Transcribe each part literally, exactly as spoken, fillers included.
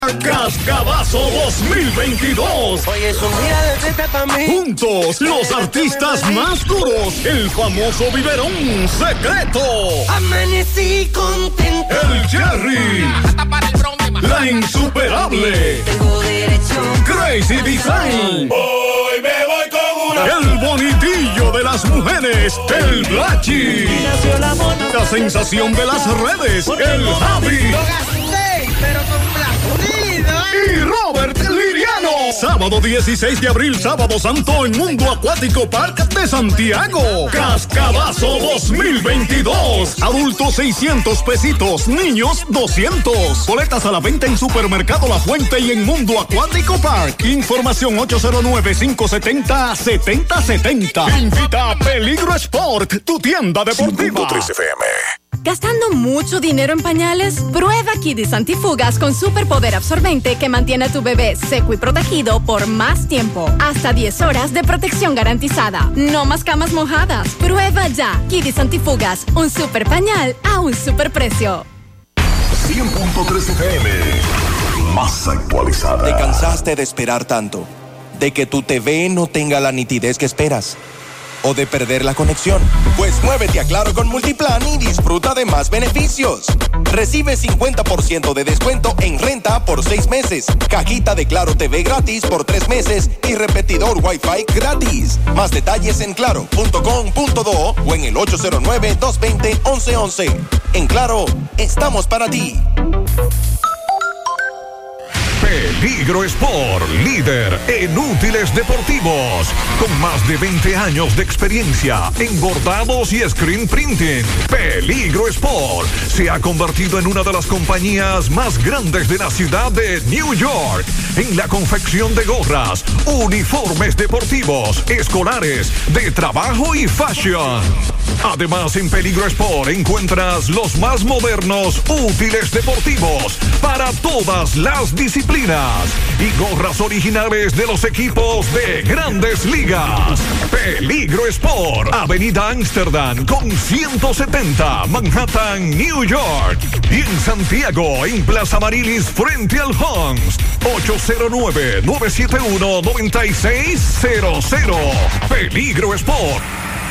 Cascabazo dos mil veintidós. Hoy es un día de fiesta para mí. Juntos, los artistas más duros. El famoso biberón secreto. Amanecí contento. El Jerry. Hasta para el broma. La insuperable. Tengo derecho. Crazy Design. Hoy me voy con una. El bonitillo de las mujeres. El Blachi. La, la sensación de las redes. El Javi. Lo gasté, pero complacido. Y Robert Liriano. Sábado dieciséis de abril, Sábado Santo en Mundo Acuático Park de Santiago. Cascabazo dos mil veintidós. Adultos seiscientos pesitos, niños doscientos. Boletas a la venta en Supermercado La Fuente y en Mundo Acuático Park. Información ocho cero nueve, cinco siete cero, siete cero siete cero. Invita a Peligro Sport, tu tienda deportiva. tres F M. ¿Gastando mucho dinero en pañales? Prueba Kidis Antifugas con superpoder absorbente que mantiene a tu bebé seco y protegido por más tiempo. Hasta diez horas de protección garantizada. No más camas mojadas. Prueba ya Kidis Antifugas, un super pañal a un super precio. cien punto tres F M, más actualizada. ¿Te cansaste de esperar tanto? ¿De que tu T V no tenga la nitidez que esperas? ¿O de perder la conexión? Pues muévete a Claro con Multiplan y disfruta de más beneficios. Recibe cincuenta por ciento de descuento en renta por seis meses, cajita de Claro T V gratis por tres meses y repetidor Wi-Fi gratis. Más detalles en claro punto com punto do o en el ocho cero nueve, dos dos cero, once once. En Claro, estamos para ti. Peligro Sport, líder en útiles deportivos, con más de veinte años de experiencia en bordados y screen printing. Peligro Sport se ha convertido en una de las compañías más grandes de la ciudad de New York en la confección de gorras, uniformes deportivos, escolares, de trabajo y fashion. Además, en Peligro Sport encuentras los más modernos útiles deportivos para todas las disciplinas y gorras originales de los equipos de Grandes Ligas. Peligro Sport, Avenida Amsterdam con ciento setenta, Manhattan, New York. Y en Santiago, en Plaza Marilis, frente al Hans, ocho cero nueve, nueve siete uno, nueve seis cero cero. Peligro Sport.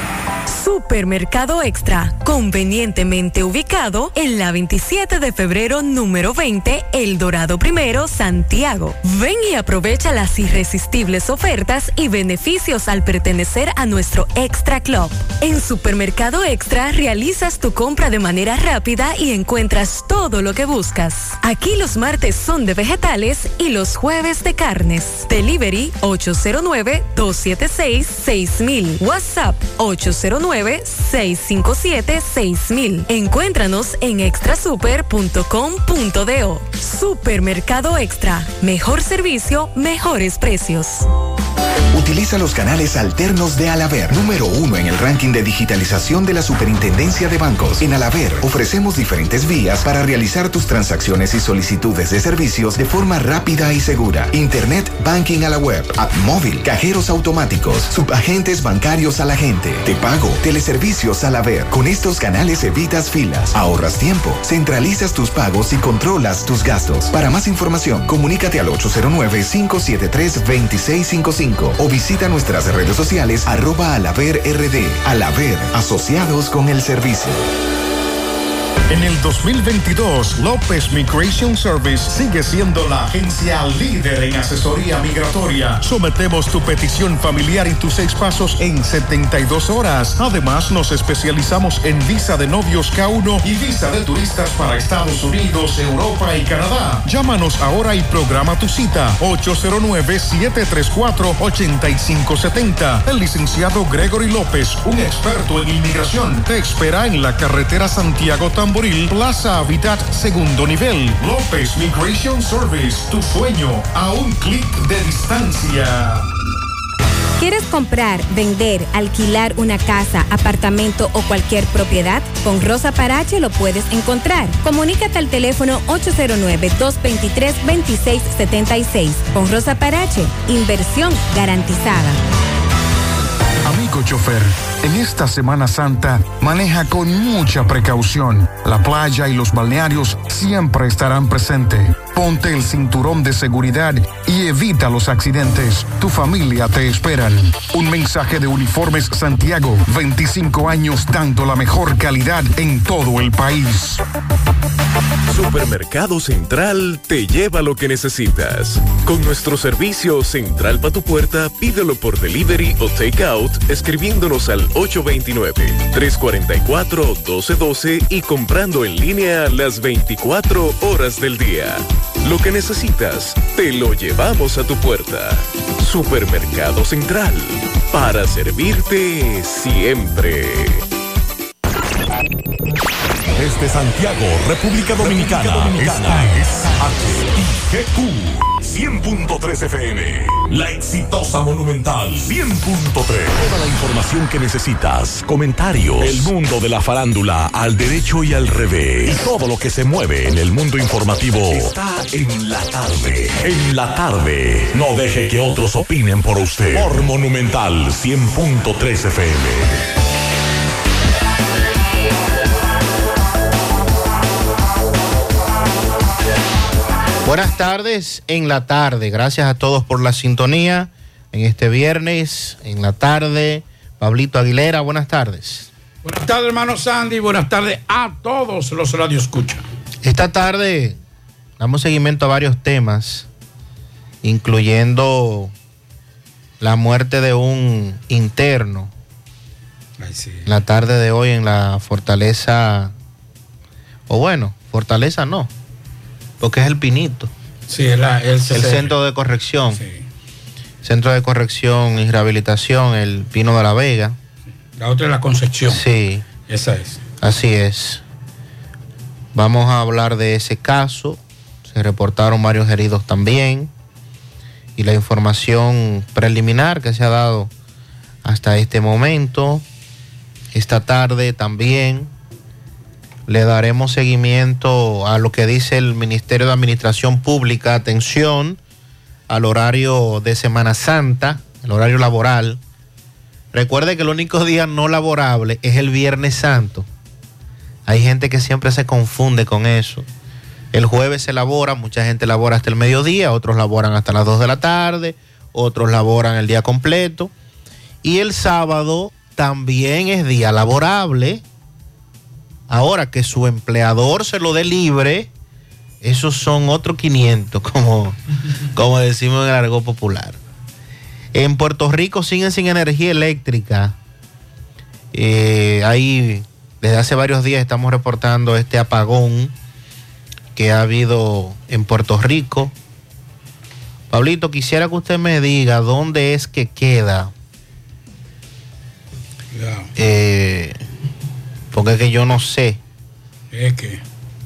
Supermercado Extra, convenientemente ubicado en la veintisiete de febrero número veinte, El Dorado Primero, Santiago. Ven y aprovecha las irresistibles ofertas y beneficios al pertenecer a nuestro Extra Club. En Supermercado Extra realizas tu compra de manera rápida y encuentras todo lo que buscas. Aquí los martes son de vegetales y los jueves de carnes. Delivery ocho cero nueve, dos siete seis, seis mil. WhatsApp ocho cero nueve, seis cinco siete, seis mil. Encuéntranos en extrasuper punto com punto do. Supermercado Extra. Mejor servicio, mejores precios. Utiliza los canales alternos de Alaber, número uno en el ranking de digitalización de la Superintendencia de Bancos. En Alaber ofrecemos diferentes vías para realizar tus transacciones y solicitudes de servicios de forma rápida y segura. Internet Banking a la web, app móvil, cajeros automáticos, subagentes bancarios a la gente, te pago, teleservicios Alaber. Con estos canales evitas filas, ahorras tiempo, centralizas tus pagos y controlas tus gastos. Para más información, comunícate al ocho cero nueve, cinco siete tres, dos seis cinco cinco o visita nuestras redes sociales arroba Alaber R D. Alaber, asociados con el servicio. En el dos mil veintidós, López Migration Service sigue siendo la agencia líder en asesoría migratoria. Sometemos tu petición familiar y tus seis pasos en setenta y dos horas. Además, nos especializamos en visa de novios K uno y visa de turistas para Estados Unidos, Europa y Canadá. Llámanos ahora y programa tu cita. ocho cero nueve, siete tres cuatro, ocho cinco siete cero. El licenciado Gregory López, un experto en inmigración, te espera en la carretera Santiago-Tamboril, Plaza Habitat, segundo nivel. López Migration Service, tu sueño a un clic de distancia. ¿Quieres comprar, vender, alquilar una casa, apartamento o cualquier propiedad? Con Rosa Parache lo puedes encontrar. Comunícate al teléfono ocho cero nueve, dos dos tres, dos seis siete seis. Con Rosa Parache, inversión garantizada. Amigo chofer, en esta Semana Santa, maneja con mucha precaución. La playa y los balnearios siempre estarán presentes. Ponte el cinturón de seguridad y evita los accidentes. Tu familia te esperan. Un mensaje de Uniformes Santiago. veinticinco años dando la mejor calidad en todo el país. Supermercado Central te lleva lo que necesitas. Con nuestro servicio Central pa' tu puerta, pídelo por delivery o takeout escribiéndonos al ocho dos nueve, tres cuatro cuatro, uno dos uno dos y comprando en línea las veinticuatro horas del día. Lo que necesitas, te lo llevamos a tu puerta. Supermercado Central, para servirte siempre. Desde Santiago, República Dominicana, Dominicana. Esta es H I G Q cien punto tres F M. La exitosa Monumental cien punto tres. Toda la información que necesitas, comentarios, el mundo de la farándula al derecho y al revés. Y todo lo que se mueve en el mundo informativo está en la tarde. En la tarde. No deje que otros opinen por usted. Por Monumental cien punto tres F M. Buenas tardes en la tarde. Gracias a todos por la sintonía en este viernes, en la tarde. Pablito Aguilera, buenas tardes. Buenas tardes, hermano Sandy. Buenas tardes a todos los radioescuchas. Esta tarde damos seguimiento a varios temas, incluyendo la muerte de un interno. Ay, sí. La tarde de hoy en la Fortaleza, o bueno, Fortaleza no, porque es el Pinito. Sí, el, el, el Centro de Corrección. Sí. Centro de Corrección y Rehabilitación, el Pino de la Vega. La otra es la Concepción. Sí. Esa es. Así es. Vamos a hablar de ese caso. Se reportaron varios heridos también. Y la información preliminar que se ha dado hasta este momento. Esta tarde también le daremos seguimiento a lo que dice el Ministerio de Administración Pública. Atención al horario de Semana Santa, el horario laboral. Recuerde que el único día no laborable es el Viernes Santo. Hay gente que siempre se confunde con eso. El jueves se labora, mucha gente labora hasta el mediodía, otros laboran hasta las dos de la tarde, otros laboran el día completo. Y el sábado también es día laborable. Ahora que su empleador se lo dé libre, esos son otros quinientos, como, como decimos en el argot popular. En Puerto Rico siguen sin energía eléctrica. Eh, ahí, desde hace varios días estamos reportando este apagón que ha habido en Puerto Rico. Pablito, quisiera que usted me diga dónde es que queda. Yeah. Eh, porque es que yo no sé. Es que...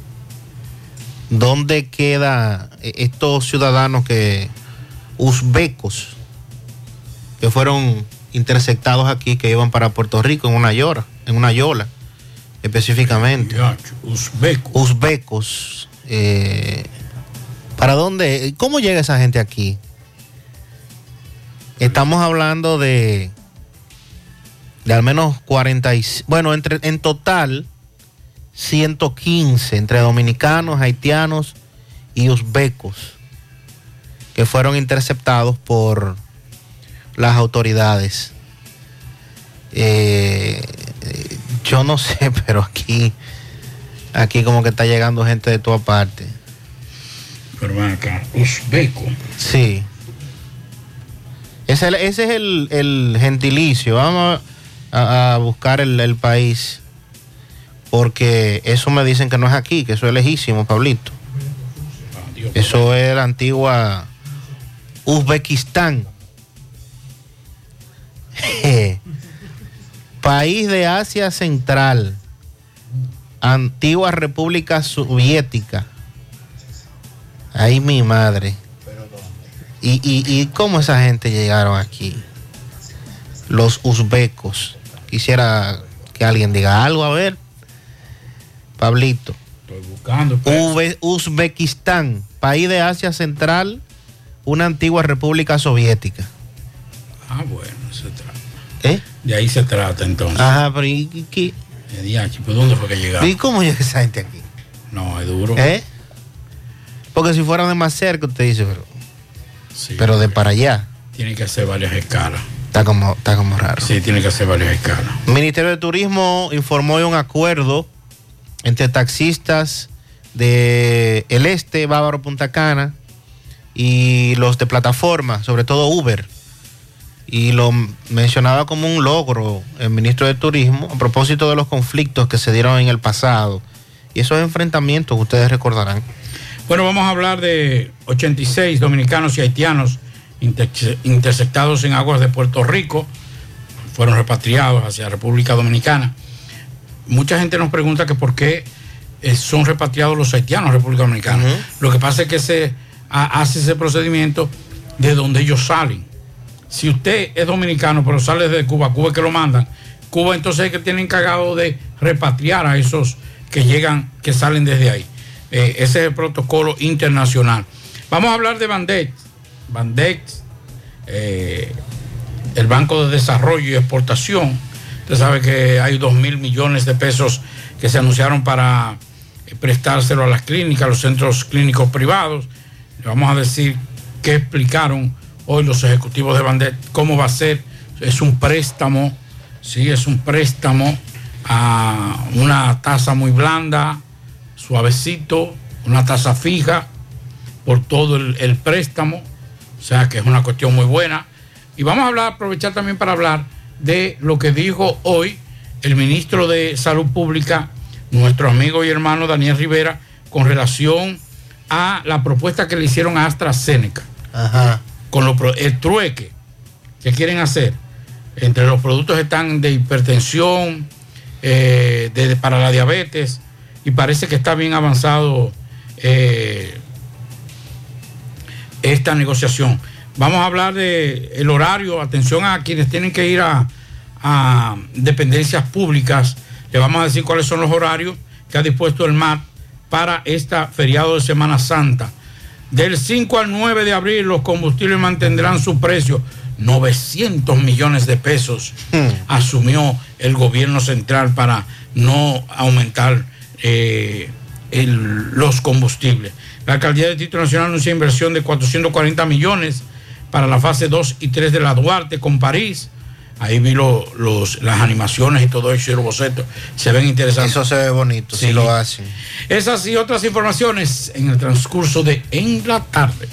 ¿Dónde queda estos ciudadanos que uzbecos que fueron interceptados aquí, que iban para Puerto Rico en una yola, en una yola específicamente? Uzbecos. Uzbecos. Eh, ¿Para dónde? ¿Cómo llega esa gente aquí? Estamos hablando de de al menos cuarenta y, bueno, entre en total ciento quince entre dominicanos, haitianos y uzbecos que fueron interceptados por las autoridades. Eh, yo no sé, pero aquí aquí como que está llegando gente de toda parte. Pero van acá, uzbeco. Sí. Ese, ese es el, el gentilicio. Vamos a, a buscar el, el país, porque eso me dicen que no es aquí, que eso es lejísimo, Pablito. Eso es la antigua Uzbekistán. País de Asia Central, antigua República Soviética. Ay, mi madre. ¿Y, y, y cómo esa gente llegaron aquí? Los uzbecos. Quisiera que alguien diga algo, a ver. Pablito. Estoy buscando. Pues. Uzbekistán, país de Asia Central, una antigua república soviética. Ah, bueno, se trata. ¿Eh? De ahí se trata entonces. Ajá, pero ¿y qué? ¿Pero dónde fue que llegaron? ¿Y cómo llega esa gente aquí? No, es duro. ¿Eh? Porque si fuera de más cerca, usted dice, pero, sí, pero de para allá. Tiene que hacer varias escalas. Está como, está como raro. Sí, tiene que hacer varias escalas. El Ministerio de Turismo informó de un acuerdo entre taxistas de el Este, Bávaro, Punta Cana y los de plataforma, sobre todo Uber. Y lo mencionaba como un logro el ministro de Turismo a propósito de los conflictos que se dieron en el pasado y esos enfrentamientos que ustedes recordarán. Bueno, vamos a hablar de ochenta y seis dominicanos y haitianos interceptados en aguas de Puerto Rico, fueron repatriados hacia República Dominicana. Mucha gente nos pregunta que por qué son repatriados los haitianos a República Dominicana. Uh-huh. Lo que pasa es que se hace ese procedimiento de donde ellos salen. Si usted es dominicano pero sale de Cuba, Cuba es que lo mandan, Cuba entonces es que tiene encargado de repatriar a esos que llegan, que salen desde ahí. Eh, ese es el protocolo internacional. Vamos a hablar de Bandex. Bandex, eh, el Banco de Desarrollo y Exportación. Usted sabe que hay dos mil millones de pesos que se anunciaron para prestárselo a las clínicas, a los centros clínicos privados. Le vamos a decir qué explicaron hoy los ejecutivos de Bandex, cómo va a ser. Es un préstamo, sí, es un préstamo a una tasa muy blanda, suavecito, una tasa fija por todo el, el préstamo, o sea que es una cuestión muy buena. Y vamos a hablar, aprovechar también para hablar de lo que dijo hoy el ministro de Salud Pública, nuestro amigo y hermano Daniel Rivera, con relación a la propuesta que le hicieron a AstraZeneca. Ajá. Con lo, el trueque que quieren hacer. Entre los productos están de hipertensión, eh, de, para la diabetes, y parece que está bien avanzado eh, esta negociación. Vamos a hablar de el horario, atención a quienes tienen que ir a, a dependencias públicas, le vamos a decir cuáles son los horarios que ha dispuesto el M A T para esta feriado de Semana Santa. Del cinco al nueve de abril los combustibles mantendrán su precio. novecientos millones de pesos hmm. asumió el gobierno central para no aumentar eh, el, los combustibles. La alcaldía de Distrito Nacional anunció inversión de cuatrocientos cuarenta millones para la fase dos y tres de la Duarte con París. Ahí vi lo, los, las animaciones y todo eso y los bocetos. Se ven interesantes. Eso se ve bonito, sí, sí lo hacen. Esas y otras informaciones en el transcurso de En la Tarde.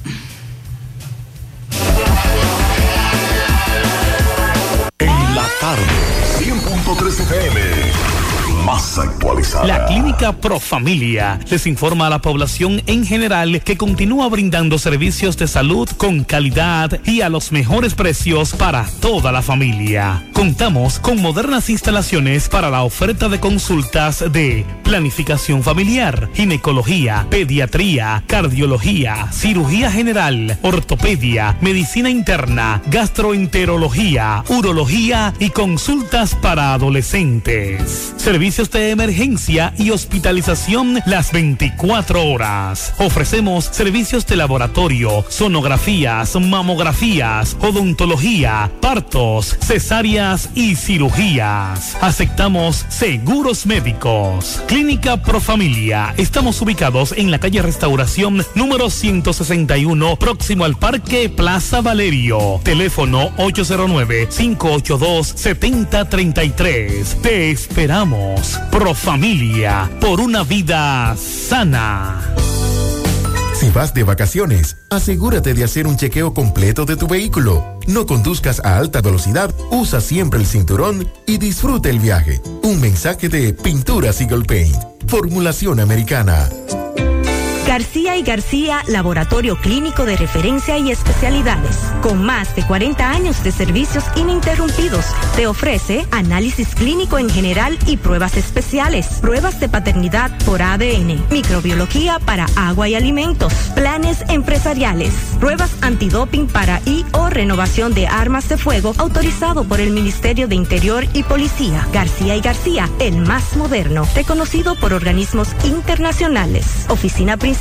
En la tarde, cien punto tres F M. Más actualizada. La Clínica Profamilia les informa a la población en general que continúa brindando servicios de salud con calidad y a los mejores precios para toda la familia. Contamos con modernas instalaciones para la oferta de consultas de planificación familiar, ginecología, pediatría, cardiología, cirugía general, ortopedia, medicina interna, gastroenterología, urología y consultas para adolescentes. Servicios de emergencia y hospitalización las veinticuatro horas. Ofrecemos servicios de laboratorio, sonografías, mamografías, odontología, partos, cesáreas y cirugías. Aceptamos seguros médicos. Clínica Profamilia. Estamos ubicados en la calle Restauración número ciento sesenta y uno, próximo al Parque Plaza Valerio. Teléfono ocho cero nueve, cinco ocho dos, siete cero tres tres. Te esperamos. Profamilia, por una vida sana. Si vas de vacaciones, asegúrate de hacer un chequeo completo de tu vehículo. No conduzcas a alta velocidad, usa siempre el cinturón y disfruta el viaje. Un mensaje de Pinturas Eagle Paint. Formulación americana. García y García, laboratorio clínico de referencia y especialidades. Con más de cuarenta años de servicios ininterrumpidos, te ofrece análisis clínico en general y pruebas especiales, pruebas de paternidad por A D N, microbiología para agua y alimentos, planes empresariales, pruebas antidoping para y o renovación de armas de fuego autorizado por el Ministerio de Interior y Policía. García y García, el más moderno, reconocido por organismos internacionales. Oficina principal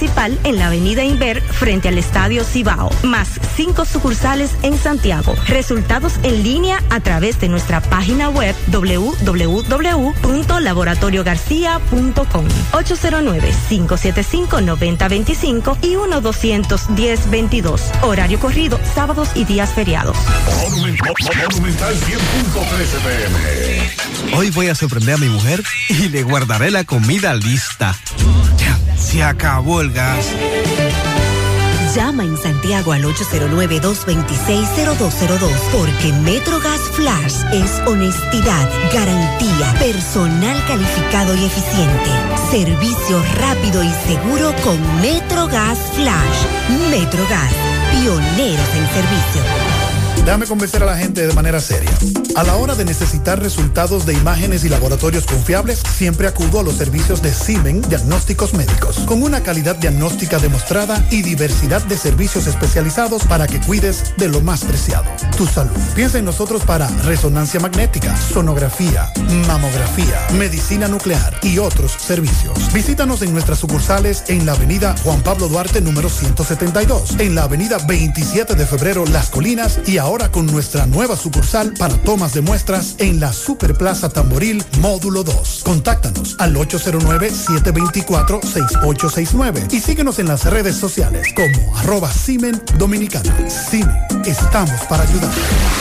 principal en la avenida Inver frente al Estadio Cibao, más cinco sucursales en Santiago. Resultados en línea a través de nuestra página web doble u doble u doble u punto laboratorio garcía punto com, ocho cero nueve, cinco siete cinco, nueve cero dos cinco y uno doscientos diez veintidós. Horario corrido, sábados y días feriados. Monumental cien punto trece P M. Hoy voy a sorprender a mi mujer y le guardaré la comida lista. Ya, se acabó el gas. Llama en Santiago al ocho cero nueve, dos dos seis, cero dos cero dos porque MetroGas Flash es honestidad, garantía, personal calificado y eficiente, servicio rápido y seguro con MetroGas Flash. MetroGas, pioneros en servicio. Déjame convencer a la gente de manera seria. A la hora de necesitar resultados de imágenes y laboratorios confiables, siempre acudo a los servicios de Simen Diagnósticos Médicos, con una calidad diagnóstica demostrada y diversidad de servicios especializados para que cuides de lo más preciado, tu salud. Piensa en nosotros para resonancia magnética, sonografía, mamografía, medicina nuclear y otros servicios. Visítanos en nuestras sucursales en la avenida Juan Pablo Duarte número ciento setenta y dos, en la avenida veintisiete de febrero Las Colinas y ahora con nuestra nueva sucursal para tomas de muestras en la Superplaza Tamboril Módulo dos. Contáctanos al ocho cero nueve, siete dos cuatro, seis ocho seis nueve y síguenos en las redes sociales como arroba Simen Dominicana. Simen, estamos para ayudar.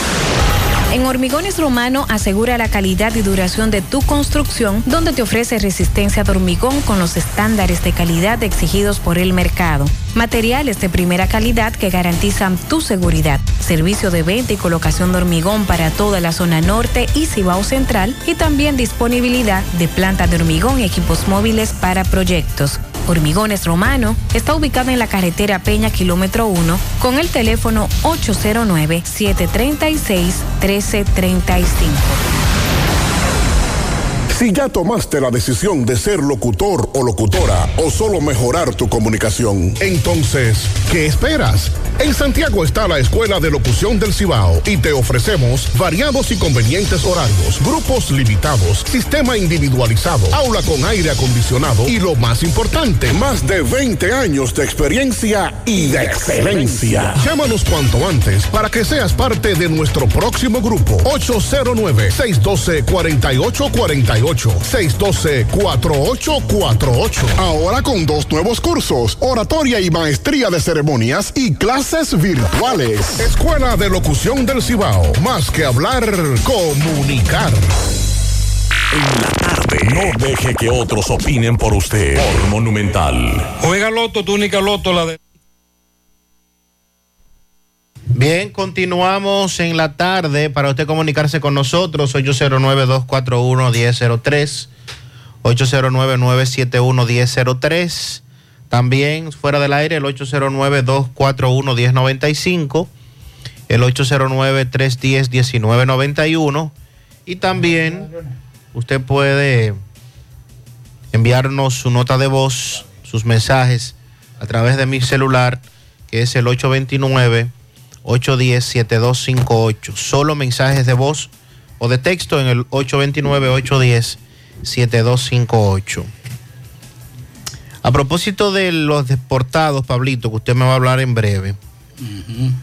En Hormigones Romano asegura la calidad y duración de tu construcción, donde te ofrece resistencia de hormigón con los estándares de calidad exigidos por el mercado. Materiales de primera calidad que garantizan tu seguridad. Servicio de venta y colocación de hormigón para toda la zona norte y Cibao Central y también disponibilidad de planta de hormigón y equipos móviles para proyectos. Hormigones Romano está ubicado en la carretera Peña kilómetro uno con el teléfono ocho cero nueve, siete tres seis, uno tres tres cinco. Si ya tomaste la decisión de ser locutor o locutora o solo mejorar tu comunicación, entonces, ¿qué esperas? En Santiago está la Escuela de Locución del Cibao y te ofrecemos variados y convenientes horarios, grupos limitados, sistema individualizado, aula con aire acondicionado y lo más importante, más de veinte años de experiencia y de excelencia. Llámanos cuanto antes para que seas parte de nuestro próximo grupo. ocho cero nueve, seis uno dos, cuatro ocho cuatro ocho, seis uno dos, cuatro ocho cuatro ocho. Ahora con dos nuevos cursos, oratoria y maestría de ceremonias y clases virtuales. Escuela de Locución del Cibao. Más que hablar, comunicar. En la tarde. No deje que otros opinen por usted. Por Monumental. Juega Loto, tu única Loto, la de... Bien, continuamos en la tarde. Para usted comunicarse con nosotros, ocho cero nueve, dos cuatro uno, uno cero cero tres, ocho cero nueve, nueve siete uno, uno cero cero tres. También fuera del aire, el ocho cero nueve, dos cuatro uno, uno cero nueve cinco, el ocho cero nueve, tres uno cero, uno nueve nueve uno. Y también usted puede enviarnos su nota de voz, sus mensajes, a través de mi celular, que es el ocho dos nueve, ocho uno cero, siete dos cinco ocho. Solo mensajes de voz o de texto en el ocho dos nueve, ocho uno cero, siete dos cinco ocho. A propósito de los deportados, Pablito, que usted me va a hablar en breve. Uh-huh.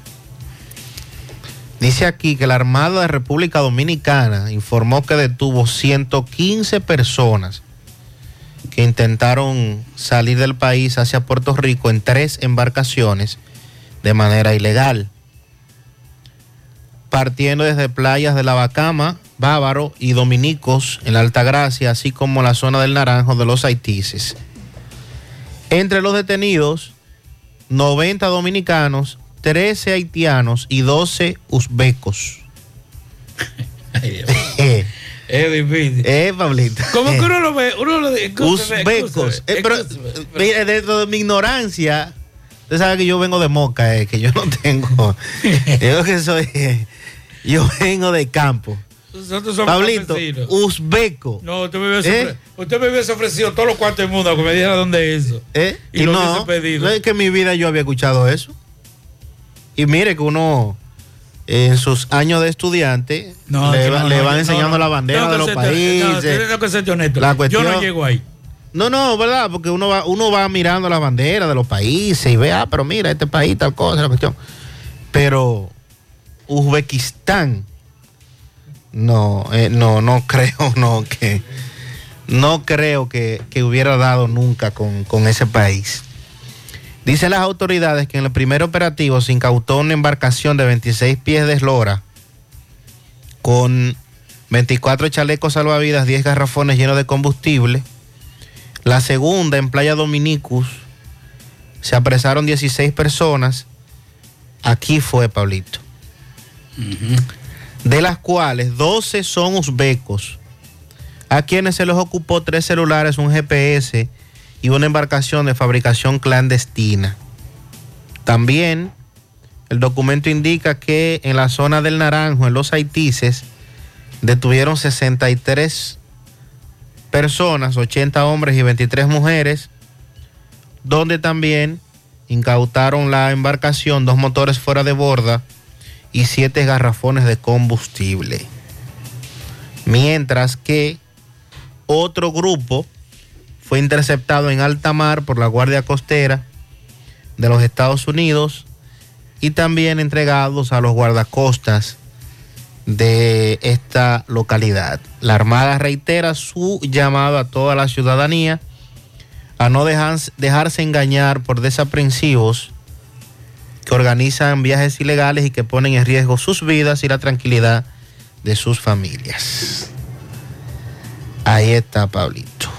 Dice aquí que la Armada de República Dominicana informó que detuvo ciento quince personas que intentaron salir del país hacia Puerto Rico en tres embarcaciones de manera ilegal, partiendo desde playas de La Bacama, Bávaro y Dominicos en la Altagracia, así como la zona del Naranjo de los Haitises. Entre los detenidos, noventa dominicanos, trece haitianos y doce uzbecos. Ay, Dios. Es difícil. Eh, Pablito. ¿Cómo que uno lo ve? Uno lo ve. Uzbecos. Eh, pero, mire, dentro de mi ignorancia, usted sabe que yo vengo de Moca, eh, que yo no tengo. Yo que soy. Eh, yo vengo de campo. Nosotros somos Pablito, uzbeco. No, usted me, hubiese, ¿Eh? usted me hubiese ofrecido todos los cuartos del mundo que me dijera dónde es eso. ¿Eh? Y, y lo no, hubiese pedido. No es que en mi vida yo había escuchado eso. Y mire que uno en sus años de estudiante no, le, no, le no, van no, enseñando no, la bandera de los países. No, tengo que ser honesto. La cuestión, yo no llego ahí. No, no, ¿verdad? Porque uno va, uno va mirando las banderas de los países y ve, ah, pero mira, este país, tal cosa, la cuestión. Pero Uzbekistán, no, eh, no, no creo, no, que no creo que, que hubiera dado nunca con, con ese país. Dicen las autoridades que en el primer operativo se incautó una embarcación de veintiséis pies de eslora con veinticuatro chalecos salvavidas, diez garrafones llenos de combustible. La segunda, en Playa Dominicus, se apresaron dieciséis personas. Aquí fue, Pablito. Uh-huh. De las cuales doce son uzbecos, a quienes se les ocupó tres celulares, un G P S y una embarcación de fabricación clandestina. También el documento indica que en la zona del Naranjo, en los Haitises, detuvieron sesenta y tres personas, ochenta hombres y veintitrés mujeres, donde también incautaron la embarcación, dos motores fuera de borda y siete garrafones de combustible. Mientras que otro grupo fue interceptado en alta mar por la Guardia Costera de los Estados Unidos y también entregados a los guardacostas de esta localidad. La Armada reitera su llamado a toda la ciudadanía a no dejarse, dejarse engañar por desaprensivos que organizan viajes ilegales y que ponen en riesgo sus vidas y la tranquilidad de sus familias. Ahí está, Pablito.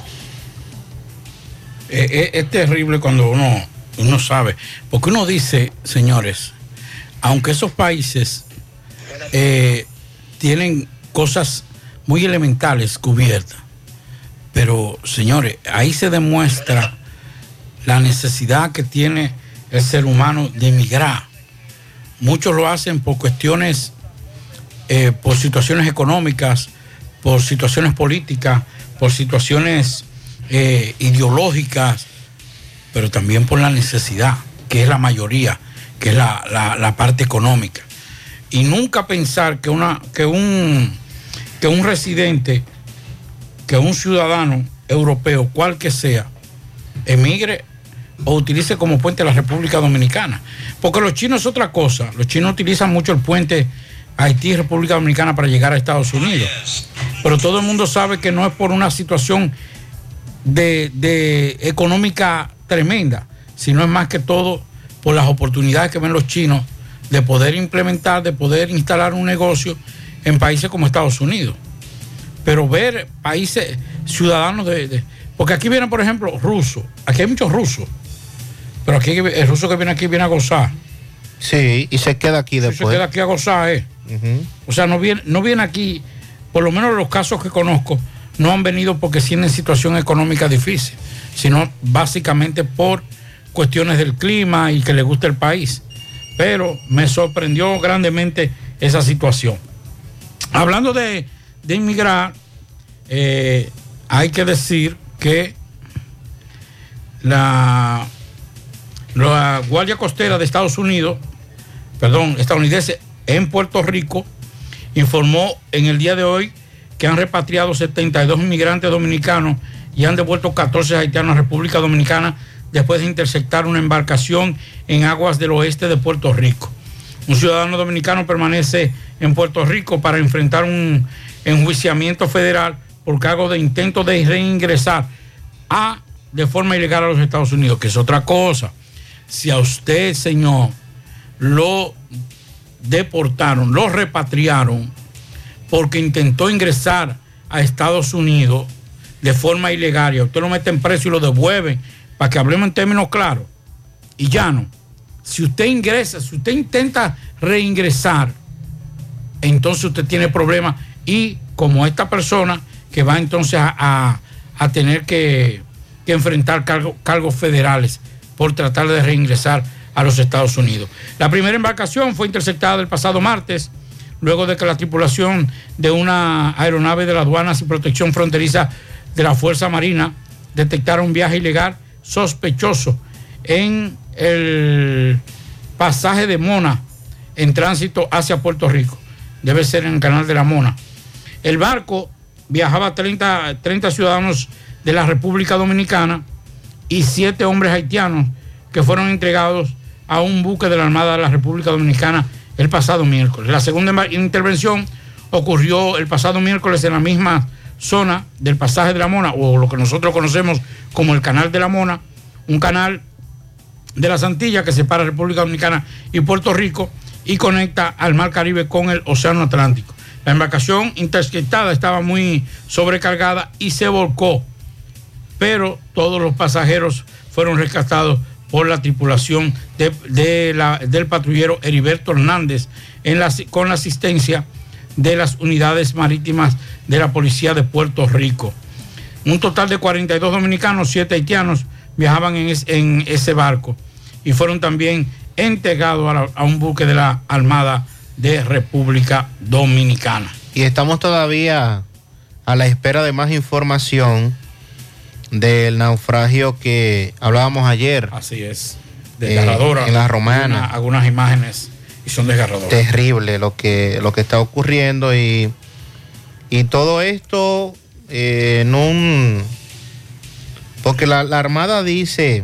Eh, eh, es terrible cuando uno, uno sabe, porque uno dice, señores, aunque esos países eh, tienen cosas muy elementales cubiertas, pero señores, ahí se demuestra la necesidad que tiene el ser humano de emigrar. Muchos lo hacen por cuestiones, eh, por situaciones económicas, por situaciones políticas, por situaciones eh, ideológicas, pero también por la necesidad, que es la mayoría, que es la, la, la parte económica. Y nunca pensar que, una, que, un, que un residente, que un ciudadano europeo, cual que sea, emigre o utilice como puente la República Dominicana. Porque los chinos es otra cosa. Los chinos utilizan mucho el puente Haití y República Dominicana para llegar a Estados Unidos. Pero todo el mundo sabe que no es por una situación de, de económica tremenda, sino es más que todo por las oportunidades que ven los chinos de poder implementar, de poder instalar un negocio en países como Estados Unidos. Pero ver países, ciudadanos de... de porque aquí vienen, por ejemplo, rusos. Aquí hay muchos rusos. Pero aquí el ruso que viene aquí viene a gozar. Sí, y se queda aquí después. Sí, se queda aquí a gozar, ¿eh? Uh-huh. O sea, no viene, no viene aquí, por lo menos los casos que conozco, no han venido porque tienen situación económica difícil, sino básicamente por cuestiones del clima y que les gusta el país. Pero me sorprendió grandemente esa situación. Hablando de, de inmigrar, eh, hay que decir que la, la Guardia Costera de Estados Unidos, perdón, estadounidense en Puerto Rico, informó en el día de hoy que han repatriado setenta y dos inmigrantes dominicanos y han devuelto catorce haitianos a República Dominicana después de interceptar una embarcación en aguas del oeste de Puerto Rico. Un ciudadano dominicano permanece en Puerto Rico para enfrentar un enjuiciamiento federal por cargo de intento de reingresar a, de forma ilegal a los Estados Unidos, que es otra cosa. Si a usted, señor, lo deportaron, lo repatriaron porque intentó ingresar a Estados Unidos de forma ilegal y a usted lo meten preso y lo devuelven, para que hablemos en términos claros y llanos. Si usted ingresa, si usted intenta reingresar, entonces usted tiene problemas y como esta persona que va entonces a, a, a tener que, que enfrentar cargo, cargos federales por tratar de reingresar a los Estados Unidos. La primera embarcación fue interceptada el pasado martes, luego de que la tripulación de una aeronave de las aduanas y protección fronteriza de la Fuerza Marina detectara un viaje ilegal sospechoso en el pasaje de Mona en tránsito hacia Puerto Rico. Debe ser en el canal de la Mona. El barco viajaba treinta, treinta ciudadanos de de la República Dominicana y siete hombres haitianos que fueron entregados a un buque de la Armada de la República Dominicana el pasado miércoles. La segunda intervención ocurrió el pasado miércoles en la misma zona del pasaje de la Mona, o lo que nosotros conocemos como el Canal de la Mona, un canal de las Antillas que separa República Dominicana y Puerto Rico y conecta al Mar Caribe con el Océano Atlántico. La embarcación interceptada estaba muy sobrecargada y se volcó, pero todos los pasajeros fueron rescatados por la tripulación de, de la, del patrullero Heriberto Hernández en la, con la asistencia de las unidades marítimas de la Policía de Puerto Rico. Un total de cuarenta y dos dominicanos, siete haitianos viajaban en, es, en ese barco y fueron también entregados a, la, a un buque de la Armada de República Dominicana. Y estamos todavía a la espera de más información del naufragio que hablábamos ayer. Así es, desgarradora. Eh, en la Romana. Una, algunas imágenes y son desgarradoras. Terrible lo que, lo que está ocurriendo y, y todo esto eh, en un... Porque la, la Armada dice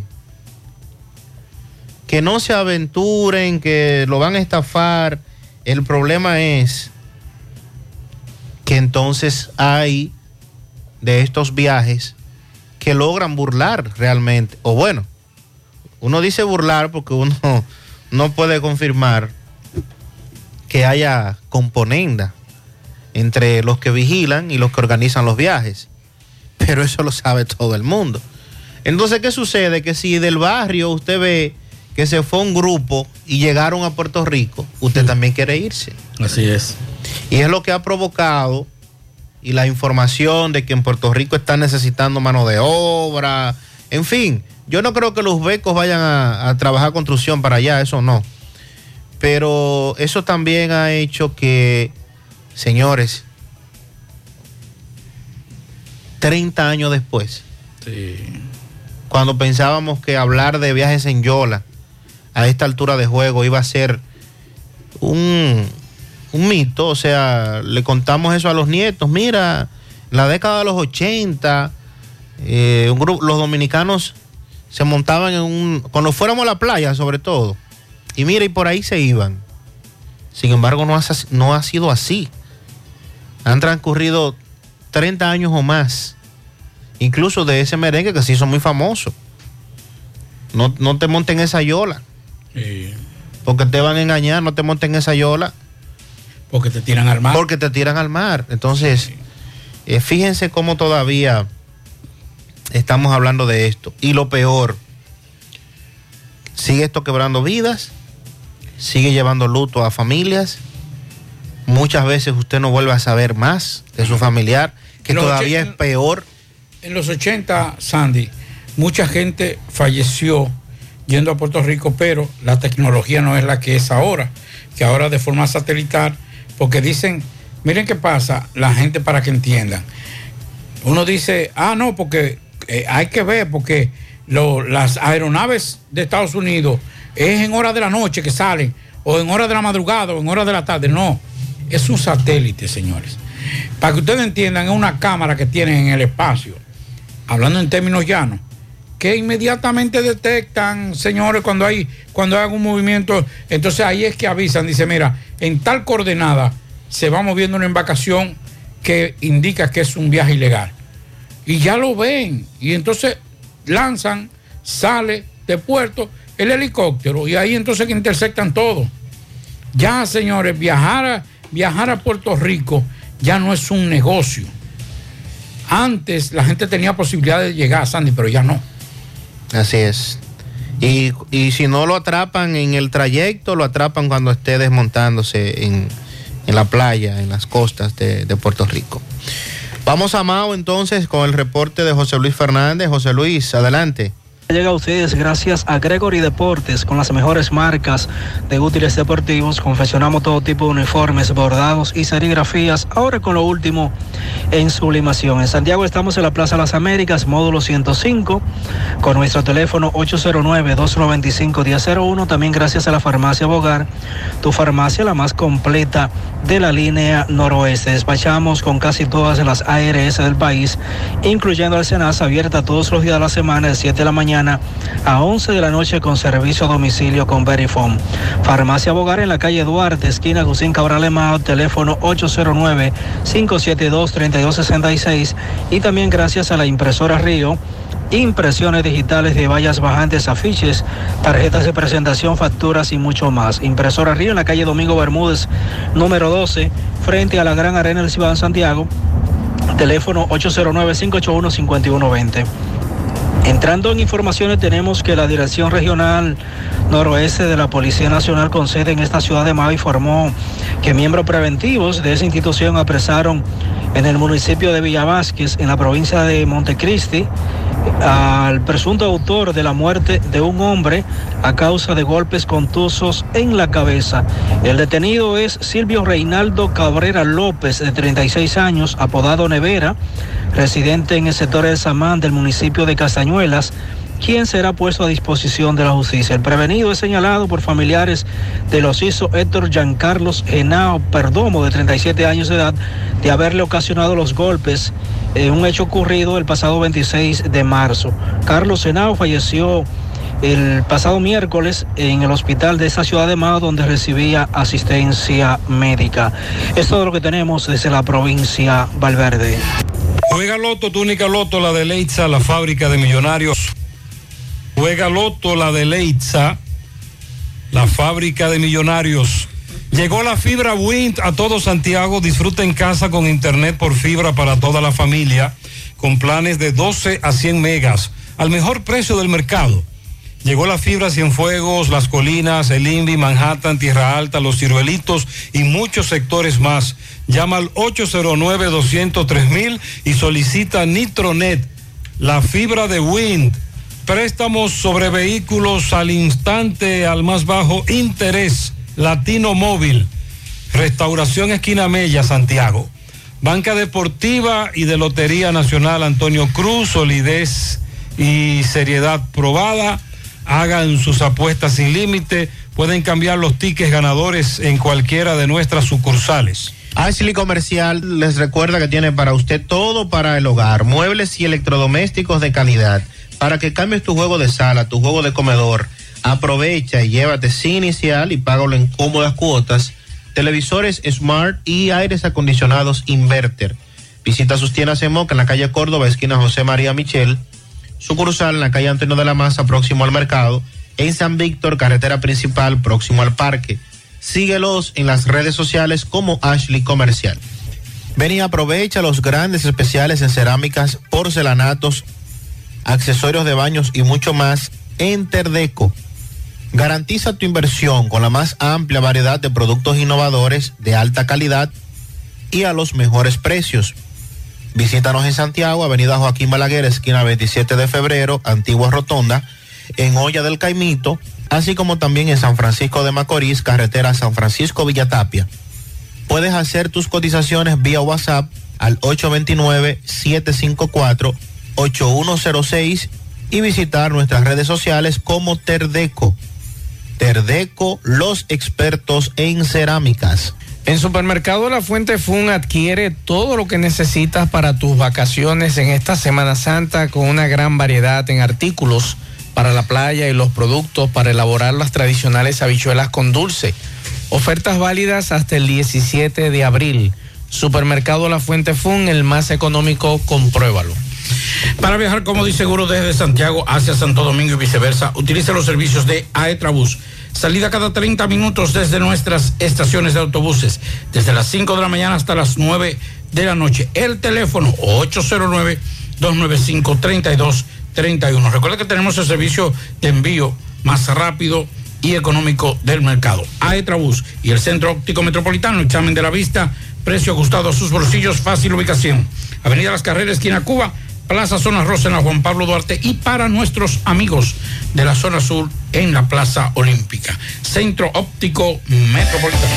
que no se aventuren, que lo van a estafar. El problema es que entonces hay de estos viajes que logran burlar realmente, o bueno, uno dice burlar porque uno no puede confirmar que haya componenda entre los que vigilan y los que organizan los viajes, pero eso lo sabe todo el mundo. Entonces, ¿qué sucede? Que si del barrio usted ve que se fue un grupo y llegaron a Puerto Rico, usted sí. también quiere irse. Así es. Y es lo que ha provocado, y la información de que en Puerto Rico están necesitando mano de obra, en fin, yo no creo que los becos vayan a, a trabajar construcción para allá, eso no. Pero eso también ha hecho que, señores, treinta años después, sí. cuando pensábamos que hablar de viajes en Yola a esta altura de juego iba a ser un, un mito, o sea, le contamos eso a los nietos, mira, la década de los ochenta, eh, un grupo, los dominicanos se montaban en un, cuando fuéramos a la playa sobre todo, y mira, y por ahí se iban. Sin embargo, no ha, no ha sido así. Han transcurrido treinta años o más, incluso de ese merengue que se hizo muy famoso. No, no te monten esa yola. Sí. Porque te van a engañar, no te monten esa yola. Porque te tiran al mar. Porque te tiran al mar. Entonces, sí. eh, fíjense cómo todavía estamos hablando de esto. Y lo peor, sigue esto quebrando vidas, sigue llevando luto a familias. Muchas veces usted no vuelve a saber más de su familiar, que todavía es peor. En los ochenta, Sandy, mucha gente falleció yendo a Puerto Rico, pero la tecnología no es la que es ahora, que ahora de forma satelital, porque dicen, miren qué pasa, la gente para que entiendan. Uno dice, ah, no, porque eh, hay que ver, porque lo, las aeronaves de Estados Unidos es en horas de la noche que salen, o en horas de la madrugada, o en horas de la tarde. No, es un satélite, señores. Para que ustedes entiendan, es una cámara que tienen en el espacio, hablando en términos llanos, que inmediatamente detectan, señores, cuando hay, cuando hay algún movimiento. Entonces ahí es que avisan, dice, mira, en tal coordenada se va moviendo una embarcación que indica que es un viaje ilegal. Y ya lo ven, y entonces lanzan, sale de puerto el helicóptero, y ahí entonces que interceptan todo. Ya, señores, viajar a, viajar a Puerto Rico ya no es un negocio. Antes la gente tenía posibilidad de llegar a Sandy, pero ya no. Así es. Y, y si no lo atrapan en el trayecto, lo atrapan cuando esté desmontándose en, en la playa, en las costas de, de Puerto Rico. Vamos a Mao entonces con el reporte de José Luis Fernández. José Luis, adelante. Llega a ustedes gracias a Gregory Deportes, con las mejores marcas de útiles deportivos. Confeccionamos todo tipo de uniformes, bordados y serigrafías, ahora con lo último en sublimación. En Santiago estamos en la Plaza Las Américas, módulo ciento cinco, con nuestro teléfono ocho cero nueve, dos nueve cinco, uno cero cero uno. También gracias a la Farmacia Bogar, tu farmacia la más completa de la línea noroeste. Despachamos con casi todas las A R S del país, incluyendo al Senasa, abierta todos los días de la semana de siete de la mañana a once de la noche con servicio a domicilio con Verifone. Farmacia Bogar en la calle Duarte, esquina Gusín Cabral Emao, teléfono ocho cero nueve, cinco siete dos, tres dos seis seis. Y también gracias a la impresora Río, impresiones digitales de vallas bajantes, afiches, tarjetas de presentación, facturas y mucho más. Impresora Río en la calle Domingo Bermúdez, número doce, frente a la Gran Arena del Cibao en Santiago, teléfono ocho cero nueve, cinco ocho uno, cinco uno dos cero. Entrando en informaciones, tenemos que la Dirección Regional Noroeste de la Policía Nacional con sede en esta ciudad de Mao informó que miembros preventivos de esa institución apresaron en el municipio de Villa Vázquez, en la provincia de Montecristi, al presunto autor de la muerte de un hombre a causa de golpes contusos en la cabeza. El detenido es Silvio Reinaldo Cabrera López, de treinta y seis años, apodado Nevera, residente en el sector de Samán del municipio de Castañuelas, quien será puesto a disposición de la justicia. El prevenido es señalado por familiares del ociso Héctor Giancarlos Henao Perdomo, de treinta y siete años de edad, de haberle ocasionado los golpes en un hecho ocurrido el pasado veintiséis de marzo. Carlos Henao falleció el pasado miércoles en el hospital de esa ciudad de Mao, donde recibía asistencia médica. Es todo lo que tenemos desde la provincia Valverde. Juega Loto, tu única Loto, la de Leitza, la fábrica de millonarios. Juega Loto, la de Leitza, la fábrica de millonarios. Llegó la fibra Wind a todo Santiago. Disfruta en casa con internet por fibra para toda la familia, con planes de doce a cien megas, al mejor precio del mercado. Llegó la fibra Cienfuegos, Las Colinas, El Invi, Manhattan, Tierra Alta, Los Ciruelitos y muchos sectores más. Llama al ocho cero nueve, dos cero tres mil y solicita Nitronet, la fibra de Wind. Préstamos sobre vehículos al instante, al más bajo interés. Latino Móvil. Restauración Esquina Mella, Santiago. Banca Deportiva y de Lotería Nacional Antonio Cruz, solidez y seriedad probada. Hagan sus apuestas sin límite. Pueden cambiar los tickets ganadores en cualquiera de nuestras sucursales. Ashley Comercial les recuerda que tiene para usted todo para el hogar, muebles y electrodomésticos de calidad, para que cambies tu juego de sala, tu juego de comedor. Aprovecha y llévate sin inicial y págalo en cómodas cuotas, televisores Smart y aires acondicionados Inverter. Visita sus tiendas en Moca, en la calle Córdoba, esquina José María Michel, sucursal en la calle Antonio de la Maza, próximo al mercado, en San Víctor, carretera principal, próximo al parque. Síguelos en las redes sociales como Ashley Comercial. Ven y aprovecha los grandes especiales en cerámicas, porcelanatos, accesorios de baños y mucho más en Terdeco. Garantiza tu inversión con la más amplia variedad de productos innovadores de alta calidad y a los mejores precios. Visítanos en Santiago, avenida Joaquín Balaguer, esquina veintisiete de febrero, Antigua Rotonda, en Olla del Caimito, así como también en San Francisco de Macorís, carretera San Francisco-Villatapia. Puedes hacer tus cotizaciones vía WhatsApp al ocho dos nueve, siete cinco cuatro, ocho uno cero seis y visitar nuestras redes sociales como Terdeco. Terdeco, los expertos en cerámicas. En Supermercado La Fuente Fun adquiere todo lo que necesitas para tus vacaciones en esta Semana Santa, con una gran variedad en artículos para la playa y los productos para elaborar las tradicionales habichuelas con dulce. Ofertas válidas hasta el diecisiete de abril. Supermercado La Fuente Fun, el más económico, compruébalo. Para viajar cómodo y seguro desde Santiago hacia Santo Domingo y viceversa, utilice los servicios de Aetrabús. Salida cada treinta minutos desde nuestras estaciones de autobuses, desde las cinco de la mañana hasta las nueve de la noche. El teléfono ocho cero nueve, dos nueve cinco, tres dos tres uno. Recuerda que tenemos el servicio de envío más rápido y económico del mercado. Aetrabús y el Centro Óptico Metropolitano, examen de la vista, precio ajustado a sus bolsillos, fácil ubicación. Avenida Las Carreras, esquina Cuba, Plaza Zona Rosa en la Juan Pablo Duarte y para nuestros amigos de la zona sur en la Plaza Olímpica. Centro Óptico Metropolitano.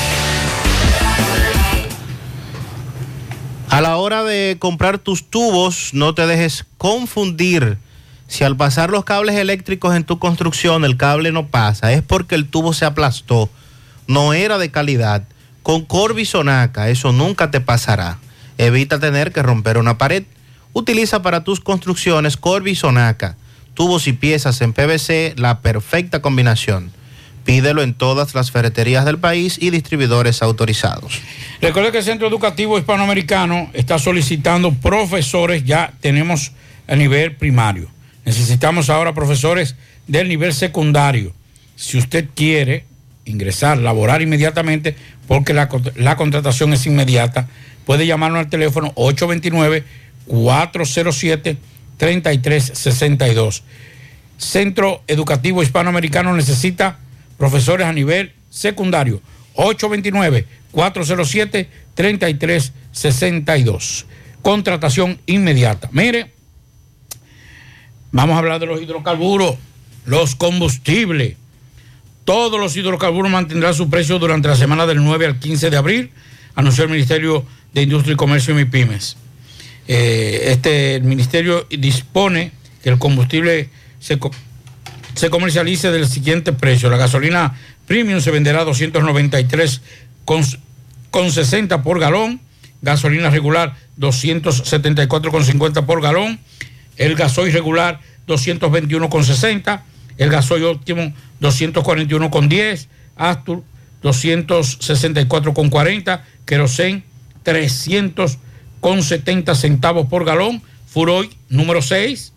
A la hora de comprar tus tubos, no te dejes confundir. Si al pasar los cables eléctricos en tu construcción el cable no pasa, es porque el tubo se aplastó, no era de calidad. Con Corby Sonaca eso nunca te pasará. Evita tener que romper una pared. Utiliza para tus construcciones Corby Sonaca. Tubos y piezas en P V C, la perfecta combinación. Pídelo en todas las ferreterías del país y distribuidores autorizados. Recuerde que el Centro Educativo Hispanoamericano está solicitando profesores, ya tenemos a nivel primario. Necesitamos ahora profesores del nivel secundario. Si usted quiere ingresar, laborar inmediatamente, porque la, la contratación es inmediata, puede llamarnos al teléfono ocho dos nueve, cuatro cero siete, tres tres seis dos. Centro Educativo Hispanoamericano necesita profesores a nivel secundario. ocho dos nueve, cuatro cero siete, tres tres seis dos. Contratación inmediata. Mire, vamos a hablar de los hidrocarburos, los combustibles. Todos los hidrocarburos mantendrán su precio durante la semana del nueve al quince de abril, anunció el Ministerio de Industria y Comercio y MIPYMES. Eh, este el ministerio dispone que el combustible se, se comercialice del siguiente precio. La gasolina premium se venderá a doscientos noventa y tres con sesenta por galón, gasolina regular doscientos setenta y cuatro con cincuenta por galón, el gasoil regular doscientos veintiuno con sesenta, el gasoil óptimo doscientos cuarenta y uno con diez, Astur doscientos sesenta y cuatro con cuarenta, querosén trescientos con setenta centavos por galón, Furoy número seis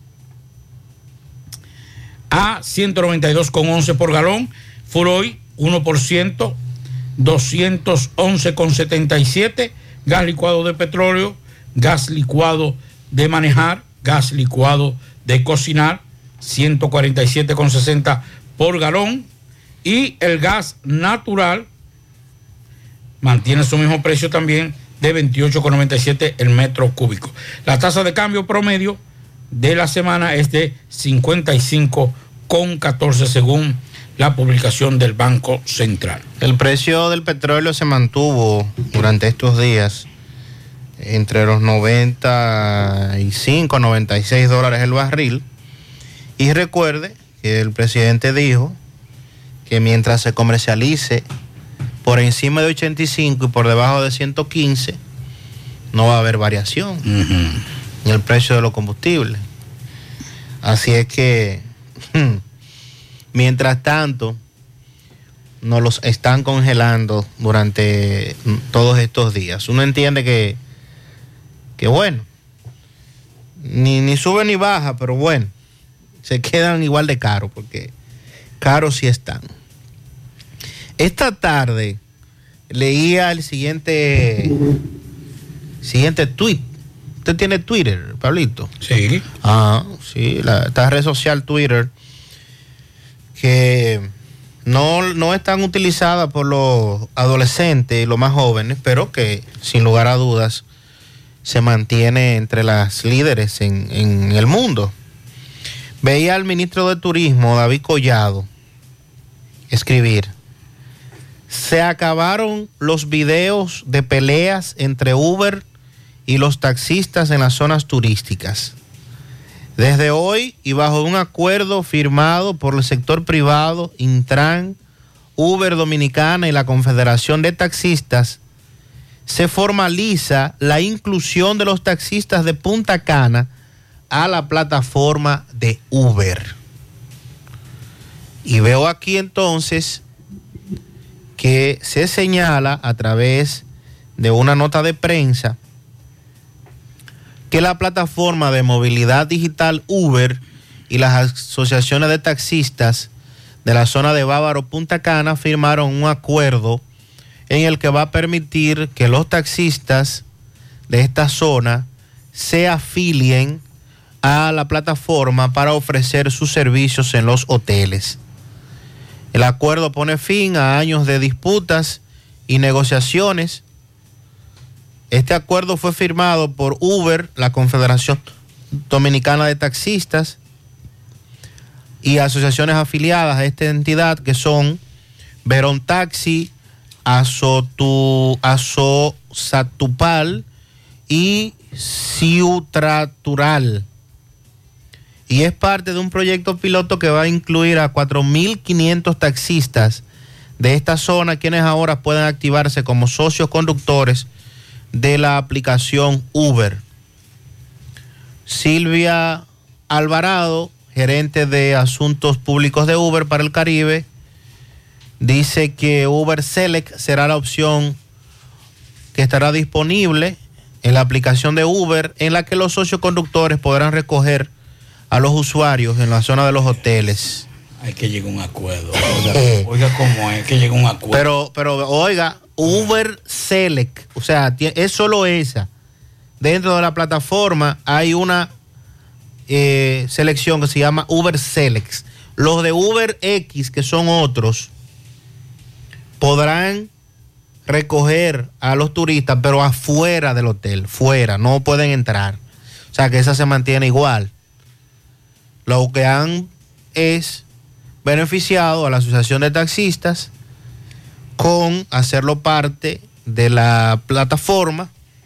a ciento noventa y dos con once por galón, Furoy uno por ciento doscientos once con setenta y siete, gas licuado de petróleo, gas licuado de manejar, gas licuado de cocinar ciento cuarenta y siete con sesenta por galón, y el gas natural mantiene su mismo precio también de veintiocho con noventa y siete el metro cúbico. La tasa de cambio promedio de la semana es de cincuenta y cinco con catorce según la publicación del Banco Central. El precio del petróleo se mantuvo durante estos días entre los noventa y cinco, noventa y seis dólares el barril. Y recuerde que el presidente dijo que mientras se comercialice por encima de ochenta y cinco y por debajo de ciento quince, no va a haber variación uh-huh. en el precio de los combustibles. Así es que, mientras tanto, nos los están congelando durante todos estos días. Uno entiende que, que bueno, ni, ni sube ni baja, pero bueno, se quedan igual de caros, porque caros sí están. Esta tarde leía el siguiente siguiente tweet. ¿Usted tiene Twitter, Pablito? Sí. Ah, sí, la, esta red social Twitter, que no, no es tan utilizada por los adolescentes y los más jóvenes, pero que sin lugar a dudas se mantiene entre las líderes en, en el mundo. Veía al ministro de Turismo, David Collado, escribir: se acabaron los videos de peleas entre Uber y los taxistas en las zonas turísticas. Desde hoy y bajo un acuerdo firmado por el sector privado, Intran, Uber Dominicana y la Confederación de Taxistas, se formaliza la inclusión de los taxistas de Punta Cana a la plataforma de Uber. Y veo aquí entonces que se señala a través de una nota de prensa que la plataforma de movilidad digital Uber y las asociaciones de taxistas de la zona de Bávaro Punta Cana firmaron un acuerdo en el que va a permitir que los taxistas de esta zona se afilien a la plataforma para ofrecer sus servicios en los hoteles. El acuerdo pone fin a años de disputas y negociaciones. Este acuerdo fue firmado por Uber, la Confederación Dominicana de Taxistas y asociaciones afiliadas a esta entidad, que son Verón Taxi, Azotu, Azosatupal y Ciutratural. Y es parte de un proyecto piloto que va a incluir a cuatro mil quinientos taxistas de esta zona, quienes ahora pueden activarse como socios conductores de la aplicación Uber. Silvia Alvarado, gerente de Asuntos Públicos de Uber para el Caribe, dice que Uber Select será la opción que estará disponible en la aplicación de Uber, en la que los socios conductores podrán recoger a los usuarios en la zona de los hoteles. Hay que llegar a un acuerdo. Oiga, oiga cómo es que llega un acuerdo. Pero, pero oiga, Uber Select, o sea, es solo esa. Dentro de la plataforma hay una eh, selección que se llama Uber Select. Los de Uber X, que son otros, podrán recoger a los turistas, pero afuera del hotel, fuera, no pueden entrar. O sea que esa se mantiene igual. Lo que han es beneficiado a la Asociación de Taxistas con hacerlo parte de la plataforma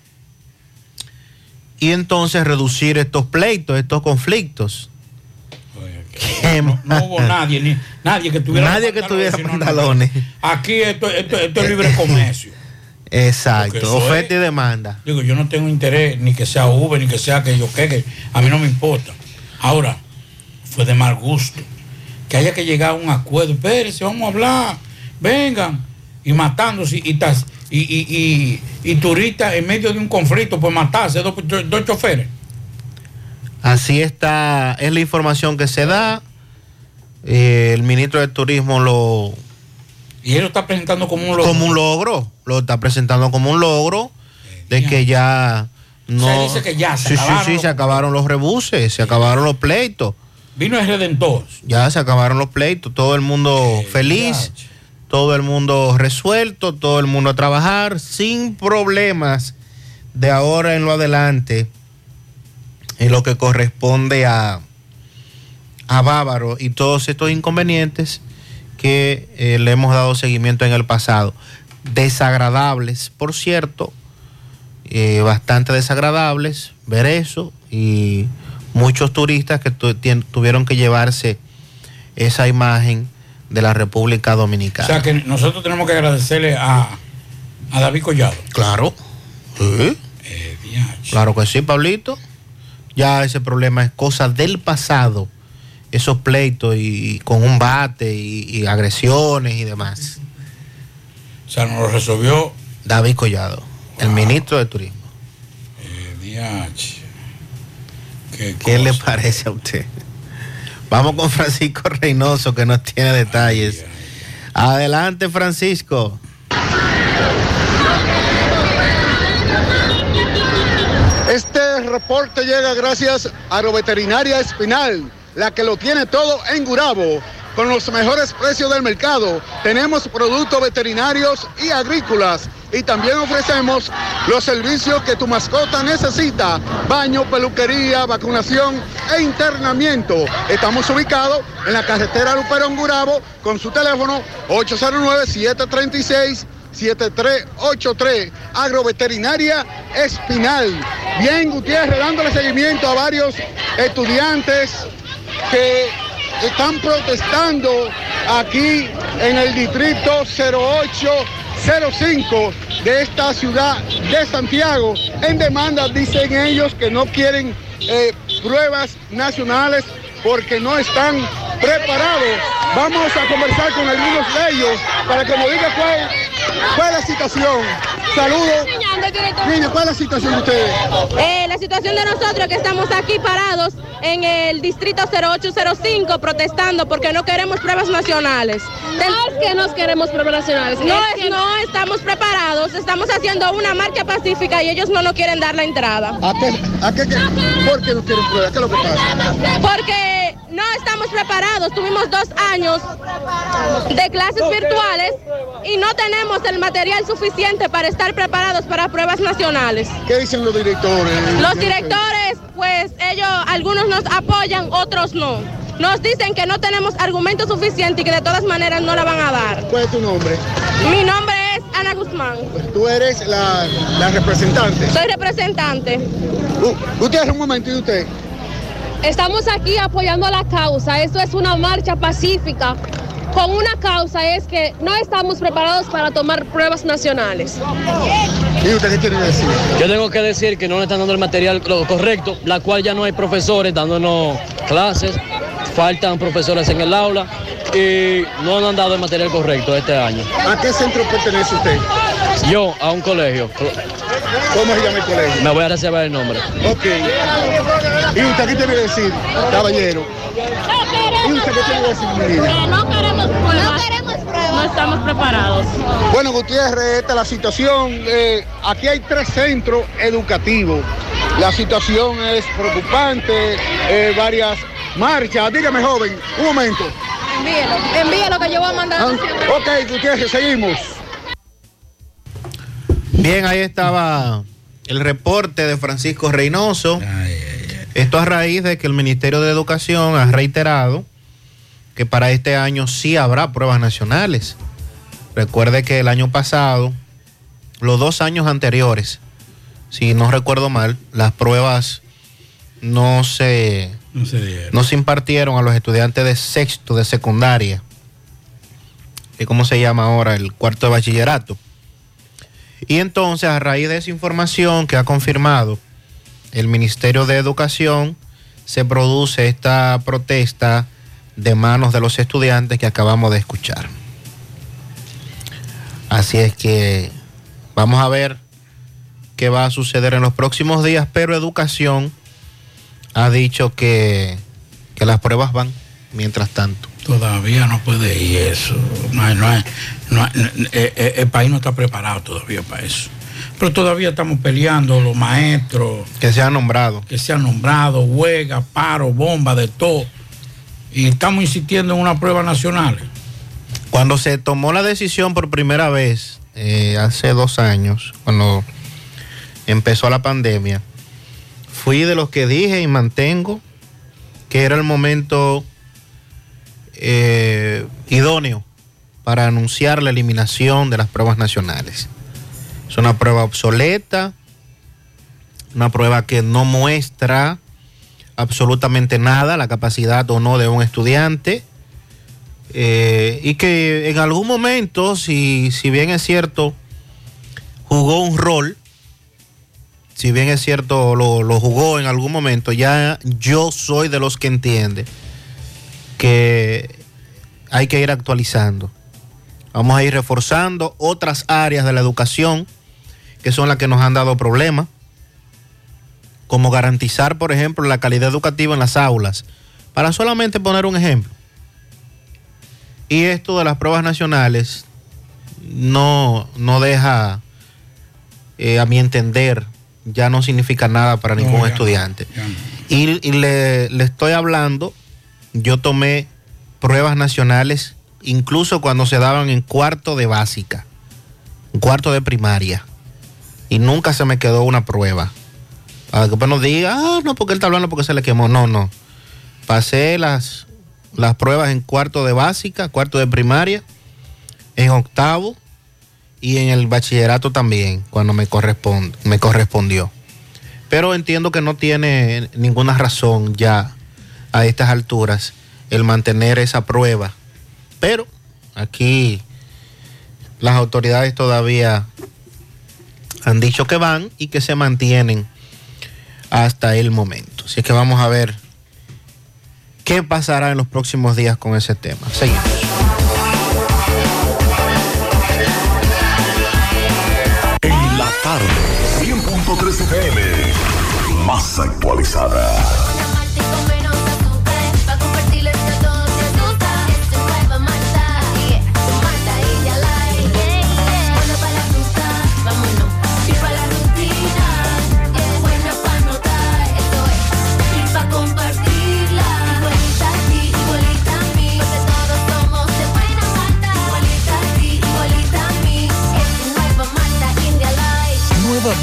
y entonces reducir estos pleitos, estos conflictos. Oye, no, no hubo nadie, ni, nadie que tuviera nadie que tuviera pantalones. No, no, no. Aquí esto, esto, esto es libre comercio. Exacto, oferta es, y demanda. Digo, yo no tengo interés ni que sea Uber, ni que sea que yo que, que a mí no me importa. Ahora, fue de mal gusto que haya que llegar a un acuerdo. Espérense, vamos a hablar, vengan, y matándose, y, y, y, y, y turistas en medio de un conflicto, pues matarse dos, dos choferes. Así está, es la información que se da. Eh, el ministro de Turismo lo... Y él lo está presentando como un logro. Como un logro, lo está presentando como un logro de que ya no... Se dice que ya se sí, acabaron. Sí, sí, los... se acabaron los rebuses, se acabaron los pleitos. Vino el Redentor. Ya se acabaron los pleitos, todo el mundo eh, feliz, ya. Todo el mundo resuelto, todo el mundo a trabajar sin problemas de ahora en lo adelante, en lo que corresponde a, a Bávaro y todos estos inconvenientes que eh, le hemos dado seguimiento en el pasado. Desagradables, por cierto, eh, bastante desagradables ver eso, y muchos turistas que tu, tuvieron que llevarse esa imagen de la República Dominicana. O sea que nosotros tenemos que agradecerle a, a David Collado. Claro. ¿Sí? Eh, claro que sí, Pablito. Ya ese problema es cosa del pasado. Esos pleitos y, y con un bate y, y agresiones y demás. O sea, nos lo resolvió David Collado, wow. El ministro de Turismo. Eh, D H. ¿Qué, ¿Qué le parece a usted? Vamos con Francisco Reynoso, que nos tiene detalles. Ay, ay, ay. Adelante, Francisco. Este reporte llega gracias a Agroveterinaria Espinal, la que lo tiene todo en Gurabo, con los mejores precios del mercado. Tenemos productos veterinarios y agrícolas, y también ofrecemos los servicios que tu mascota necesita: baño, peluquería, vacunación e internamiento. Estamos ubicados en la carretera Luperón Gurabo, con su teléfono ocho cero nueve, siete tres seis, siete tres ocho tres. Agroveterinaria Espinal. Bien, Gutiérrez, dándole seguimiento a varios estudiantes que están protestando aquí en el distrito cero ocho cero cinco de esta ciudad de Santiago, en demanda, dicen ellos, que no quieren eh, pruebas nacionales porque no están preparados. Vamos a conversar con algunos de ellos para que nos diga cuál, cuál es la situación. Saludos. Niña, ¿cuál es la situación de ustedes? Eh, la situación de nosotros, que estamos aquí parados en el distrito cero ocho cero cinco protestando porque no queremos pruebas nacionales. No es que no queremos pruebas nacionales. No, es que no estamos preparados, estamos haciendo una marcha pacífica y ellos no nos quieren dar la entrada. ¿A qué, a qué, qué? ¿Por qué no quieren pruebas? ¿Qué es lo que pasa? Porque no estamos preparados, tuvimos dos años de clases virtuales y no tenemos el material suficiente para estar preparados para pruebas nacionales. ¿Qué dicen los directores? Los directores, pues pues ellos, algunos nos apoyan, otros no. Nos dicen que no tenemos argumentos suficientes y que de todas maneras no la van a dar. ¿Cuál es tu nombre? Mi nombre es Ana Guzmán. Pues tú eres la, la representante. Soy representante. Uh, usted, un momento, ¿y usted? Estamos aquí apoyando la causa. Esto es una marcha pacífica con una causa, es que no estamos preparados para tomar pruebas nacionales. ¿Y usted qué tiene que decir? Yo tengo que decir que no le están dando el material lo correcto, la cual ya no hay profesores dándonos clases, faltan profesores en el aula y no nos han dado el material correcto este año. ¿A qué centro pertenece usted? Yo, a un colegio. ¿Cómo se llama el colegio? Me voy a reservar el nombre. Ok. ¿Y usted qué tiene que decir, caballero? ¿Y usted qué tiene que decir, mi niña? No queremos pruebas. No queremos pruebas. No estamos preparados. Bueno, Gutiérrez, esta es la situación. Eh, aquí hay tres centros educativos. La situación es preocupante, eh, varias marchas. Dígame, joven, un momento. Envíelo, envíelo que yo voy a mandar. Ah, ok, Gutiérrez, seguimos. Bien, ahí estaba el reporte de Francisco Reynoso. Ay, ay, ay. Esto a raíz de que el Ministerio de Educación ha reiterado que para este año sí habrá pruebas nacionales. Recuerde que el año pasado, los dos años anteriores, si no recuerdo mal, las pruebas no se, no se dieron. No se impartieron a los estudiantes de sexto de secundaria, que cómo se llama ahora, el cuarto de bachillerato. Y entonces, a raíz de esa información que ha confirmado el Ministerio de Educación, se produce esta protesta de manos de los estudiantes que acabamos de escuchar. Así es que vamos a ver qué va a suceder en los próximos días, pero Educación ha dicho que, que las pruebas van mientras tanto. Todavía no puede ir eso. No hay, no hay, no hay, el, el país no está preparado todavía para eso. Pero todavía estamos peleando los maestros. Que se han nombrado. Que se han nombrado, huelga, paro, bomba, de todo. Y estamos insistiendo en una prueba nacional. Cuando se tomó la decisión por primera vez, eh, hace dos años, cuando empezó la pandemia, fui de los que dije y mantengo que era el momento eh, idóneo para anunciar la eliminación de las pruebas nacionales. Es una prueba obsoleta, una prueba que no muestra absolutamente nada, la capacidad o no de un estudiante, eh, y que en algún momento, si, si bien es cierto, jugó un rol, si bien es cierto, lo, lo jugó en algún momento, ya yo soy de los que entiende que hay que ir actualizando. Vamos a ir reforzando otras áreas de la educación que son las que nos han dado problemas, como garantizar, por ejemplo, la calidad educativa en las aulas, para solamente poner un ejemplo. Y esto de las pruebas nacionales no, no deja, eh, a mi entender, ya no significa nada para ningún no, ya, estudiante. Ya no. Y, y le, le estoy hablando, yo tomé pruebas nacionales incluso cuando se daban en cuarto de básica, en cuarto de primaria, y nunca se me quedó una prueba. Para que después no diga, ah, no, porque él está hablando porque se le quemó. No, no. Pasé las, las pruebas en cuarto de básica, cuarto de primaria, en octavo y en el bachillerato también, cuando me, corresponde, me correspondió. Pero entiendo que no tiene ninguna razón ya a estas alturas el mantener esa prueba. Pero aquí las autoridades todavía han dicho que van y que se mantienen hasta el momento. Así que vamos a ver qué pasará en los próximos días con ese tema. Seguimos. En la tarde, cien punto tres F M, más actualizada.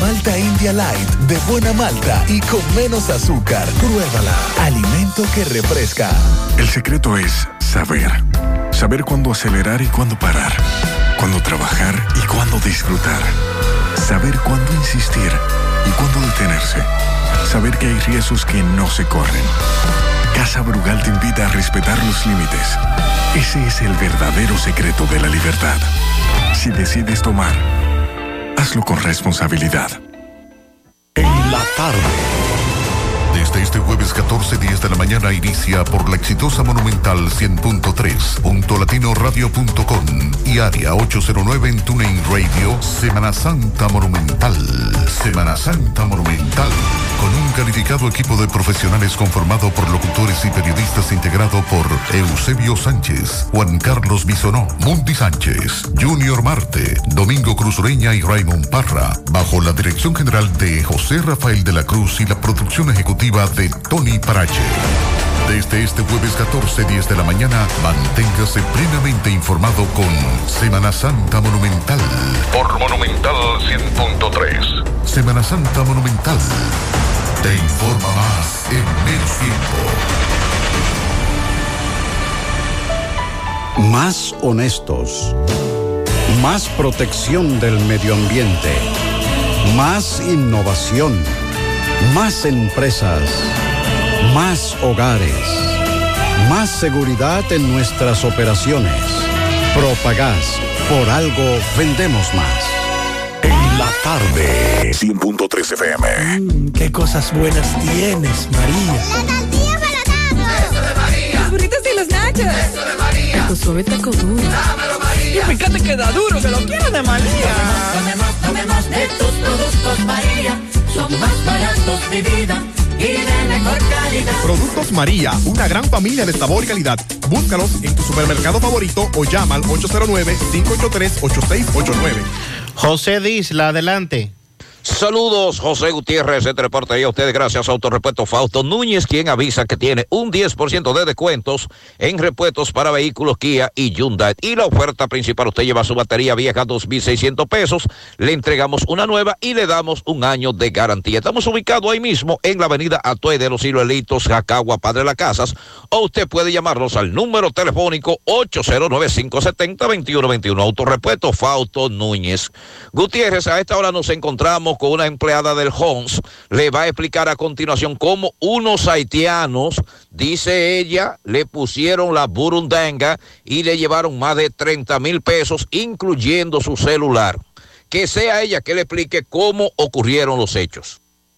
malta India Light de buena malta y con menos azúcar. Pruébala. Alimento que refresca. El secreto es saber. Saber cuándo acelerar y cuándo parar. Cuándo trabajar y cuándo disfrutar. Saber cuándo insistir y cuándo detenerse. Saber que hay riesgos que no se corren. Casa Brugal te invita a respetar los límites. Ese es el verdadero secreto de la libertad. Si decides tomar, hazlo con responsabilidad. En la tarde. Desde este jueves catorce, diez de la mañana inicia por la exitosa Monumental cien punto tres, punto latino radio punto com y área ocho cero nueve en TuneIn Radio, Semana Santa Monumental. Semana Santa Monumental. Con un calificado equipo de profesionales conformado por locutores y periodistas integrado por Eusebio Sánchez, Juan Carlos Bisonó, Mundi Sánchez, Junior Marte, Domingo Cruz Ureña y Raymond Parra, bajo la dirección general de José Rafael de la Cruz y la producción ejecutiva de Tony Parache. Desde este jueves catorce, diez de la mañana, manténgase plenamente informado con Semana Santa Monumental. Por Monumental cien punto tres. Semana Santa Monumental. Te informa más en menos tiempo. Más honestos. Más protección del medio ambiente. Más innovación. Más empresas. Más hogares. Más seguridad en nuestras operaciones. Propagás. Por algo vendemos más. En la tarde. cien punto tres F M. Mm, qué cosas buenas tienes, María. La tortilla para Eso de María. Los burritos y los nachos. Eso de María. Tu suave taco duro. Dámelo, María. Y fíjate que da duro, que lo quiero de María. Tomemos, tomemos de tus productos, María. Son más baratos de vida y de mejor calidad. Productos María, una gran familia de sabor y calidad. Búscalos en tu supermercado favorito o llama al ocho cero nueve, cinco ocho tres, ocho seis ocho nueve. José Disla, adelante. Saludos, José Gutiérrez, este reporte a ustedes gracias a Autorepuesto Fausto Núñez, quien avisa que tiene un diez por ciento de descuentos en repuestos para vehículos Kia y Hyundai. Y la oferta principal, usted lleva su batería vieja, dos mil seiscientos pesos, le entregamos una nueva y le damos un año de garantía. Estamos ubicados ahí mismo en la avenida Atuey de los Ciruelitos, Jacagua, Padre Las Casas, o usted puede llamarnos al número telefónico ocho cero nueve, cinco siete cero, dos uno dos uno. Autorepuesto Fausto Núñez. Gutiérrez, a esta hora nos encontramos con una empleada del Homs. Le va a explicar a continuación cómo unos haitianos, dice ella, le pusieron la burundanga y le llevaron más de treinta mil pesos, incluyendo su celular. Que sea ella que le explique cómo ocurrieron los hechos.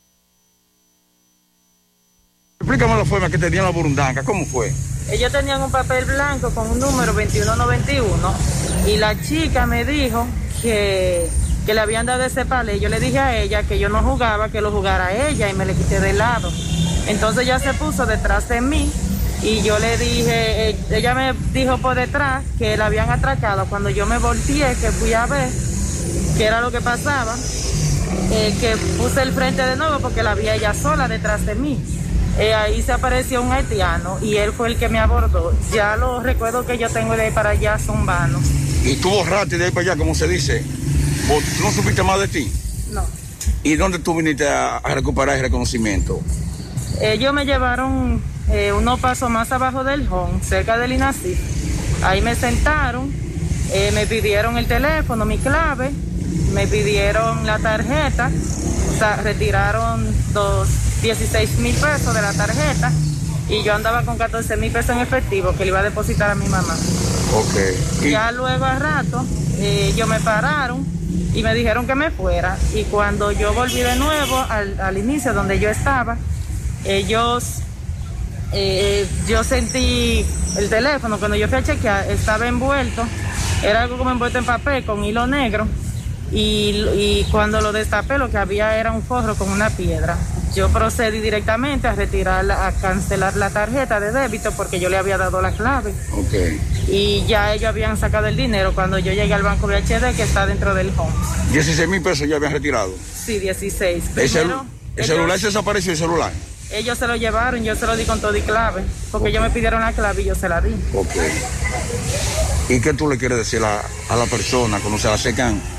Explícame la forma que tenían la burundanga, ¿cómo fue? Ellos tenían un papel blanco con un número veintiuno noventa y uno y la chica me dijo que, que le habían dado ese palé. Yo le dije a ella que yo no jugaba, que lo jugara ella y me le quité de lado. Entonces ella se puso detrás de mí y yo le dije, ella me dijo por detrás que la habían atracado. Cuando yo me volteé, que fui a ver qué era lo que pasaba, eh, que puse el frente de nuevo porque la vi ella sola detrás de mí. Eh, ahí se apareció un haitiano y él fue el que me abordó. Ya los recuerdos que yo tengo de ahí para allá son vanos. ¿Y tú borraste de ahí para allá, como se dice? ¿O tú no supiste más de ti? No. ¿Y dónde tú viniste a, a recuperar el reconocimiento? Ellos me llevaron eh, unos pasos más abajo del home, cerca del INACIF. Ahí me sentaron, eh, me pidieron el teléfono, mi clave, me pidieron la tarjeta, o sea, retiraron dos... dieciséis mil pesos de la tarjeta y yo andaba con catorce mil pesos en efectivo que le iba a depositar a mi mamá. Ok. ¿Y? Ya luego al rato eh, ellos me pararon y me dijeron que me fuera y cuando yo volví de nuevo al, al inicio donde yo estaba, ellos, eh, yo sentí el teléfono, cuando yo fui a chequear estaba envuelto, era algo como envuelto en papel con hilo negro y, y cuando lo destapé lo que había era un forro con una piedra. Yo procedí directamente a retirar, a cancelar la tarjeta de débito porque yo le había dado la clave. Okay. Y ya ellos habían sacado el dinero cuando yo llegué al banco B H D que está dentro del home. dieciséis mil pesos ya habían retirado. Sí, dieciséis. ¿El, celu ¿el ellos, celular se desapareció el celular? Ellos se lo llevaron, yo se lo di con todo y clave, porque okay. ellos me pidieron la clave y yo se la di. Ok. ¿Y qué tú le quieres decir a, a la persona cuando se la secan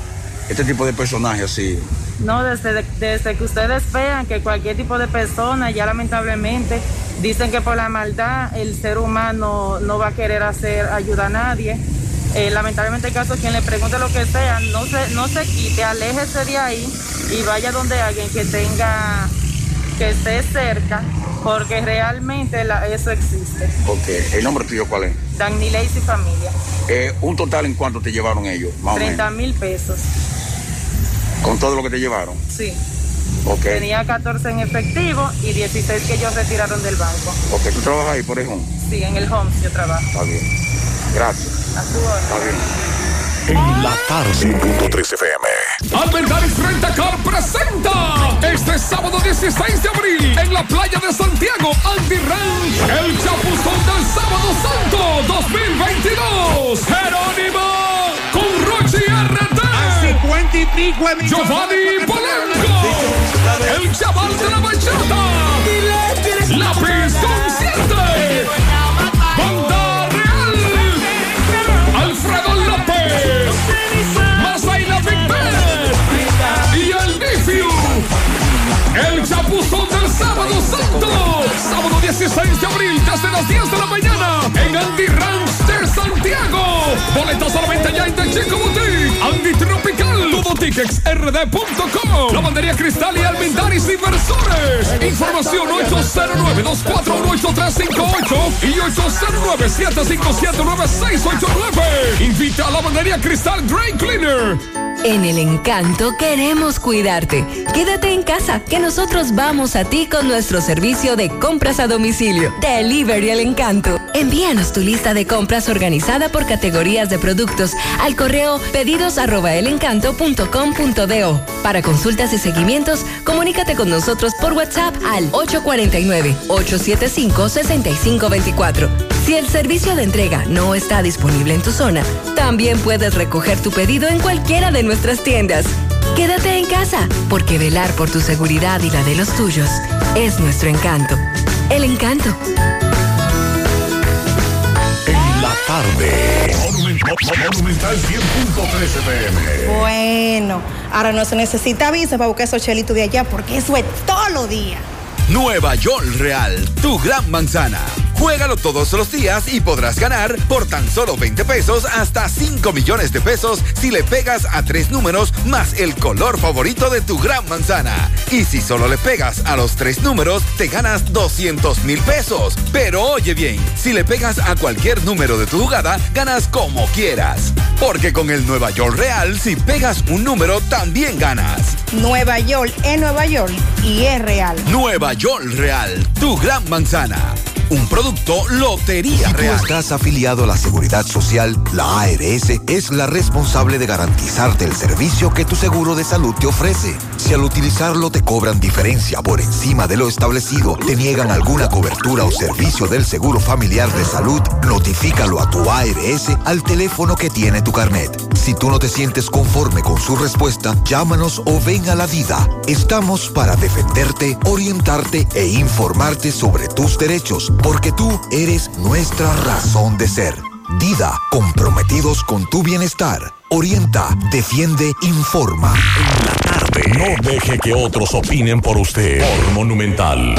este tipo de personajes así? No, desde, desde que ustedes vean que cualquier tipo de persona, ya lamentablemente, dicen que por la maldad el ser humano no va a querer hacer ayuda a nadie. Eh, lamentablemente el caso, quien le pregunte lo que sea, no se, no se quite, aléjese de ahí y vaya donde alguien que tenga, que esté cerca, porque realmente la, eso existe. Ok, ¿el nombre tuyo cuál es? Dani Lacy Familia. Eh, ¿Un total en cuánto te llevaron ellos? Más treinta mil pesos. ¿Con todo lo que te llevaron? Sí. Ok. Tenía catorce en efectivo y dieciséis que ellos retiraron del banco. Ok, ¿tú trabajas ahí por el home? Sí, en el home yo trabajo. Está bien. Gracias. A su hora. Está bien. En la tarde. cien punto tres F M. Almendaris Rentacar presenta este sábado dieciséis de abril en la playa de Santiago, Andy Ranch, el chapuzón del Sábado Santo dos mil veintidós. Jerónimo con Rochi R D. A cincuenta y pico de Giovanni Polanco, el chaval de la bachata, la Consciente, Banda Real, Alfredo López, Masaila Big Ben y el Nifiu. El chapuzón del Sábado Santo, sábado dieciséis de abril desde las diez de la mañana en Andy Ranch de Santiago. Boletos solamente ya en The Chico Boutique, Andy Tropical, todo tickets r d punto com, Lavandería Cristal y Almendaris Inversores. Información ocho cero nueve, dos cuatro uno, ocho tres cinco ocho y ocho cero nueve, siete cinco siete, nueve seis ocho nueve. Invita a Lavandería Cristal Dry Cleaner. En El Encanto queremos cuidarte. Quédate en casa, que nosotros vamos a ti con nuestro servicio de compras a domicilio. Delivery El Encanto. Envíanos tu lista de compras organizada por categorías de productos al correo pedidos arroba elencanto punto com punto do. Para consultas y seguimientos, comunícate con nosotros por WhatsApp al ocho cuatro nueve, ocho siete cinco, seis cinco dos cuatro. Si el servicio de entrega no está disponible en tu zona, también puedes recoger tu pedido en cualquiera de nuestras tiendas. Quédate en casa, porque velar por tu seguridad y la de los tuyos es nuestro encanto. El Encanto. En la tarde. Monumental cien punto tres F M. Bueno, ahora no se necesita visa para buscar esos chelitos de allá, porque eso es todos los días. Nueva York Real, tu gran manzana. Juégalo todos los días y podrás ganar por tan solo veinte pesos hasta cinco millones de pesos si le pegas a tres números más el color favorito de tu gran manzana. Y si solo le pegas a los tres números, te ganas doscientos mil pesos. Pero oye bien, si le pegas a cualquier número de tu jugada, ganas como quieras. Porque con el Nueva York Real, si pegas un número, también ganas. Nueva York es Nueva York y es real. Nueva York Real, tu gran manzana. Un producto Lotería Real. Si tú estás afiliado a la Seguridad Social, la A R S es la responsable de garantizarte el servicio que tu seguro de salud te ofrece. Si al utilizarlo te cobran diferencia por encima de lo establecido, te niegan alguna cobertura o servicio del Seguro Familiar de Salud, notifícalo a tu A R S al teléfono que tiene tu carnet. Si tú no te sientes conforme con su respuesta, llámanos o ven a la Dida. Estamos para defenderte, orientarte e informarte sobre tus derechos, porque tú eres nuestra razón de ser. Dida, comprometidos con tu bienestar. Orienta, defiende, informa. En la tarde. No deje que otros opinen por usted. Por Monumental.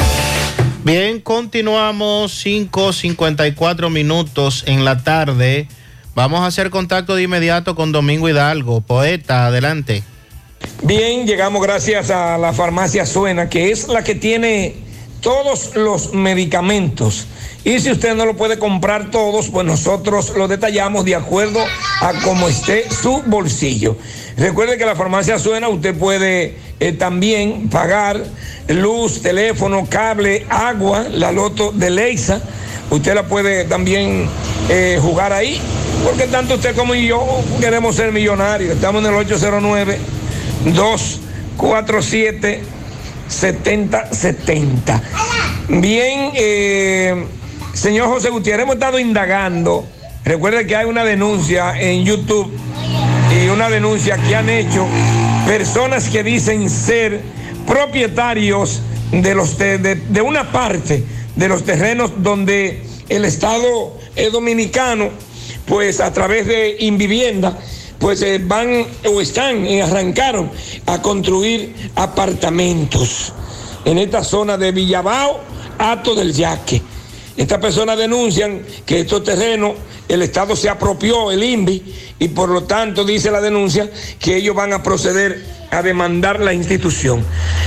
Bien, continuamos cinco cincuenta y cuatro minutos en la tarde. Vamos a hacer contacto de inmediato con Domingo Hidalgo. Poeta, adelante. Bien, llegamos gracias a la farmacia Suena, que es la que tiene todos los medicamentos. Y si usted no lo puede comprar todos, pues nosotros lo detallamos de acuerdo a cómo esté su bolsillo. Recuerde que la farmacia Suena, usted puede eh, también pagar luz, teléfono, cable, agua, la loto de Leisa. Usted la puede también eh, jugar ahí, porque tanto usted como yo queremos ser millonarios. Estamos en el ocho cero nueve, dos cuatro siete, setenta setenta. Bien, eh, señor José Gutiérrez, hemos estado indagando. Recuerde que hay una denuncia en YouTube y una denuncia que han hecho personas que dicen ser propietarios de, los de, de, de una parte de los terrenos donde el Estado dominicano, pues a través de Invivienda, pues eh, van o están, eh, arrancaron a construir apartamentos en esta zona de Villabao, Hato del Yaque. Estas personas denuncian que estos terrenos, el Estado se apropió, el I N V I, y por lo tanto dice la denuncia que ellos van a proceder a demandar la institución.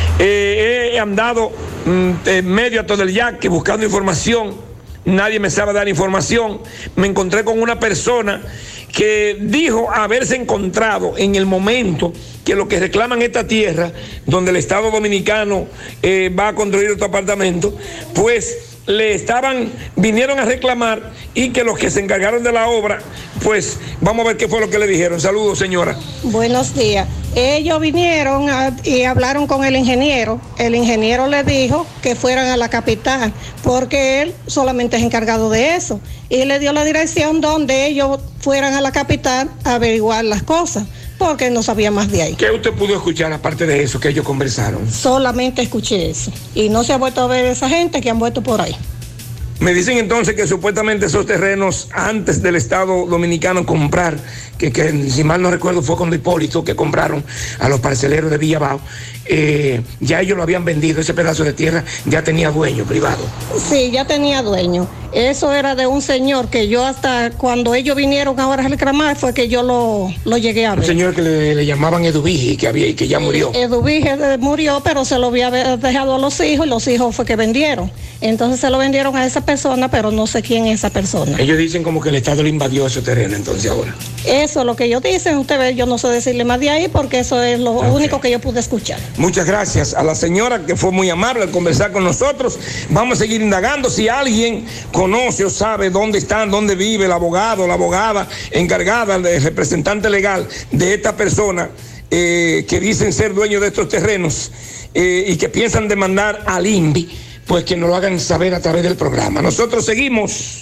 Eh, he andado mm, en medio Hato del Yaque buscando información, nadie me sabe dar información. Me encontré con una persona que dijo haberse encontrado en el momento que lo que reclaman esta tierra, donde el Estado Dominicano eh, va a construir estos apartamentos, pues le estaban, vinieron a reclamar, y que los que se encargaron de la obra, pues vamos a ver qué fue lo que le dijeron. Saludos, señora. Buenos días. Ellos vinieron a, y hablaron con el ingeniero. El ingeniero les dijo que fueran a la capital, porque él solamente es encargado de eso. Y le dio la dirección donde ellos fueran a la capital a averiguar las cosas, porque no sabía más de ahí. ¿Qué usted pudo escuchar aparte de eso que ellos conversaron? Solamente escuché eso. Y no se ha vuelto a ver esa gente que han vuelto por ahí. Me dicen entonces que supuestamente esos terrenos, antes del Estado Dominicano comprar, que, que si mal no recuerdo fue con Hipólito que compraron a los parceleros de Villabao, eh, ya ellos lo habían vendido, ese pedazo de tierra ya tenía dueño privado. Sí, ya tenía dueño. Eso era de un señor que yo hasta cuando ellos vinieron ahora a reclamar fue que yo lo, lo llegué a ver. Un señor que le, le llamaban Eduvige, que había y que ya murió. Eduvige murió, pero se lo había dejado a los hijos, y los hijos fue que vendieron. Entonces se lo vendieron a esa persona, pero no sé quién es esa persona. Ellos dicen como que el Estado le invadió ese terreno entonces ahora. Eso es lo que ellos dicen. Usted ve, yo no sé decirle más de ahí porque eso es lo okay. único que yo pude escuchar. Muchas gracias a la señora que fue muy amable al conversar con nosotros. Vamos a seguir indagando. Si alguien conoce o sabe dónde están, dónde vive el abogado, la abogada encargada, el representante legal de esta persona eh, que dicen ser dueños de estos terrenos eh, y que piensan demandar al I N V I, pues que nos lo hagan saber a través del programa. Nosotros seguimos.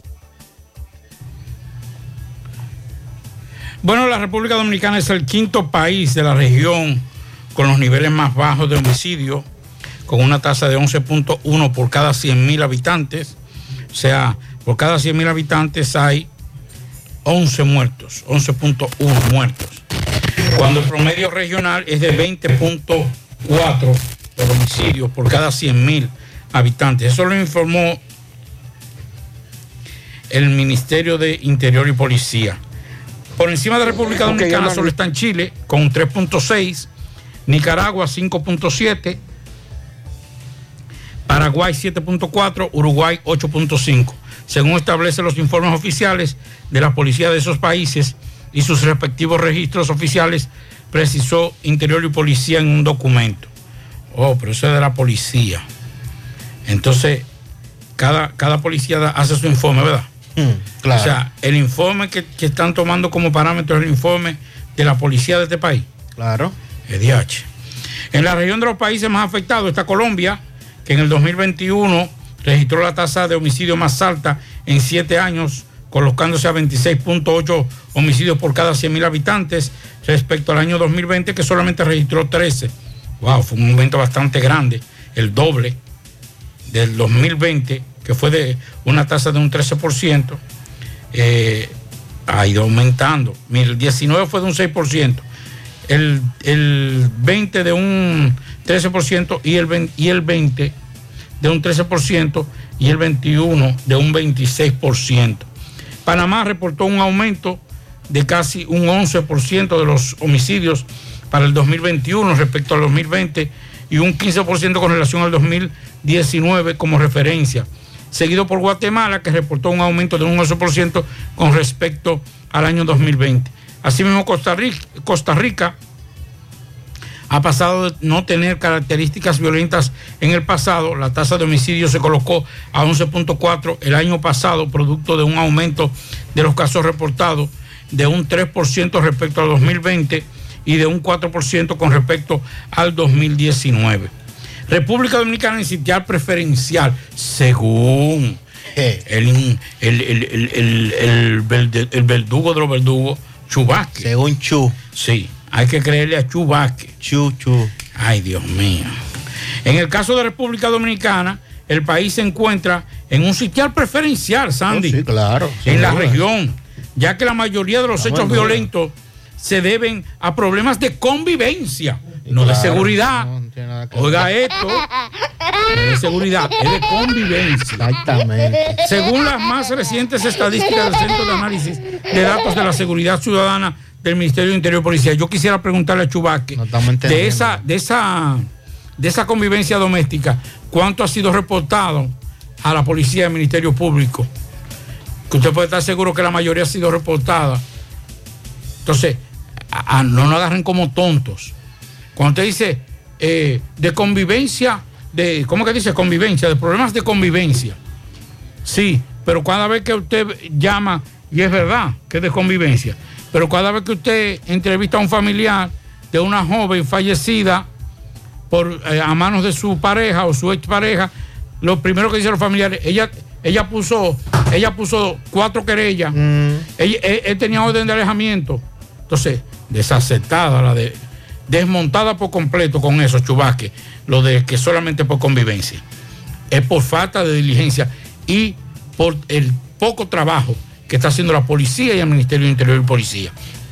Bueno, la República Dominicana es el quinto país de la región con los niveles más bajos de homicidio, con una tasa de once punto uno por cada cien mil habitantes. O sea, por cada cien mil habitantes hay once muertos, once punto uno muertos. Cuando el promedio regional es de veinte punto cuatro por homicidios por cada cien mil habitantes. Eso lo informó el Ministerio de Interior y Policía. Por encima de la República Dominicana okay, solo están Chile con tres punto seis, Nicaragua cinco punto siete, Paraguay siete punto cuatro, Uruguay ocho punto cinco. Según establecen los informes oficiales de la policía de esos países y sus respectivos registros oficiales, precisó Interior y Policía en un documento. Oh, pero eso es de la policía. Entonces, cada, cada policía hace su informe, ¿verdad? Mm, claro. O sea, el informe que, que están tomando como parámetro es el informe de la policía de este país. Claro. E D H. En la región de los países más afectados está Colombia, que en el dos mil veintiuno registró la tasa de homicidio más alta en siete años, colocándose a veintiséis punto ocho homicidios por cada cien mil habitantes, respecto al año dos mil veinte, que solamente registró trece. Wow, fue un aumento bastante grande, el doble del dos mil veinte, que fue de una tasa de un trece por ciento, eh, ha ido aumentando. Mira, el diecinueve fue de un seis por ciento, el, el veinte de un trece por ciento y el, veinte, y el veinte de un trece por ciento y el veintiuno de un veintiséis por ciento. Panamá reportó un aumento de casi un once por ciento de los homicidios para el dos mil veintiuno respecto al dos mil veinte y un quince por ciento con relación al dos mil diecinueve como referencia, seguido por Guatemala, que reportó un aumento de un once por ciento con respecto al año dos mil veinte. Asimismo, Costa Rica, Costa Rica ha pasado de no tener características violentas en el pasado. La tasa de homicidio se colocó a once punto cuatro el año pasado, producto de un aumento de los casos reportados de un tres por ciento respecto al dos mil veinte y de un cuatro por ciento con respecto al dos mil diecinueve. República Dominicana en sitial preferencial, según el, el, el, el, el, el, el verdugo de los verdugos, Chu Vázquez. Según Chu. Sí, hay que creerle a Chu Vázquez. Chu, Chu. Ay, Dios mío. En el caso de República Dominicana, el país se encuentra en un sitial preferencial, Sandy. Oh, sí, claro. En la región, ya que la mayoría de los hechos violentos se deben a problemas de convivencia, no claro, de seguridad. No, no tiene nada que Oiga ver. esto, no es de seguridad, es de convivencia. Exactamente. Según las más recientes estadísticas del Centro de Análisis de Datos de la Seguridad Ciudadana del Ministerio de Interior y Policía, yo quisiera preguntarle a Chubaque, de esa, de esa, de esa convivencia doméstica, ¿cuánto ha sido reportado a la policía y al Ministerio Público? Que usted puede estar seguro que la mayoría ha sido reportada. Entonces, a, a, no nos agarren como tontos. Cuando usted dice eh, de convivencia, de, ¿cómo que dice convivencia? De problemas de convivencia. Sí, pero cada vez que usted llama, y es verdad que es de convivencia, pero cada vez que usted entrevista a un familiar de una joven fallecida por, eh, a manos de su pareja o su expareja, lo primero que dicen los familiares, ella, ella puso, ella puso cuatro querellas, mm. ella, él, él tenía orden de alejamiento. Entonces, desacertada, la de, desmontada por completo con eso, Chubaque, lo de que solamente por convivencia. Es por falta de diligencia y por el poco trabajo que está haciendo la policía y el Ministerio de Interior y Policía.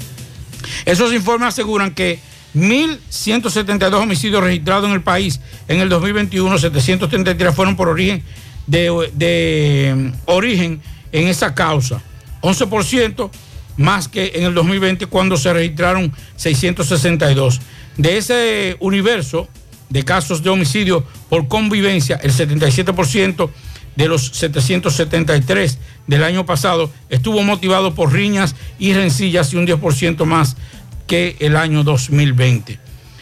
Esos informes aseguran que mil ciento setenta y dos homicidios registrados en el país en el dos mil veintiuno, setecientos treinta y tres fueron por origen de, de origen en esa causa, once por ciento más que en el dos mil veinte cuando se registraron seiscientos sesenta y dos. De ese universo de casos de homicidio por convivencia, el setenta y siete por ciento de los setecientos setenta y tres del año pasado estuvo motivado por riñas y rencillas y un diez por ciento más que el año dos mil veinte.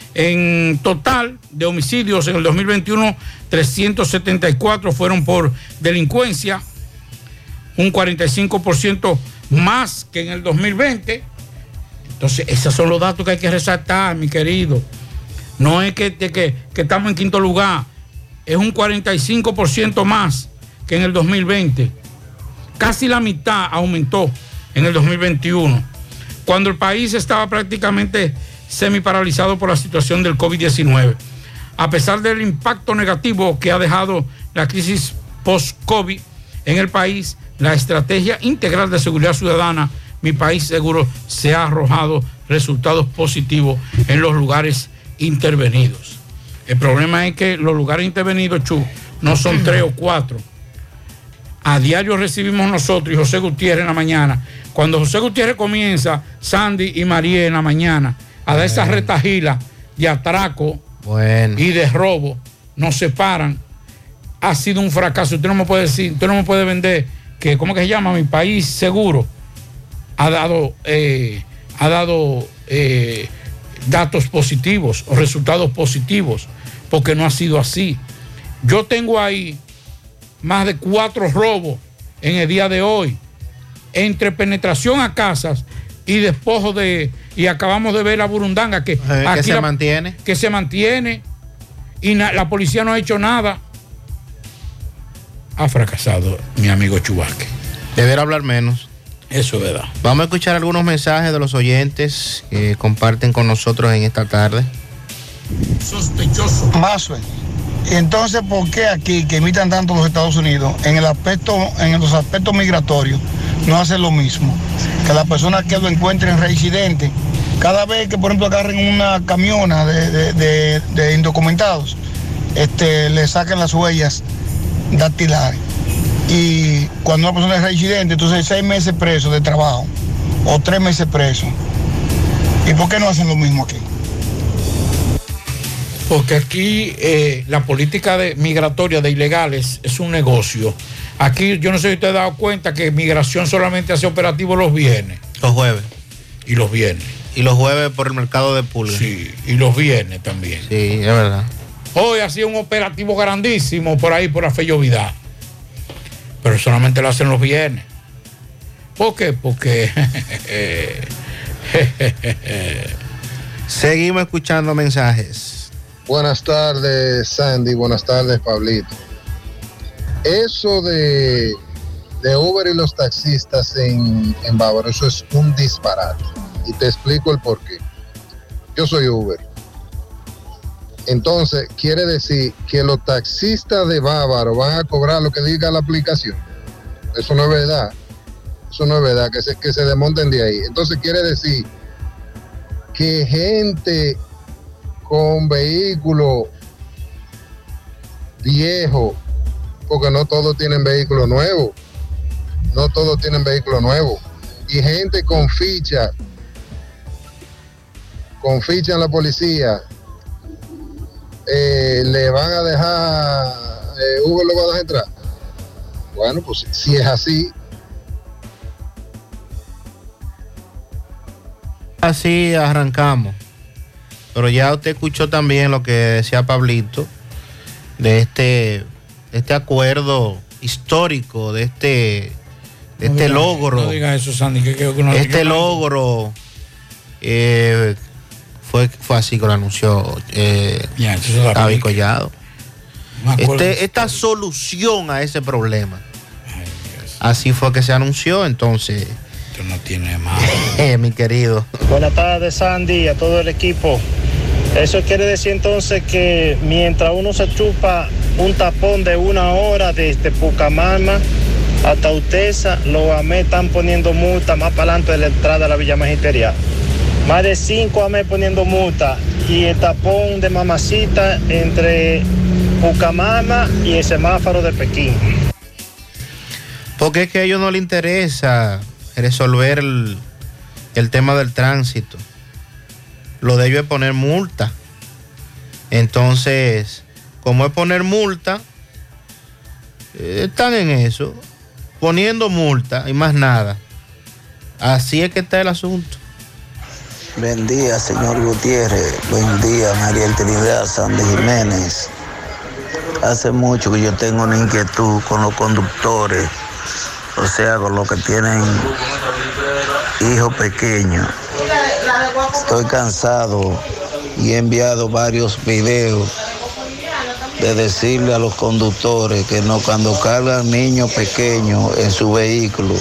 En total de homicidios en el dos mil veintiuno, trescientos setenta y cuatro fueron por delincuencia, un cuarenta y cinco por ciento más que en el dos mil veinte. Entonces, esos son los datos que hay que resaltar, mi querido. No es que, que, que estamos en quinto lugar, es un cuarenta y cinco por ciento más que en el dos mil veinte. Casi la mitad aumentó en el dos mil veintiuno, cuando el país estaba prácticamente semiparalizado por la situación del COVID diecinueve. A pesar del impacto negativo que ha dejado la crisis post-COVID en el país, la estrategia integral de seguridad ciudadana, Mi País Seguro, se ha arrojado resultados positivos en los lugares intervenidos. El problema es que los lugares intervenidos, Chu, no son tres o cuatro. A diario recibimos nosotros y José Gutiérrez en la mañana. Cuando José Gutiérrez comienza, Sandy y María en la mañana a dar esa retajila de atraco bueno. y de robo, nos separan. Ha sido un fracaso. Usted no me puede decir, usted no me puede vender que, ¿cómo que se llama? Mi País Seguro ha dado, eh, ha dado eh, datos positivos o resultados positivos, porque no ha sido así. Yo tengo ahí más de cuatro robos en el día de hoy, entre penetración a casas y despojo de, y acabamos de ver la burundanga que, eh, aquí que se la, mantiene. Que se mantiene y na, la policía no ha hecho nada. Ha fracasado mi amigo Chubaque. Deber hablar menos. Eso es verdad. Vamos a escuchar algunos mensajes de los oyentes que comparten con nosotros en esta tarde. Sospechoso. Mazue. Y entonces, ¿por qué aquí, que imitan tanto los Estados Unidos, en el aspecto, en los aspectos migratorios, no hacen lo mismo? Que las personas que lo encuentren reincidentes, cada vez que, por ejemplo, agarren una camiona de, de, de, de indocumentados, este, le sacan las huellas dactilares. Y cuando una persona es reincidente, entonces seis meses preso de trabajo o tres meses preso. ¿Y por qué no hacen lo mismo aquí? Porque aquí eh, la política de migratoria de ilegales es un negocio. Aquí yo no sé si usted ha dado cuenta que migración solamente hace operativo los viernes. Los jueves. Y los viernes. Y los jueves por el mercado de pulgas. Sí, y los viernes también. Sí, es verdad. Hoy ha sido un operativo grandísimo por ahí, por la Fellovidad. Pero solamente lo hacen los viernes. ¿Por qué? Porque... Seguimos escuchando mensajes. Buenas tardes, Sandy. Buenas tardes, Pablito. Eso de, de Uber y los taxistas en, en Bávaro, eso es un disparate. Y te explico el por qué. Yo soy Uber. Entonces, quiere decir que los taxistas de Bávaro van a cobrar lo que diga la aplicación. Eso no es verdad. Eso no es verdad, que se, que se desmonten de ahí. Entonces, quiere decir que gente con vehículos viejos, porque no todos tienen vehículos nuevos, no todos tienen vehículos nuevos, y gente con ficha, con ficha en la policía, eh, le van a dejar, eh, Uber lo va a dejar entrar. Bueno, pues si es así. Así arrancamos. Pero ya usted escuchó también lo que decía Pablito de este, este acuerdo histórico, de este, de no este diga, logro. No diga eso, Sandy, que, que no este logro eh, fue, fue así que lo anunció eh, Javi Collado. Este, esta solución a ese problema. Ay, así fue que se anunció, entonces. Esto no tiene más. Eh, mi querido. Buenas tardes, Sandy, a todo el equipo. Eso quiere decir entonces que mientras uno se chupa un tapón de una hora desde Pucamama hasta Utesa, los A M E están poniendo multa más para adelante de la entrada de la Villa Magisterial. Más de cinco A M E poniendo multa, y el tapón de Mamacita entre Pucamama y el semáforo de Pekín. Porque es que a ellos no les interesa resolver el, el tema del tránsito. Lo de ellos es poner multa. Entonces, como es poner multa, eh, están en eso, poniendo multa y más nada. Así es que está el asunto. Buen día, señor Gutiérrez. Buen día, María Trinidad Sandy Jiménez. Hace mucho que yo tengo una inquietud con los conductores, o sea, con los que tienen hijos pequeños. Estoy cansado y he enviado varios videos de decirle a los conductores que no, cuando cargan niños pequeños en su vehículo,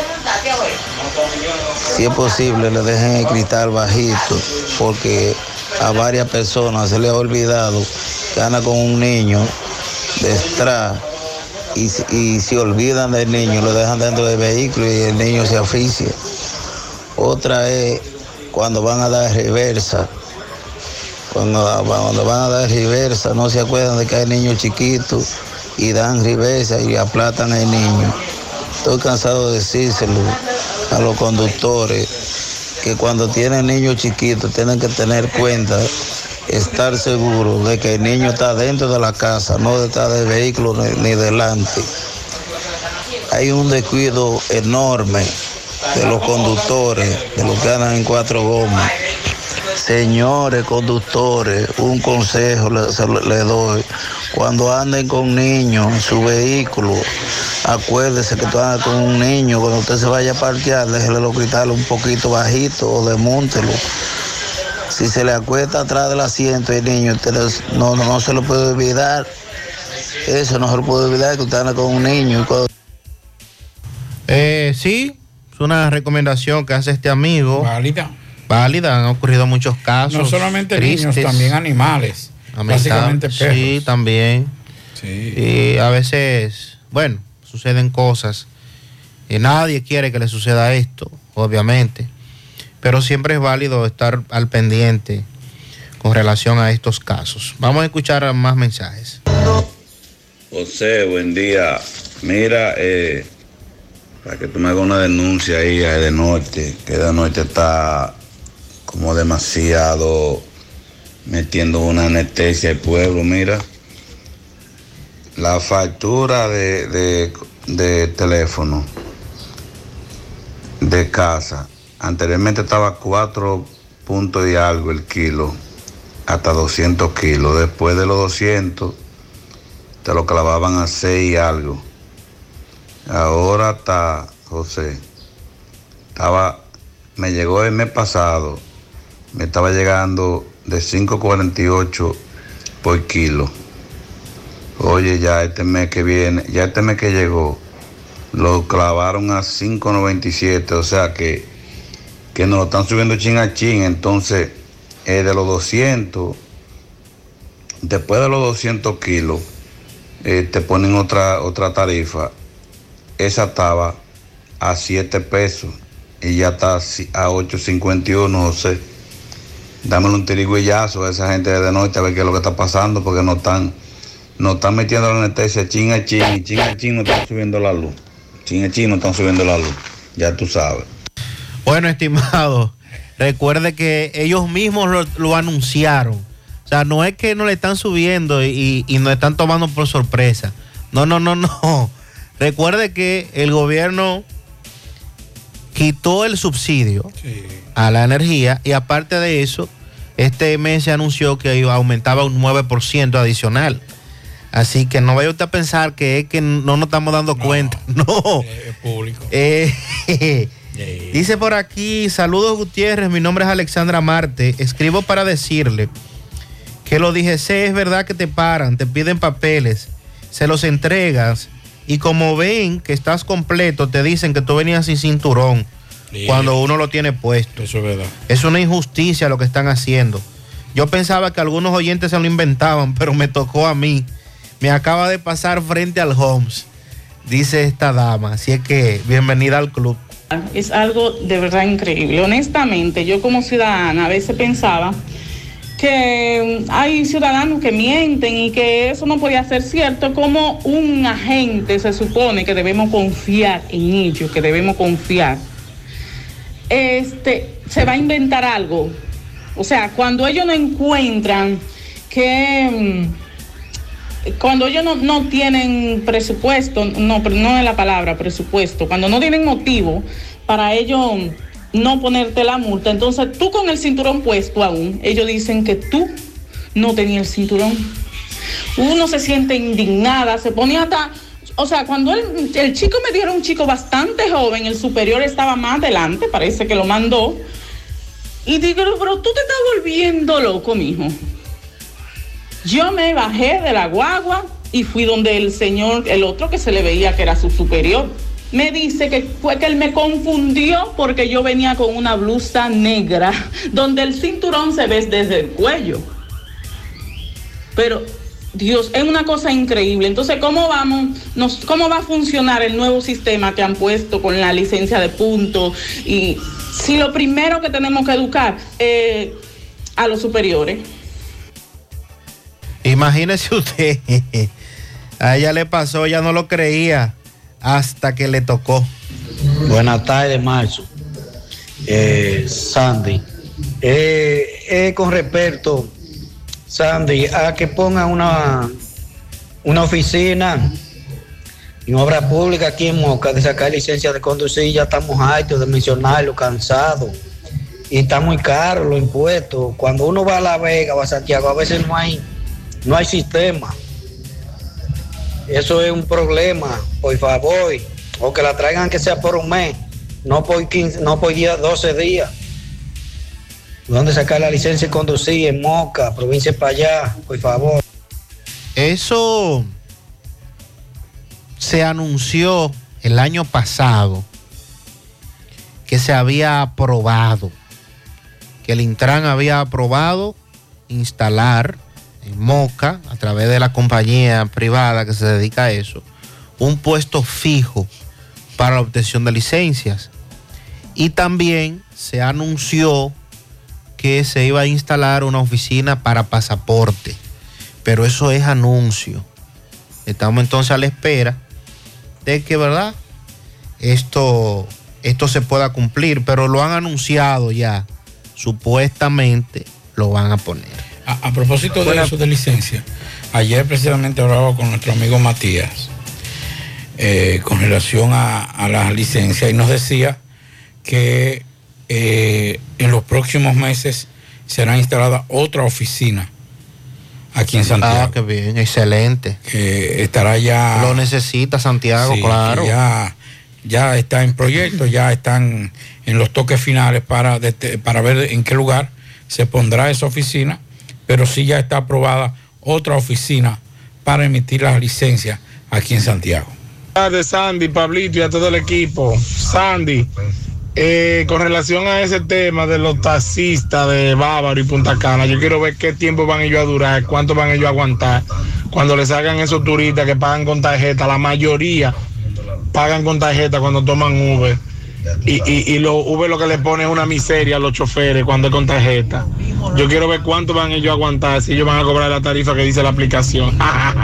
si es posible, le dejen el cristal bajito, porque a varias personas se les ha olvidado que anda con un niño detrás y, y se olvidan del niño, lo dejan dentro del vehículo y el niño se asfixia. Otra es cuando van a dar reversa. Cuando, cuando van a dar reversa, no se acuerdan de que hay niños chiquitos y dan reversa y aplastan al niño. Estoy cansado de decírselo a los conductores que cuando tienen niños chiquitos tienen que tener cuenta, estar seguros de que el niño está dentro de la casa, no detrás del vehículo ni, ni delante. Hay un descuido enorme de los conductores, de los que andan en cuatro gomas. Señores conductores, un consejo les le doy. Cuando anden con niños en su vehículo, acuérdese que tú andas con un niño. Cuando usted se vaya a parquear, déjele los cristales un poquito bajito o desmóntelo. Si se le acuesta atrás del asiento el niño, usted no, no, no se lo puede olvidar. Eso no se lo puede olvidar, que usted anda con un niño. Y cuando... eh, sí, es una recomendación que hace este amigo. Válida. Válida, han ocurrido muchos casos. No solamente tristes, niños, también animales. Básicamente perros. Sí, también. Sí. Y a veces, bueno, suceden cosas. Y nadie quiere que le suceda esto, obviamente. Pero siempre es válido estar al pendiente con relación a estos casos. Vamos a escuchar más mensajes. José, buen día. Mira, eh, para que tú me hagas una denuncia ahí a de norte, que de norte está como demasiado metiendo una anestesia al pueblo. Mira, la factura de, de, de teléfono de casa anteriormente estaba cuatro puntos y algo el kilo, hasta doscientos kilos. Después de los doscientos te lo clavaban a seis y algo. Ahora está, José, estaba, me llegó el mes pasado, me estaba llegando de cinco cuarenta y ocho por kilo. Oye, ya este mes que viene, ya este mes que llegó, lo clavaron a cinco noventa y siete, o sea que, que nos lo están subiendo chin a chin. Entonces, eh, de los doscientos, después de los doscientos kilos, eh, te ponen otra, otra tarifa. Esa estaba a siete pesos y ya está a ocho cincuenta y uno, José. dámelo un tirigüellazo a esa gente de noche a ver qué es lo que está pasando, porque no están, no están metiendo la anestesia chin a chin, y chin a chin no están subiendo la luz. Chin a chin no están subiendo la luz. Ya tú sabes. Bueno, estimado, recuerde que ellos mismos lo, lo anunciaron. O sea, no es que no le están subiendo y, y nos están tomando por sorpresa. No, no, no, no. Recuerde que el gobierno quitó el subsidio sí. a la energía y aparte de eso, este mes se anunció que aumentaba un nueve por ciento adicional. Así que no vaya usted a pensar que es que no nos estamos dando no, cuenta. No. Es público. Eh, sí. Dice por aquí, saludos Gutiérrez, mi nombre es Alexandra Marte. Escribo para decirle que lo dije, sé, es verdad que te paran, te piden papeles, se los entregas y como ven que estás completo, te dicen que tú venías sin cinturón sí. cuando uno lo tiene puesto. Eso es verdad. Es una injusticia lo que están haciendo. Yo pensaba que algunos oyentes se lo inventaban, pero me tocó a mí. Me acaba de pasar frente al Homs, dice esta dama. Así es que bienvenida al club. Es algo de verdad increíble. Honestamente, yo como ciudadana a veces pensaba que hay ciudadanos que mienten y que eso no podía ser cierto. Como un agente se supone que debemos confiar en ellos, que debemos confiar. Este, se va a inventar algo. O sea, cuando ellos no encuentran que... Cuando ellos no, no tienen presupuesto, no, pero no es la palabra presupuesto, cuando no tienen motivo para ellos no ponerte la multa, entonces tú con el cinturón puesto aún, ellos dicen que tú no tenías el cinturón. Uno se siente indignada, se pone hasta... O sea, cuando el, el chico me dieron un chico bastante joven, el superior estaba más adelante, parece que lo mandó, y digo, pero tú te estás volviendo loco, mijo. Yo me bajé de la guagua y fui donde el señor, el otro que se le veía que era su superior. Me dice que fue que él me confundió porque yo venía con una blusa negra donde el cinturón se ve desde el cuello. Pero, Dios, es una cosa increíble. Entonces, ¿cómo vamos, nos, cómo va a funcionar el nuevo sistema que han puesto con la licencia de punto? Y si lo primero que tenemos que educar es a los superiores. Imagínese usted, a ella le pasó, ella no lo creía hasta que le tocó. Buenas tardes, Marzo. Eh, Sandy. Eh, eh, con respecto, Sandy, a que pongan una, una oficina en obra pública aquí en Moca de sacar licencia de conducir, ya estamos hartos de mencionarlo, cansados. Y está muy caro los impuestos. Cuando uno va a La Vega o a Santiago, a veces no hay... No hay sistema. Eso es un problema, por favor. O que la traigan que sea por un mes, no por quince, no por día, doce días. ¿Dónde sacar la licencia de conducir? En Moca, provincia para allá, por favor. Eso se anunció el año pasado que se había aprobado, que el Intran había aprobado instalar en Moca, a través de la compañía privada que se dedica a eso, un puesto fijo para la obtención de licencias. Y también se anunció que se iba a instalar una oficina para pasaporte, pero eso es anuncio. Estamos entonces a la espera de que, ¿verdad?, esto, esto se pueda cumplir, pero lo han anunciado ya, supuestamente lo van a poner. A, a propósito de bueno, eso de licencia, ayer precisamente hablaba con nuestro amigo Matías eh, con relación a, a las licencias y nos decía que eh, en los próximos meses será instalada otra oficina aquí en Santiago. Ah, qué bien, excelente. Que estará ya... Lo necesita Santiago, sí, claro. Ya, ya está en proyecto, ya están en los toques finales para, de, para ver en qué lugar se pondrá esa oficina, pero sí ya está aprobada otra oficina para emitir las licencias aquí en Santiago. Buenas tardes, Sandy, Pablito y a todo el equipo. Sandy, eh, con relación a ese tema de los taxistas de Bávaro y Punta Cana, yo quiero ver qué tiempo van ellos a durar, cuánto van ellos a aguantar cuando les hagan esos turistas que pagan con tarjeta. La mayoría pagan con tarjeta cuando toman Uber. Y, y, y los Uber lo que le pone es una miseria a los choferes cuando es con tarjeta. Yo quiero ver cuánto van ellos a aguantar, si ellos van a cobrar la tarifa que dice la aplicación.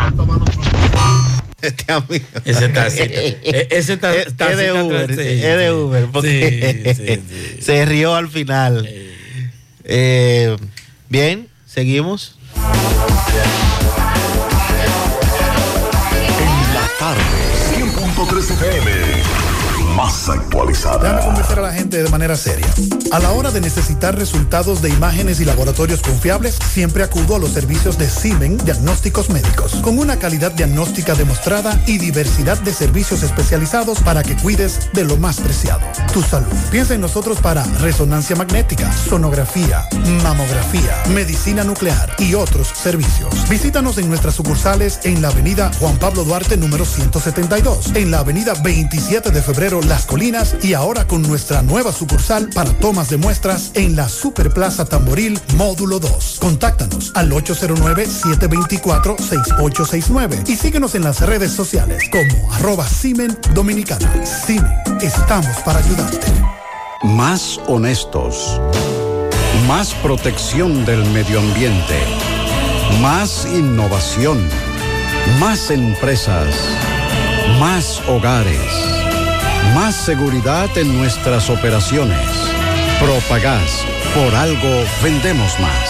Este amigo. Ese taxista. Ese ta, es, es de Uber. Sí, es de Uber. Porque sí, sí, sí. Se rió al final. Eh. Eh, bien, seguimos. En la tarde, cien punto tres F M. Más actualizada. Déjame convencer a la gente de manera seria. A la hora de necesitar resultados de imágenes y laboratorios confiables, siempre acudo a los servicios de Simen Diagnósticos Médicos, con una calidad diagnóstica demostrada y diversidad de servicios especializados para que cuides de lo más preciado, tu salud. Piensa en nosotros para resonancia magnética, sonografía, mamografía, medicina nuclear y otros servicios. Visítanos en nuestras sucursales en la avenida Juan Pablo Duarte número ciento setenta y dos, en la avenida veintisiete de febrero Las Colinas y ahora con nuestra nueva sucursal para tomas de muestras en la Superplaza Tamboril Módulo dos. Contáctanos al ocho cero nueve, siete dos cuatro, seis ocho seis nueve y síguenos en las redes sociales como arroba Simen Dominicana. Simen, estamos para ayudarte. Más honestos, más protección del medio ambiente, más innovación, más empresas, más hogares, más seguridad en nuestras operaciones. Propagás, por algo vendemos más.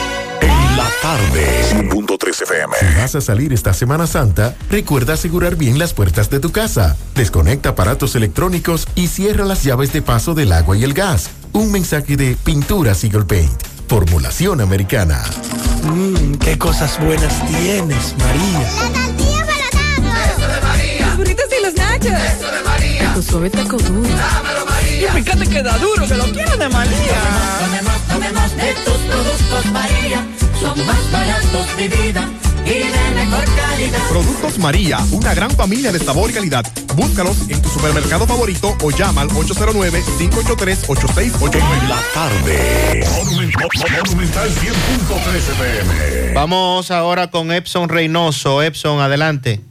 En la tarde, cien punto tres F M. Si vas a salir esta Semana Santa, recuerda asegurar bien las puertas de tu casa. Desconecta aparatos electrónicos y cierra las llaves de paso del agua y el gas. Un mensaje de Pinturas Eagle Paint. Formulación americana. Mmm, qué cosas buenas tienes, María. La tortilla para Eso de María. Los burritos y los nachos. Eso de María. Tu suave taco duro. Dámelo, María. Y fíjate que da duro, que lo quiero de María. Tome más, tome más de tus productos, María. Son más baratos, de vida. Y de mejor calidad. Productos María, una gran familia de sabor y calidad. Búscalos en tu supermercado favorito o llama al ocho cero nueve, cinco ocho tres, ocho seis ocho nueve. En la tarde, Monumental cien punto tres F M. Vamos ahora con Epson Reynoso. Epson, adelante.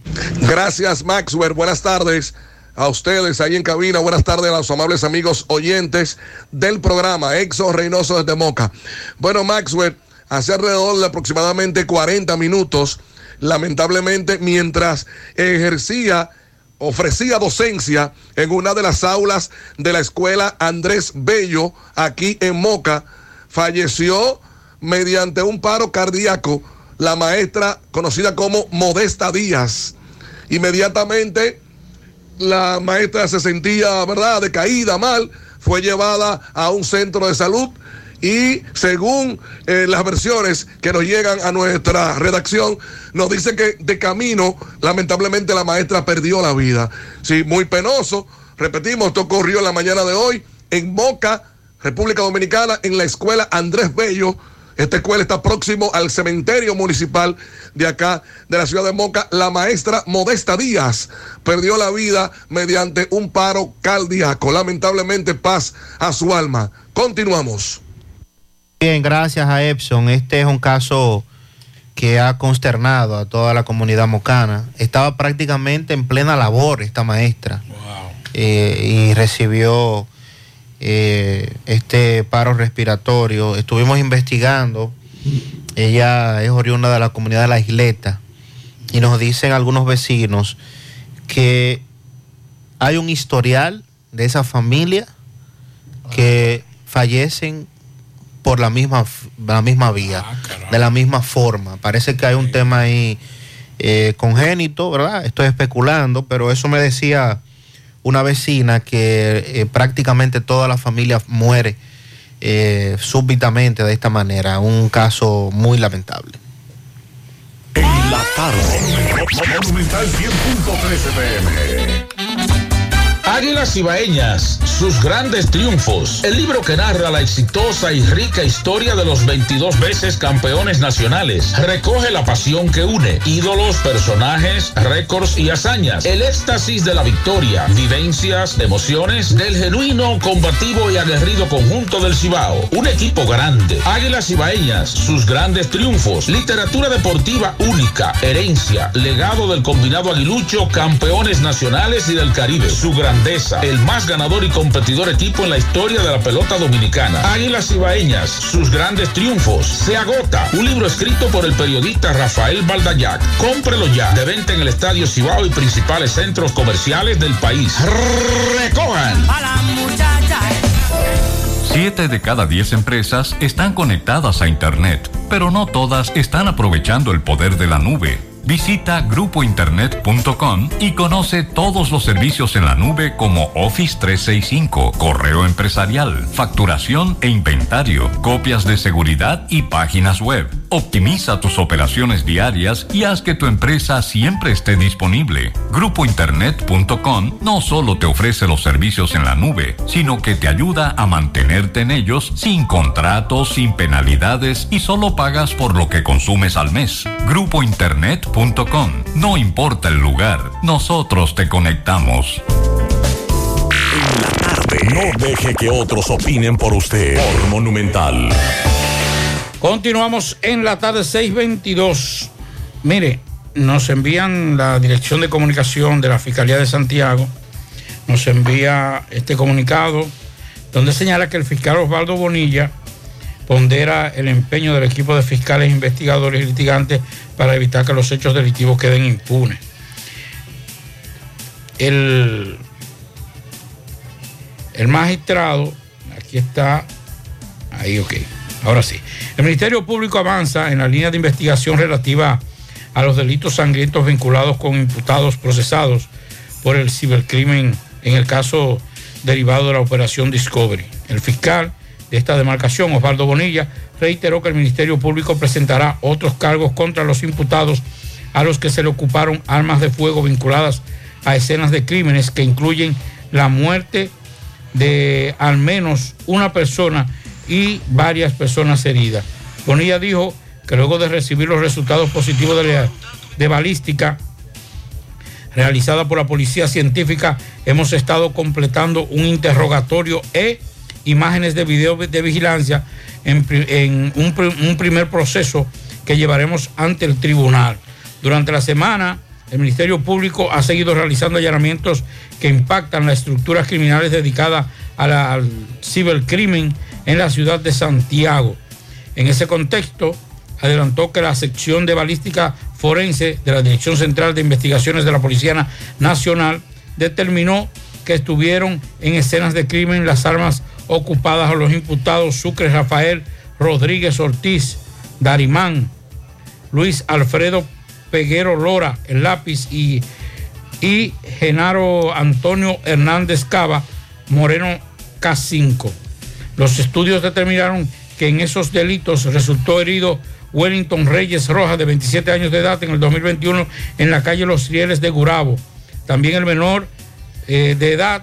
Gracias, Maxwell. Buenas tardes a ustedes ahí en cabina. Buenas tardes a los amables amigos oyentes del programa. Epson Reynoso desde Moca. Bueno, Maxwell, hace alrededor de aproximadamente cuarenta minutos, lamentablemente, mientras ejercía, ofrecía docencia en una de las aulas de la escuela Andrés Bello, aquí en Moca, falleció mediante un paro cardíaco la maestra conocida como Modesta Díaz. Inmediatamente la maestra se sentía, ¿verdad?, decaída, mal, fue llevada a un centro de salud. Y según eh, las versiones que nos llegan a nuestra redacción, nos dice que de camino, lamentablemente, la maestra perdió la vida. Sí, muy penoso. Repetimos, esto ocurrió en la mañana de hoy en Moca, República Dominicana, en la escuela Andrés Bello. Esta escuela está próximo al cementerio municipal de acá, de la ciudad de Moca. La maestra Modesta Díaz perdió la vida mediante un paro cardíaco. Lamentablemente, paz a su alma. Continuamos. Bien, gracias a Epson. Este es un caso que ha consternado a toda la comunidad mocana. Estaba prácticamente en plena labor esta maestra. Wow. eh, y recibió eh, este paro respiratorio. Estuvimos investigando. Ella es oriunda de la comunidad de La Isleta y nos dicen algunos vecinos que hay un historial de esa familia que fallecen por la misma, la misma vía, ah, de la misma forma. Parece que hay un tema ahí eh, congénito, ¿verdad? Estoy especulando, pero eso me decía una vecina que eh, prácticamente toda la familia muere eh, súbitamente de esta manera. Un caso muy lamentable. En la tarde, Monumental cien punto tres F M. Águilas Ibaeñas, sus grandes triunfos. El libro que narra la exitosa y rica historia de los veintidós veces campeones nacionales. Recoge la pasión que une, ídolos, personajes, récords y hazañas. El éxtasis de la victoria, vivencias, emociones del genuino, combativo y aguerrido conjunto del Cibao. Un equipo grande. Águilas Ibaeñas, sus grandes triunfos. Literatura deportiva única, herencia, legado del combinado aguilucho, campeones nacionales y del Caribe. Su gran Grandeza, el más ganador y competidor equipo en la historia de la pelota dominicana. Águilas Cibaeñas, sus grandes triunfos. Se agota. Un libro escrito por el periodista Rafael Baldayac. Cómprelo ya. De venta en el Estadio Cibao y principales centros comerciales del país. Recojan. A la muchacha. Siete de cada diez empresas están conectadas a Internet, pero no todas están aprovechando el poder de la nube. Visita grupo internet punto com y conoce todos los servicios en la nube como Office trescientos sesenta y cinco, correo empresarial, facturación e inventario, copias de seguridad y páginas web. Optimiza tus operaciones diarias y haz que tu empresa siempre esté disponible. grupo internet punto com no solo te ofrece los servicios en la nube, sino que te ayuda a mantenerte en ellos sin contratos, sin penalidades y solo pagas por lo que consumes al mes. grupo internet punto com. No importa el lugar, nosotros te conectamos. En la tarde. No deje que otros opinen por usted. Por Monumental. Continuamos en la tarde, seis veintidós. Mire, nos envían la Dirección de Comunicación de la Fiscalía de Santiago, nos envía este comunicado donde señala que el fiscal Osvaldo Bonilla pondera el empeño del equipo de fiscales, investigadores y litigantes para evitar que los hechos delictivos queden impunes. El, el magistrado, aquí está, ahí ok, ahora sí. El Ministerio Público avanza en la línea de investigación relativa a los delitos sangrientos vinculados con imputados procesados por el cibercrimen en el caso derivado de la operación Discovery. El fiscal de esta demarcación, Osvaldo Bonilla, reiteró que el Ministerio Público presentará otros cargos contra los imputados a los que se le ocuparon armas de fuego vinculadas a escenas de crímenes que incluyen la muerte de al menos una persona y varias personas heridas. Bonilla dijo que luego de recibir los resultados positivos de, la, de balística realizada por la Policía Científica, hemos estado completando un interrogatorio e imágenes de video de vigilancia en, en un, un primer proceso que llevaremos ante el tribunal. Durante la semana, el Ministerio Público ha seguido realizando allanamientos que impactan las estructuras criminales dedicadas a la, al cibercrimen en la ciudad de Santiago. En ese contexto, adelantó que la sección de balística forense de la Dirección Central de Investigaciones de la Policía Nacional determinó que estuvieron en escenas de crimen las armas ocupadas a los imputados Sucre Rafael Rodríguez Ortiz, Darimán, Luis Alfredo Peguero Lora, el lápiz, y, y Genaro Antonio Hernández Cava Moreno K cinco. Los estudios determinaron que en esos delitos resultó herido Wellington Reyes Rojas, de veintisiete años de edad, en el dos mil veintiuno en la calle Los Rieles de Gurabo. También el menor eh, de edad,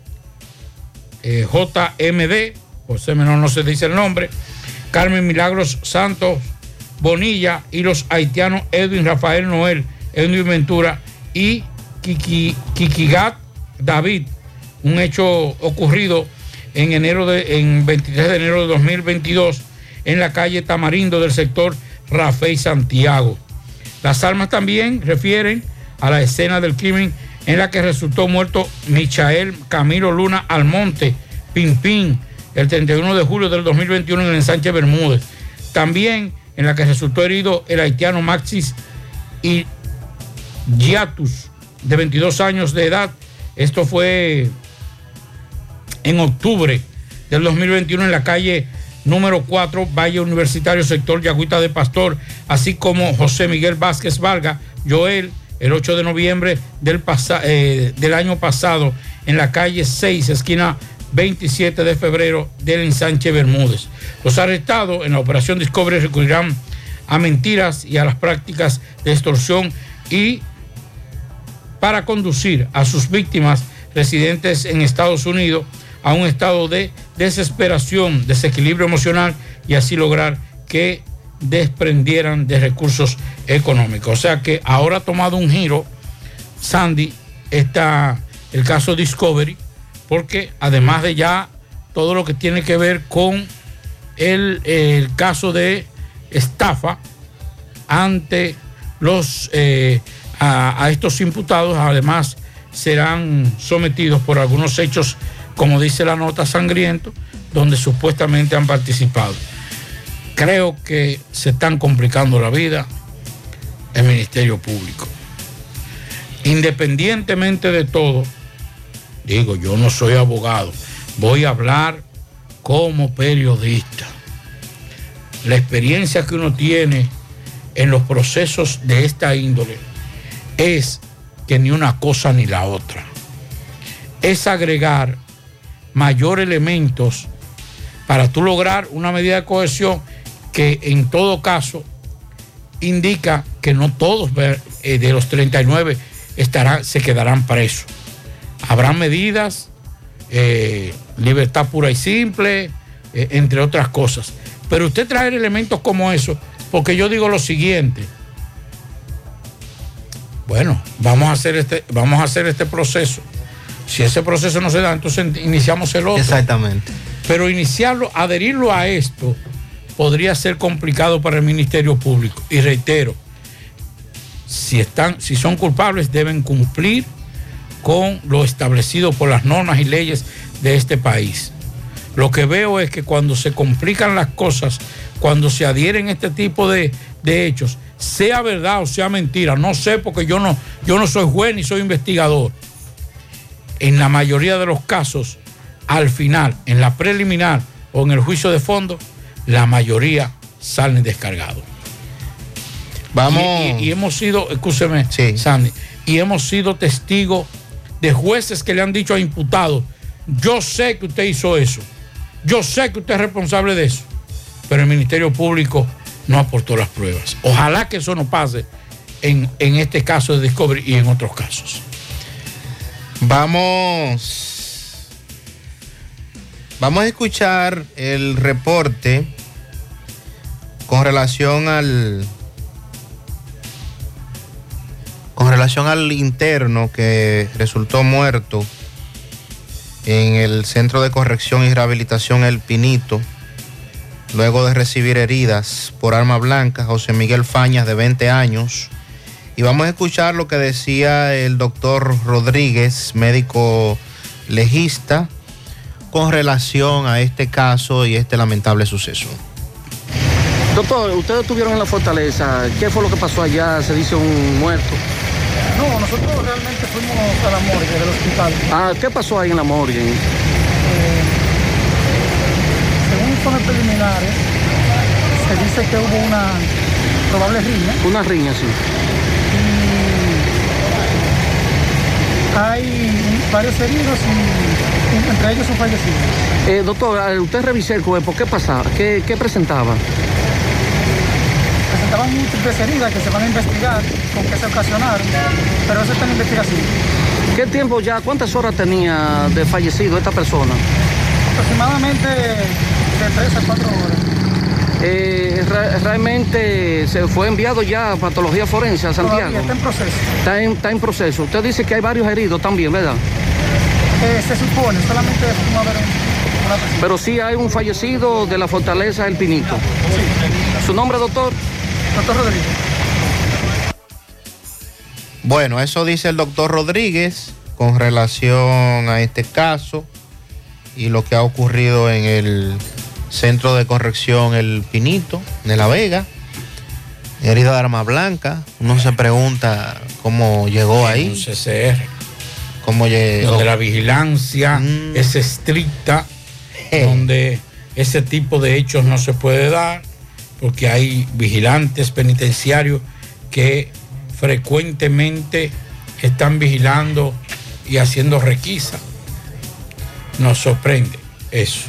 eh, J M D, por ser menor no se dice el nombre, Carmen Milagros Santos Bonilla, y los haitianos Edwin Rafael Noel, Edwin Ventura y Kiki, Kikigat David, un hecho ocurrido en enero de, en veintitrés de enero de dos mil veintidós en la calle Tamarindo del sector Rafael Santiago. Las armas también refieren a la escena del crimen en la que resultó muerto Michael Camilo Luna Almonte Pimpín el treinta y uno de julio del dos mil veintiuno en el ensanche Bermúdez. También en la que resultó herido el haitiano Maxis y Giatus, de veintidós años de edad. Esto fue en octubre del dos mil veintiuno en la calle número cuatro, Valle Universitario, sector Yagüita de Pastor, así como José Miguel Vázquez Vargas, Joel, el ocho de noviembre del, pasa, eh, del año pasado, en la calle seis, esquina veintisiete de febrero del ensanche Bermúdez. Los arrestados en la operación Discovery recurrirán a mentiras y a las prácticas de extorsión y para conducir a sus víctimas residentes en Estados Unidos a un estado de desesperación, desequilibrio emocional, y así lograr que desprendieran de recursos económicos. O sea que ahora ha tomado un giro, Sandy, está el caso Discovery, porque además de ya todo lo que tiene que ver con el, el caso de estafa ante los eh, a, a estos imputados, además serán sometidos por algunos hechos, como dice la nota, sangrientos, donde supuestamente han participado. Creo que se están complicando la vida el Ministerio Público. Independientemente de todo, digo, yo no soy abogado, voy a hablar como periodista. La experiencia que uno tiene en los procesos de esta índole es que ni una cosa ni la otra. Es agregar mayor elementos para tú lograr una medida de cohesión que en todo caso indica que no todos eh, de los treinta y nueve estarán, se quedarán presos. Habrá medidas, eh, libertad pura y simple, eh, entre otras cosas. Pero usted traer elementos como eso, porque yo digo lo siguiente, bueno, vamos a hacer este, vamos a hacer este proceso. Si ese proceso no se da, entonces iniciamos el otro. Exactamente. Pero iniciarlo, adherirlo a esto, podría ser complicado para el Ministerio Público. Y reitero, si están, si son culpables, deben cumplir con lo establecido por las normas y leyes de este país. Lo que veo es que cuando se complican las cosas, cuando se adhieren a este tipo de, de hechos, sea verdad o sea mentira, no sé, porque yo no, yo no soy juez ni soy investigador. En la mayoría de los casos, al final, en la preliminar o en el juicio de fondo, la mayoría salen descargados. Vamos. Y, y, y hemos sido, escúcheme, sí. Sandy, y hemos sido testigos de jueces que le han dicho a imputados, yo sé que usted hizo eso, yo sé que usted es responsable de eso, pero el Ministerio Público no aportó las pruebas. Ojalá que eso no pase en, en este caso de Discovery y en otros casos. Vamos, vamos a escuchar el reporte con relación al con relación al interno que resultó muerto en el Centro de Corrección y Rehabilitación El Pinito, luego de recibir heridas por arma blanca, José Miguel Fañas, de veinte años. Y vamos a escuchar lo que decía el doctor Rodríguez, médico legista, con relación a este caso y este lamentable suceso. Doctor, ustedes estuvieron en la Fortaleza, ¿qué fue lo que pasó allá? ¿Se dice un muerto? No, nosotros realmente fuimos a la morgue del hospital. Ah, ¿qué pasó ahí en la morgue? Eh, según informes preliminares, se dice que hubo una probable riña. Una riña, sí. Y hay varios heridos y entre ellos un fallecido. Eh, doctor, usted revisó el cuerpo, ¿qué pasaba? ¿Qué, qué presentaba? Presentaban múltiples heridas que se van a investigar con qué se ocasionaron, pero eso está en investigación. ¿Qué tiempo ya, cuántas horas tenía de fallecido esta persona? Aproximadamente de tres a cuatro horas. Eh, re realmente se fue enviado ya a patología forense a Santiago. Todavía está en proceso. Está en, está en proceso. Usted dice que hay varios heridos también, ¿verdad? Eh, se supone, solamente es no haber una persona. Pero sí hay un fallecido de la Fortaleza El Pinito. Sí. ¿Su nombre, doctor? Doctor Rodríguez. Bueno, eso dice el doctor Rodríguez con relación a este caso y lo que ha ocurrido en el Centro de Corrección El Pinito de La Vega, herida de arma blanca. Uno se pregunta cómo llegó ahí. Un C C R. Cómo llegó. Donde la vigilancia mm. es estricta, eh. donde ese tipo de hechos no se puede dar, porque hay vigilantes penitenciarios que frecuentemente están vigilando y haciendo requisa. Nos sorprende eso.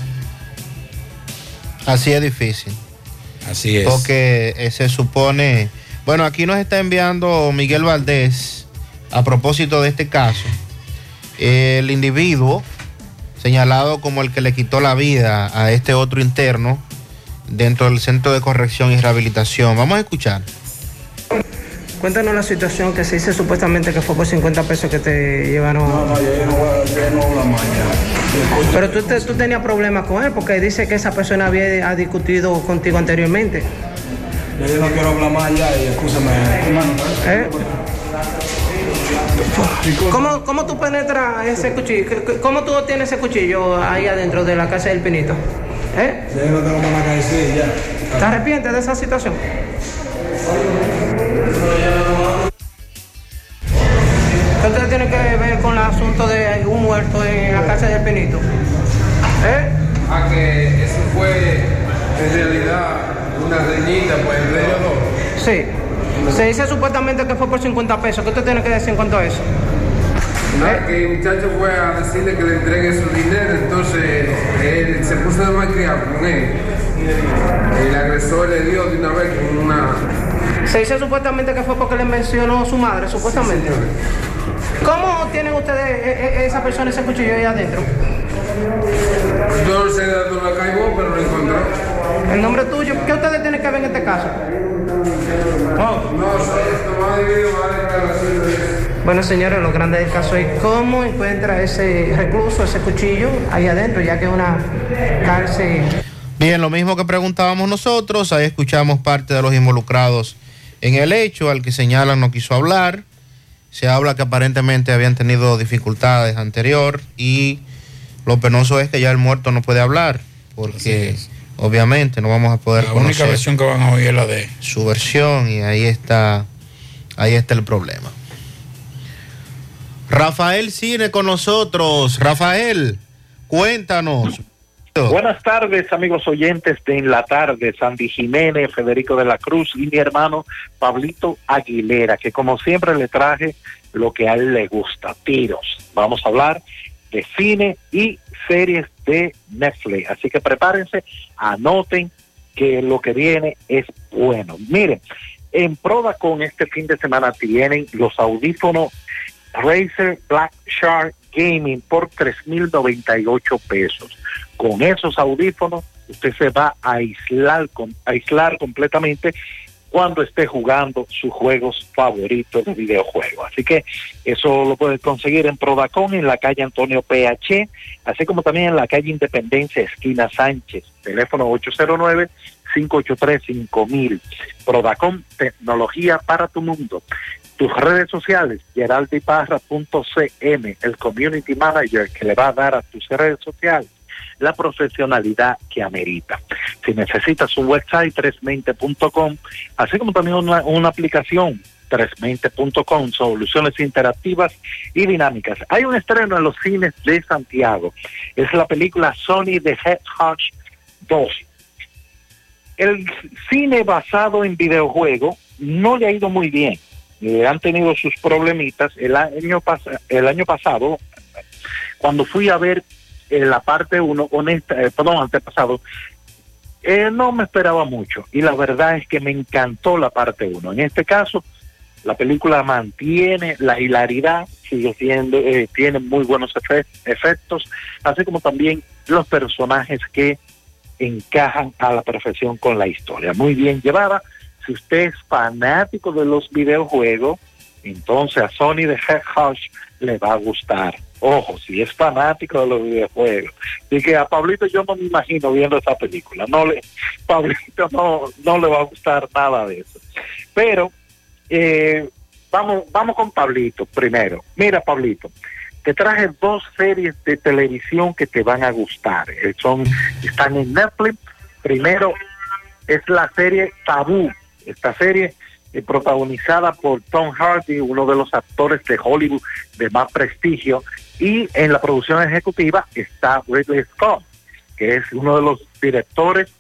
Así es difícil. Así es. Porque eh, se supone... Bueno, aquí nos está enviando Miguel Valdés a propósito de este caso. El individuo señalado como el que le quitó la vida a este otro interno dentro del Centro de Corrección y Rehabilitación. Vamos a escuchar. Cuéntanos la situación que se dice supuestamente que fue por cincuenta pesos que te llevaron. No, no, yo no voy a la mañana. Pero tú, te, tú tenías problemas con él porque dice que esa persona había ha discutido contigo anteriormente. Yo no quiero hablar más ya y escúchame. ¿Eh? ¿Cómo, ¿Cómo tú penetras ese cuchillo? ¿Cómo tú tienes ese cuchillo ahí adentro de la casa del Pinito? ¿Eh? Ya no te lo van a caer, sí, ya. ¿Te arrepientes de esa situación? ¿Qué usted tiene que ver con el asunto de un muerto en la casa del Pinito? ¿Eh? A que eso fue en realidad una reñita, pues entre ellos dos. Sí. Se dice supuestamente que fue por cincuenta pesos. ¿Qué usted tiene que decir en cuanto a eso? Nada, que el muchacho fue a decirle que le entregue su dinero, entonces él se puso de malcriado con él. El agresor le dio de una vez con una... Se dice supuestamente que fue porque le mencionó su madre, supuestamente. Sí, ¿cómo tienen ustedes esa persona ese cuchillo ahí adentro? Yo no sé de dónde lo caigo, pero lo encontré. ¿El nombre tuyo? ¿Qué ustedes tienen que ver en este caso? No, no sé, esto va a debido a la declaración de eso. Bueno, señores, lo grande del caso es cómo encuentra ese recluso, ese cuchillo ahí adentro, ya que es una cárcel. Bien, lo mismo que preguntábamos nosotros, ahí escuchamos parte de los involucrados en el hecho, al que señalan no quiso hablar. Se habla que aparentemente habían tenido dificultades anterior y lo penoso es que ya el muerto no puede hablar, porque obviamente no vamos a poder la conocer. La única versión que van a oír es la de su versión y ahí está, ahí está el problema. Rafael Cine con nosotros. Rafael, cuéntanos. Buenas tardes, amigos oyentes de En la Tarde, Sandy Jiménez, Federico de la Cruz y mi hermano Pablito Aguilera, que como siempre le traje lo que a él le gusta, tiros. Vamos a hablar de cine y series de Netflix, así que prepárense, anoten que lo que viene es bueno. Miren, en Prodacon este fin de semana tienen los audífonos Razer Black Shark Gaming por tres mil noventa y ocho pesos. Con esos audífonos usted se va a aislar, con, aislar completamente cuando esté jugando sus juegos favoritos de videojuegos. Así que eso lo puedes conseguir en Prodacon, en la calle Antonio P H, así como también en la calle Independencia, esquina Sánchez, teléfono ocho cero nueve, cinco ocho tres, cinco mil. Prodacon, tecnología para tu mundo. Tus redes sociales, geraldiparra punto c m, el community manager que le va a dar a tus redes sociales la profesionalidad que amerita. Si necesitas un website, trescientos veinte punto com, así como también una, una aplicación, trescientos veinte punto com, soluciones interactivas y dinámicas. Hay un estreno en los cines de Santiago. Es la película Sonic the Hedgehog dos. El cine basado en videojuegos no le ha ido muy bien. Eh, han tenido sus problemitas. El año, pas el año pasado, cuando fui a ver eh, la parte uno, honesta, eh, perdón, antepasado, eh, no me esperaba mucho. Y la verdad es que me encantó la parte uno. En este caso, la película mantiene la hilaridad, sigue siendo, eh, tiene muy buenos efe efectos, así como también los personajes que encajan a la perfección con la historia. Muy bien llevada. Si usted es fanático de los videojuegos, entonces a Sonic the Hedgehog le va a gustar. Ojo, si es fanático de los videojuegos. Así que a Pablito yo no me imagino viendo esa película. No le, Pablito no, no le va a gustar nada de eso. Pero eh, vamos, vamos con Pablito primero. Mira, Pablito, te traje dos series de televisión que te van a gustar. Eh, son, están en Netflix. Primero es la serie Tabú. Esta serie eh, protagonizada por Tom Hardy, uno de los actores de Hollywood de más prestigio, y en la producción ejecutiva está Ridley Scott, que es uno de los directores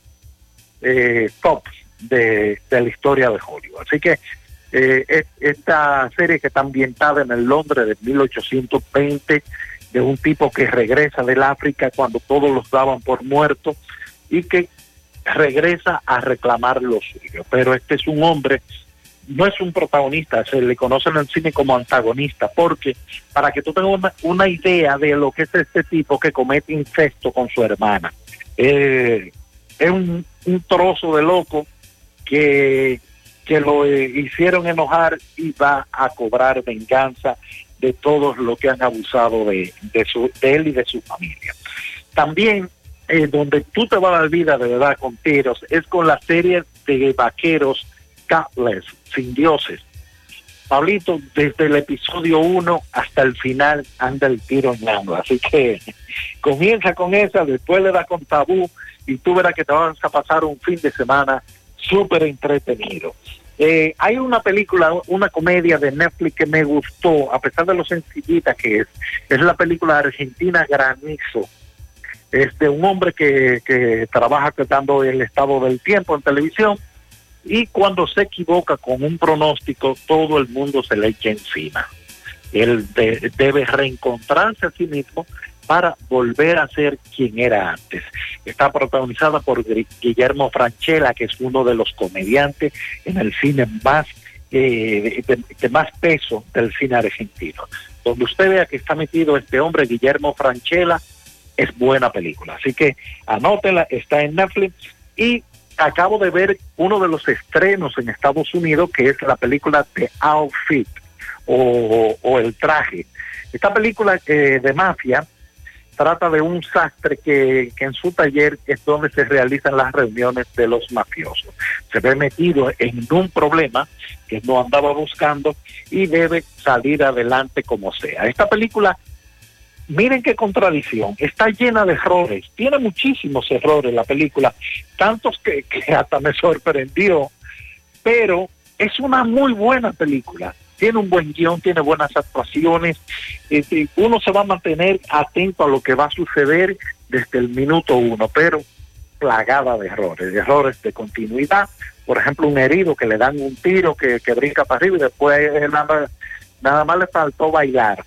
eh, top de, de la historia de Hollywood. Así que eh, es, esta serie que está ambientada en el Londres de mil ochocientos veinte, de un tipo que regresa del África cuando todos los daban por muertos y que regresa a reclamar lo suyo. Pero este es un hombre, no es un protagonista, se le conoce en el cine como antagonista, porque para que tú tengas una, una idea de lo que es este tipo que comete incesto con su hermana, eh, es un, un trozo de loco que, que lo eh, hicieron enojar y va a cobrar venganza de todos los que han abusado de, de, su, de él y de su familia. También Eh, donde tú te vas a dar vida de verdad con tiros, es con la serie de vaqueros Godless, sin dioses. Pablito, desde el episodio uno hasta el final anda el tiro ñando, así que comienza con esa, después le da con Tabú y tú verás que te vas a pasar un fin de semana súper entretenido. Eh, hay una película, una comedia de Netflix que me gustó, a pesar de lo sencillita que es, es la película argentina Granizo. Es de un hombre que, que trabaja dando el estado del tiempo en televisión, y cuando se equivoca con un pronóstico, todo el mundo se le echa encima. Él de, debe reencontrarse a sí mismo para volver a ser quien era antes. Está protagonizada por Guillermo Francella, que es uno de los comediantes en el cine más eh, de, de más peso del cine argentino. Donde usted vea que está metido este hombre, Guillermo Francella, es buena película. Así que anótela, está en Netflix. Y acabo de ver uno de los estrenos en Estados Unidos, que es la película The Outfit, o, o El Traje. Esta película eh, de mafia trata de un sastre que, que en su taller es donde se realizan las reuniones de los mafiosos. Se ve metido en un problema que no andaba buscando y debe salir adelante como sea. Esta película, miren qué contradicción, está llena de errores, tiene muchísimos errores la película, tantos que, que hasta me sorprendió, pero es una muy buena película, tiene un buen guión, tiene buenas actuaciones, eh, eh, uno se va a mantener atento a lo que va a suceder desde el minuto uno, pero plagada de errores, de errores de continuidad. Por ejemplo, un herido que le dan un tiro que, que brinca para arriba y después nada, nada más le faltó bailar,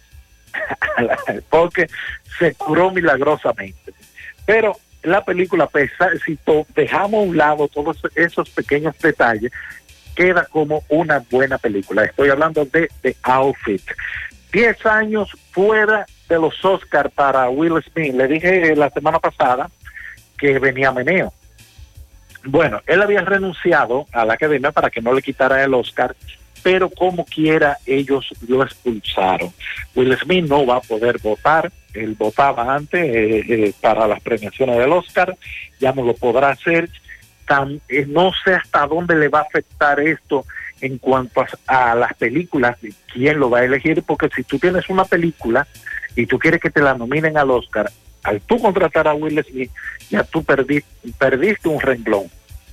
porque se curó milagrosamente. Pero la película, pesa, si to, dejamos a un lado todos esos pequeños detalles, queda como una buena película. Estoy hablando de The Outfit. Diez años fuera de los Oscars para Will Smith. Le dije la semana pasada que venía meneo. Bueno, él había renunciado a la academia para que no le quitara el Oscar, pero como quiera ellos lo expulsaron. Will Smith no va a poder votar, él votaba antes eh, eh, para las premiaciones del Oscar, ya no lo podrá hacer. Tan, eh, no sé hasta dónde le va a afectar esto en cuanto a, a las películas, quién lo va a elegir, porque si tú tienes una película y tú quieres que te la nominen al Oscar, al tú contratar a Will Smith, ya tú perdiste, perdiste un renglón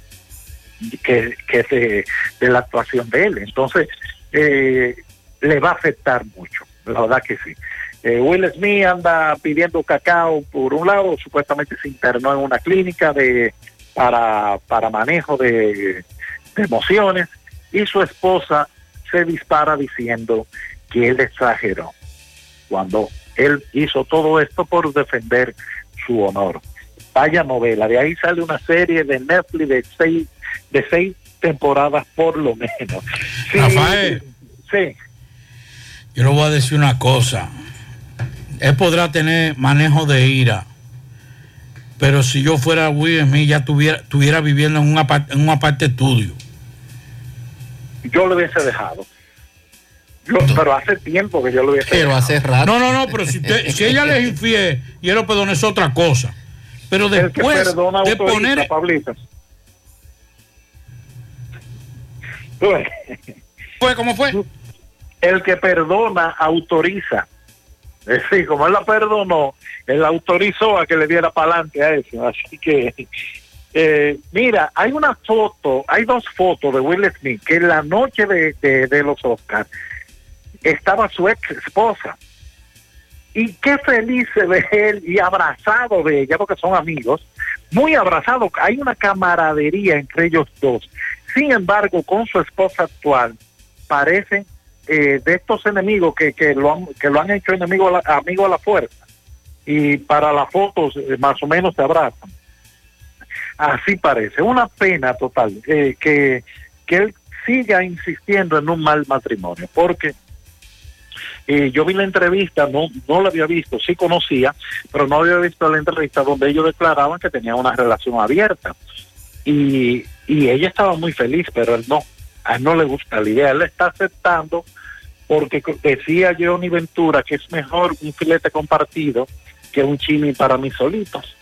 que, que de, de la actuación de él. Entonces eh, le va a afectar mucho, la verdad que sí. eh, Will Smith anda pidiendo cacao por un lado, supuestamente se internó en una clínica de para para manejo de, de emociones, y su esposa se dispara diciendo que él exageró cuando él hizo todo esto por defender su honor. Vaya novela, de ahí sale una serie de Netflix de seis de seis temporadas por lo menos. Sí, Rafael, sí. Yo le voy a decir una cosa. Él podrá tener manejo de ira, pero si yo fuera Will Smith ya tuviera, estuviera viviendo en un apart, en un aparte estudio. Yo lo hubiese dejado. Yo, no. Pero hace tiempo que yo lo hubiese pero dejado. hace rato. No, no, no, pero si, te, si ella le es infiel y él lo perdona es otra cosa. Pero después de autoriza, poner... Pablito. ¿Fue cómo fue? El que perdona autoriza. Es decir, como él la perdonó, él autorizó a que le diera para adelante a eso. Así que, eh, mira, hay una foto, hay dos fotos de Will Smith que en la noche de, de, de los Oscars estaba su ex esposa. Y qué feliz se ve él y abrazado de ella, porque son amigos, muy abrazados. Hay una camaradería entre ellos dos. Sin embargo, con su esposa actual, parecen eh, de estos enemigos que, que, lo han, que lo han hecho enemigo a la, amigo a la fuerza. Y para las fotos, eh, más o menos se abrazan. Así parece. Una pena total eh, que, que él siga insistiendo en un mal matrimonio, porque Eh, yo vi la entrevista, no no la había visto, sí conocía, pero no había visto la entrevista donde ellos declaraban que tenían una relación abierta. Y, y ella estaba muy feliz, pero él no, a él no le gusta la idea, él está aceptando porque decía Johnny Ventura que es mejor un filete compartido que un chimi para mí solitos.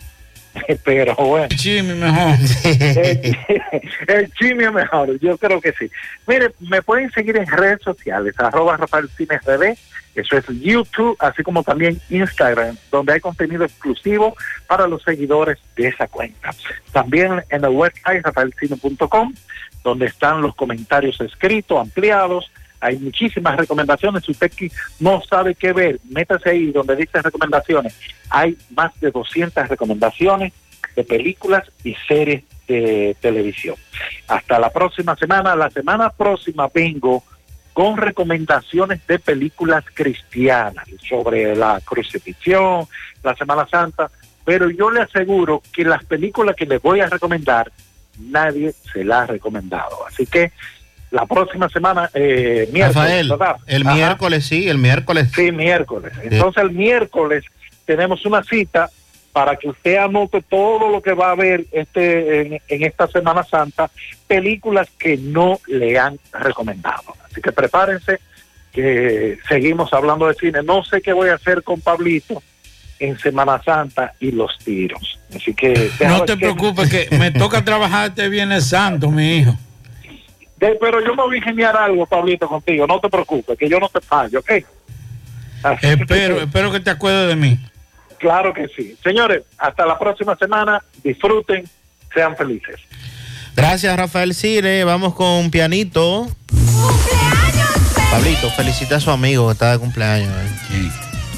Pero bueno. El chisme mejor. El, el chisme es mejor, yo creo que sí. Mire, me pueden seguir en redes sociales, arroba Rafael Cines R D, eso es YouTube, así como también Instagram, donde hay contenido exclusivo para los seguidores de esa cuenta. También en el website rafael cine punto com, donde están los comentarios escritos, ampliados. Hay muchísimas recomendaciones. Si usted no sabe qué ver, métase ahí donde dice recomendaciones. Hay más de doscientas recomendaciones de películas y series de televisión. Hasta la próxima semana. La semana próxima vengo con recomendaciones de películas cristianas sobre la crucifixión, la Semana Santa, pero yo le aseguro que las películas que les voy a recomendar, nadie se las ha recomendado. Así que la próxima semana, eh, miércoles, Rafael, ¿verdad? el Ajá. miércoles, sí, el miércoles. Sí, miércoles. Entonces el miércoles tenemos una cita para que usted anote todo lo que va a ver este en, en esta Semana Santa, películas que no le han recomendado. Así que prepárense, que seguimos hablando de cine. No sé qué voy a hacer con Pablito en Semana Santa y los tiros. Así que... No te preocupes, que me toca trabajar este Viernes Santo, mi hijo. De, pero yo me voy a ingeniar algo, Pablito, contigo. No te preocupes, que yo no te fallo, ¿ok? Así espero, que, espero que te acuerdes de mí. Claro que sí. Señores, hasta la próxima semana. Disfruten, sean felices. Gracias, Rafael Cire. Vamos con pianito. Pablito, felicita a su amigo que está de cumpleaños. ¿Eh? Sí.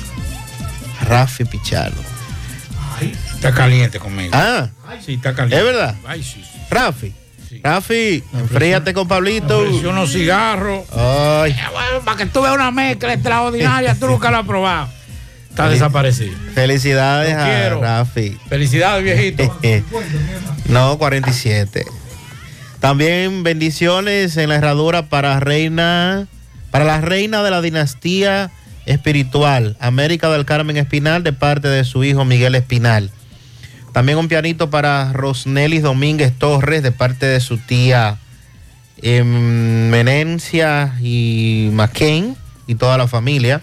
Rafi Pichardo. Ay, está caliente conmigo. Ah, sí, está caliente. ¿Es verdad? Ay, sí, sí. Rafi. Rafi, enfríate con Pablito. Unos cigarros. Ay. Eh, bueno, para que tú veas una mezcla extraordinaria, tú nunca la has probado. Está Fel- desaparecido. Felicidades Lo a quiero. Rafi. Felicidades, viejito. No, cuarenta y siete. También bendiciones en la herradura para reina, para la reina de la dinastía espiritual, América del Carmen Espinal, de parte de su hijo Miguel Espinal. También un pianito para Rosnelis Domínguez Torres, de parte de su tía eh, Menencia y McCain y toda la familia.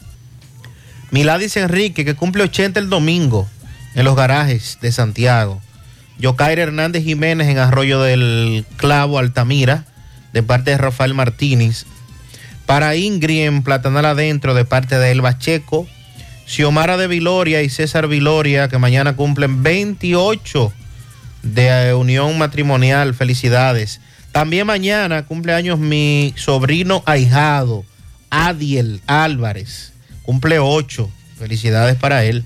Miladis Enrique, que cumple ochenta el domingo en los garajes de Santiago. Yocaira Hernández Jiménez en Arroyo del Clavo, Altamira, de parte de Rafael Martínez. Para Ingrid en Platanal Adentro, de parte de Elba Checo. Xiomara de Viloria y César Viloria, que mañana cumplen veintiocho de unión matrimonial. Felicidades. También mañana cumpleaños mi sobrino ahijado, Adiel Álvarez. Cumple ocho. Felicidades para él.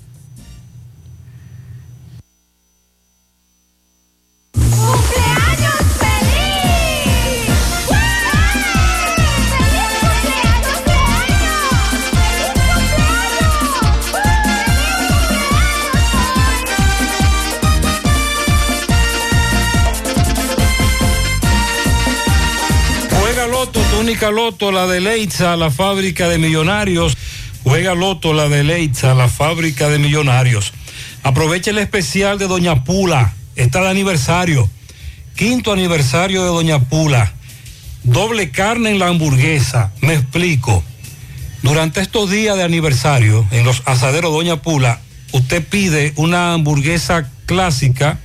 Juega Loto, tu única Loto, la de Leitza, la fábrica de millonarios. Juega Loto, la de Leitza, la fábrica de millonarios. Aprovecha el especial de Doña Pula. Está de aniversario. Quinto aniversario de Doña Pula. Doble carne en la hamburguesa. Me explico. Durante estos días de aniversario, en los asaderos Doña Pula, usted pide una hamburguesa clásica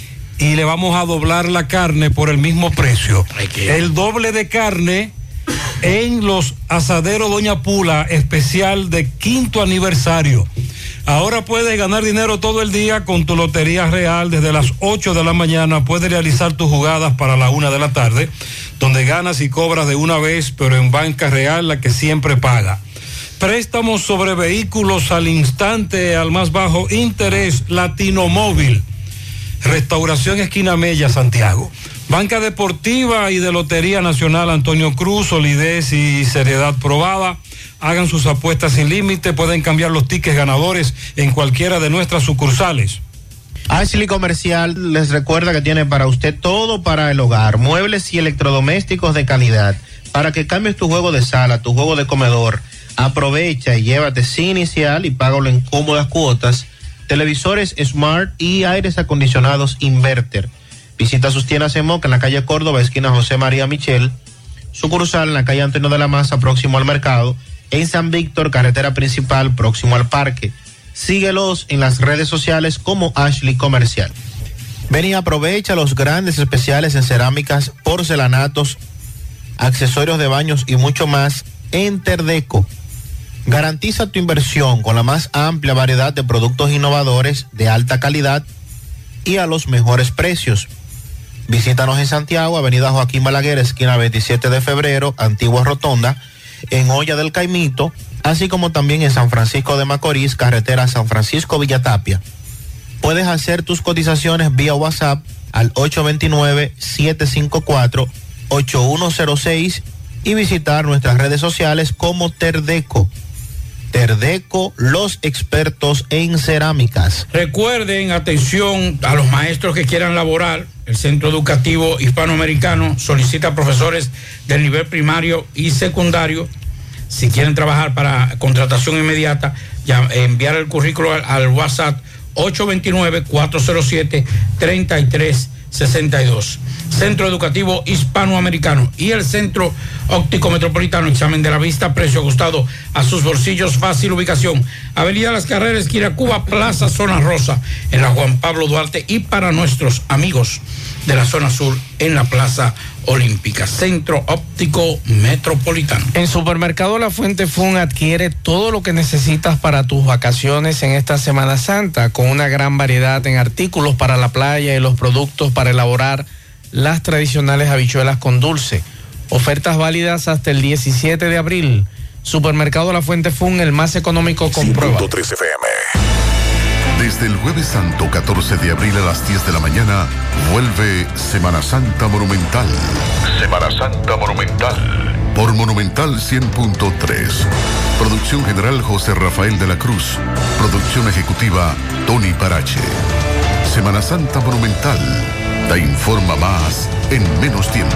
y le vamos a doblar la carne por el mismo precio. El doble de carne en los asaderos Doña Pula, especial de quinto aniversario. Ahora puedes ganar dinero todo el día con tu Lotería Real. Desde las ocho de la mañana puedes realizar tus jugadas para la una de la tarde, donde ganas y cobras de una vez, pero en Banca Real, la que siempre paga. Préstamos sobre vehículos al instante, al más bajo interés. Latino Móvil. Restauración Esquina Mella, Santiago. Banca Deportiva y de Lotería Nacional Antonio Cruz, solidez y seriedad probada. Hagan sus apuestas sin límite, pueden cambiar los tickets ganadores en cualquiera de nuestras sucursales. Ashley Comercial les recuerda que tiene para usted todo para el hogar, muebles y electrodomésticos de calidad, para que cambies tu juego de sala, tu juego de comedor. Aprovecha y llévate sin inicial y págalo en cómodas cuotas. Televisores Smart y aires acondicionados Inverter. Visita sus tiendas en Moca, en la calle Córdoba, esquina José María Michel. Sucursal en la calle Antonio de la Maza, próximo al mercado. En San Víctor, carretera principal, próximo al parque. Síguelos en las redes sociales como Ashley Comercial. Ven y aprovecha los grandes especiales en cerámicas, porcelanatos, accesorios de baños y mucho más en Terdeco. Garantiza tu inversión con la más amplia variedad de productos innovadores de alta calidad y a los mejores precios. Visítanos en Santiago, avenida Joaquín Balaguer, esquina veintisiete de febrero, Antigua Rotonda, en Olla del Caimito, así como también en San Francisco de Macorís, carretera San Francisco-Villatapia. Puedes hacer tus cotizaciones vía WhatsApp al ocho dos nueve, siete cinco cuatro, ocho uno cero seis y visitar nuestras redes sociales como Terdeco. Terdeco, los expertos en cerámicas. Recuerden, atención a los maestros que quieran laborar. El Centro Educativo Hispanoamericano solicita profesores del nivel primario y secundario. Si quieren trabajar para contratación inmediata, ya, enviar el currículo al, al WhatsApp ocho dos nueve, cuatro cero siete, tres tres seis dos. Centro Educativo Hispanoamericano y el Centro Óptico Metropolitano, examen de la vista, precio ajustado a sus bolsillos, fácil ubicación. Avenida Las Carreras, esquina Cuba, Plaza Zona Rosa, en la Juan Pablo Duarte, y para nuestros amigos de la zona sur, en la Plaza Olímpica. Centro Óptico Metropolitano. En Supermercado La Fuente Fun adquiere todo lo que necesitas para tus vacaciones en esta Semana Santa, con una gran variedad en artículos para la playa y los productos para elaborar las tradicionales habichuelas con dulce. Ofertas válidas hasta el diecisiete de abril. Supermercado La Fuente Fun, el más económico, con prueba. ciento tres F M. Desde el Jueves Santo, catorce de abril a las diez de la mañana, vuelve Semana Santa Monumental. Semana Santa Monumental. Por Monumental cien punto tres. Producción general José Rafael de la Cruz. Producción ejecutiva Tony Parache. Semana Santa Monumental. Te informa más en menos tiempo.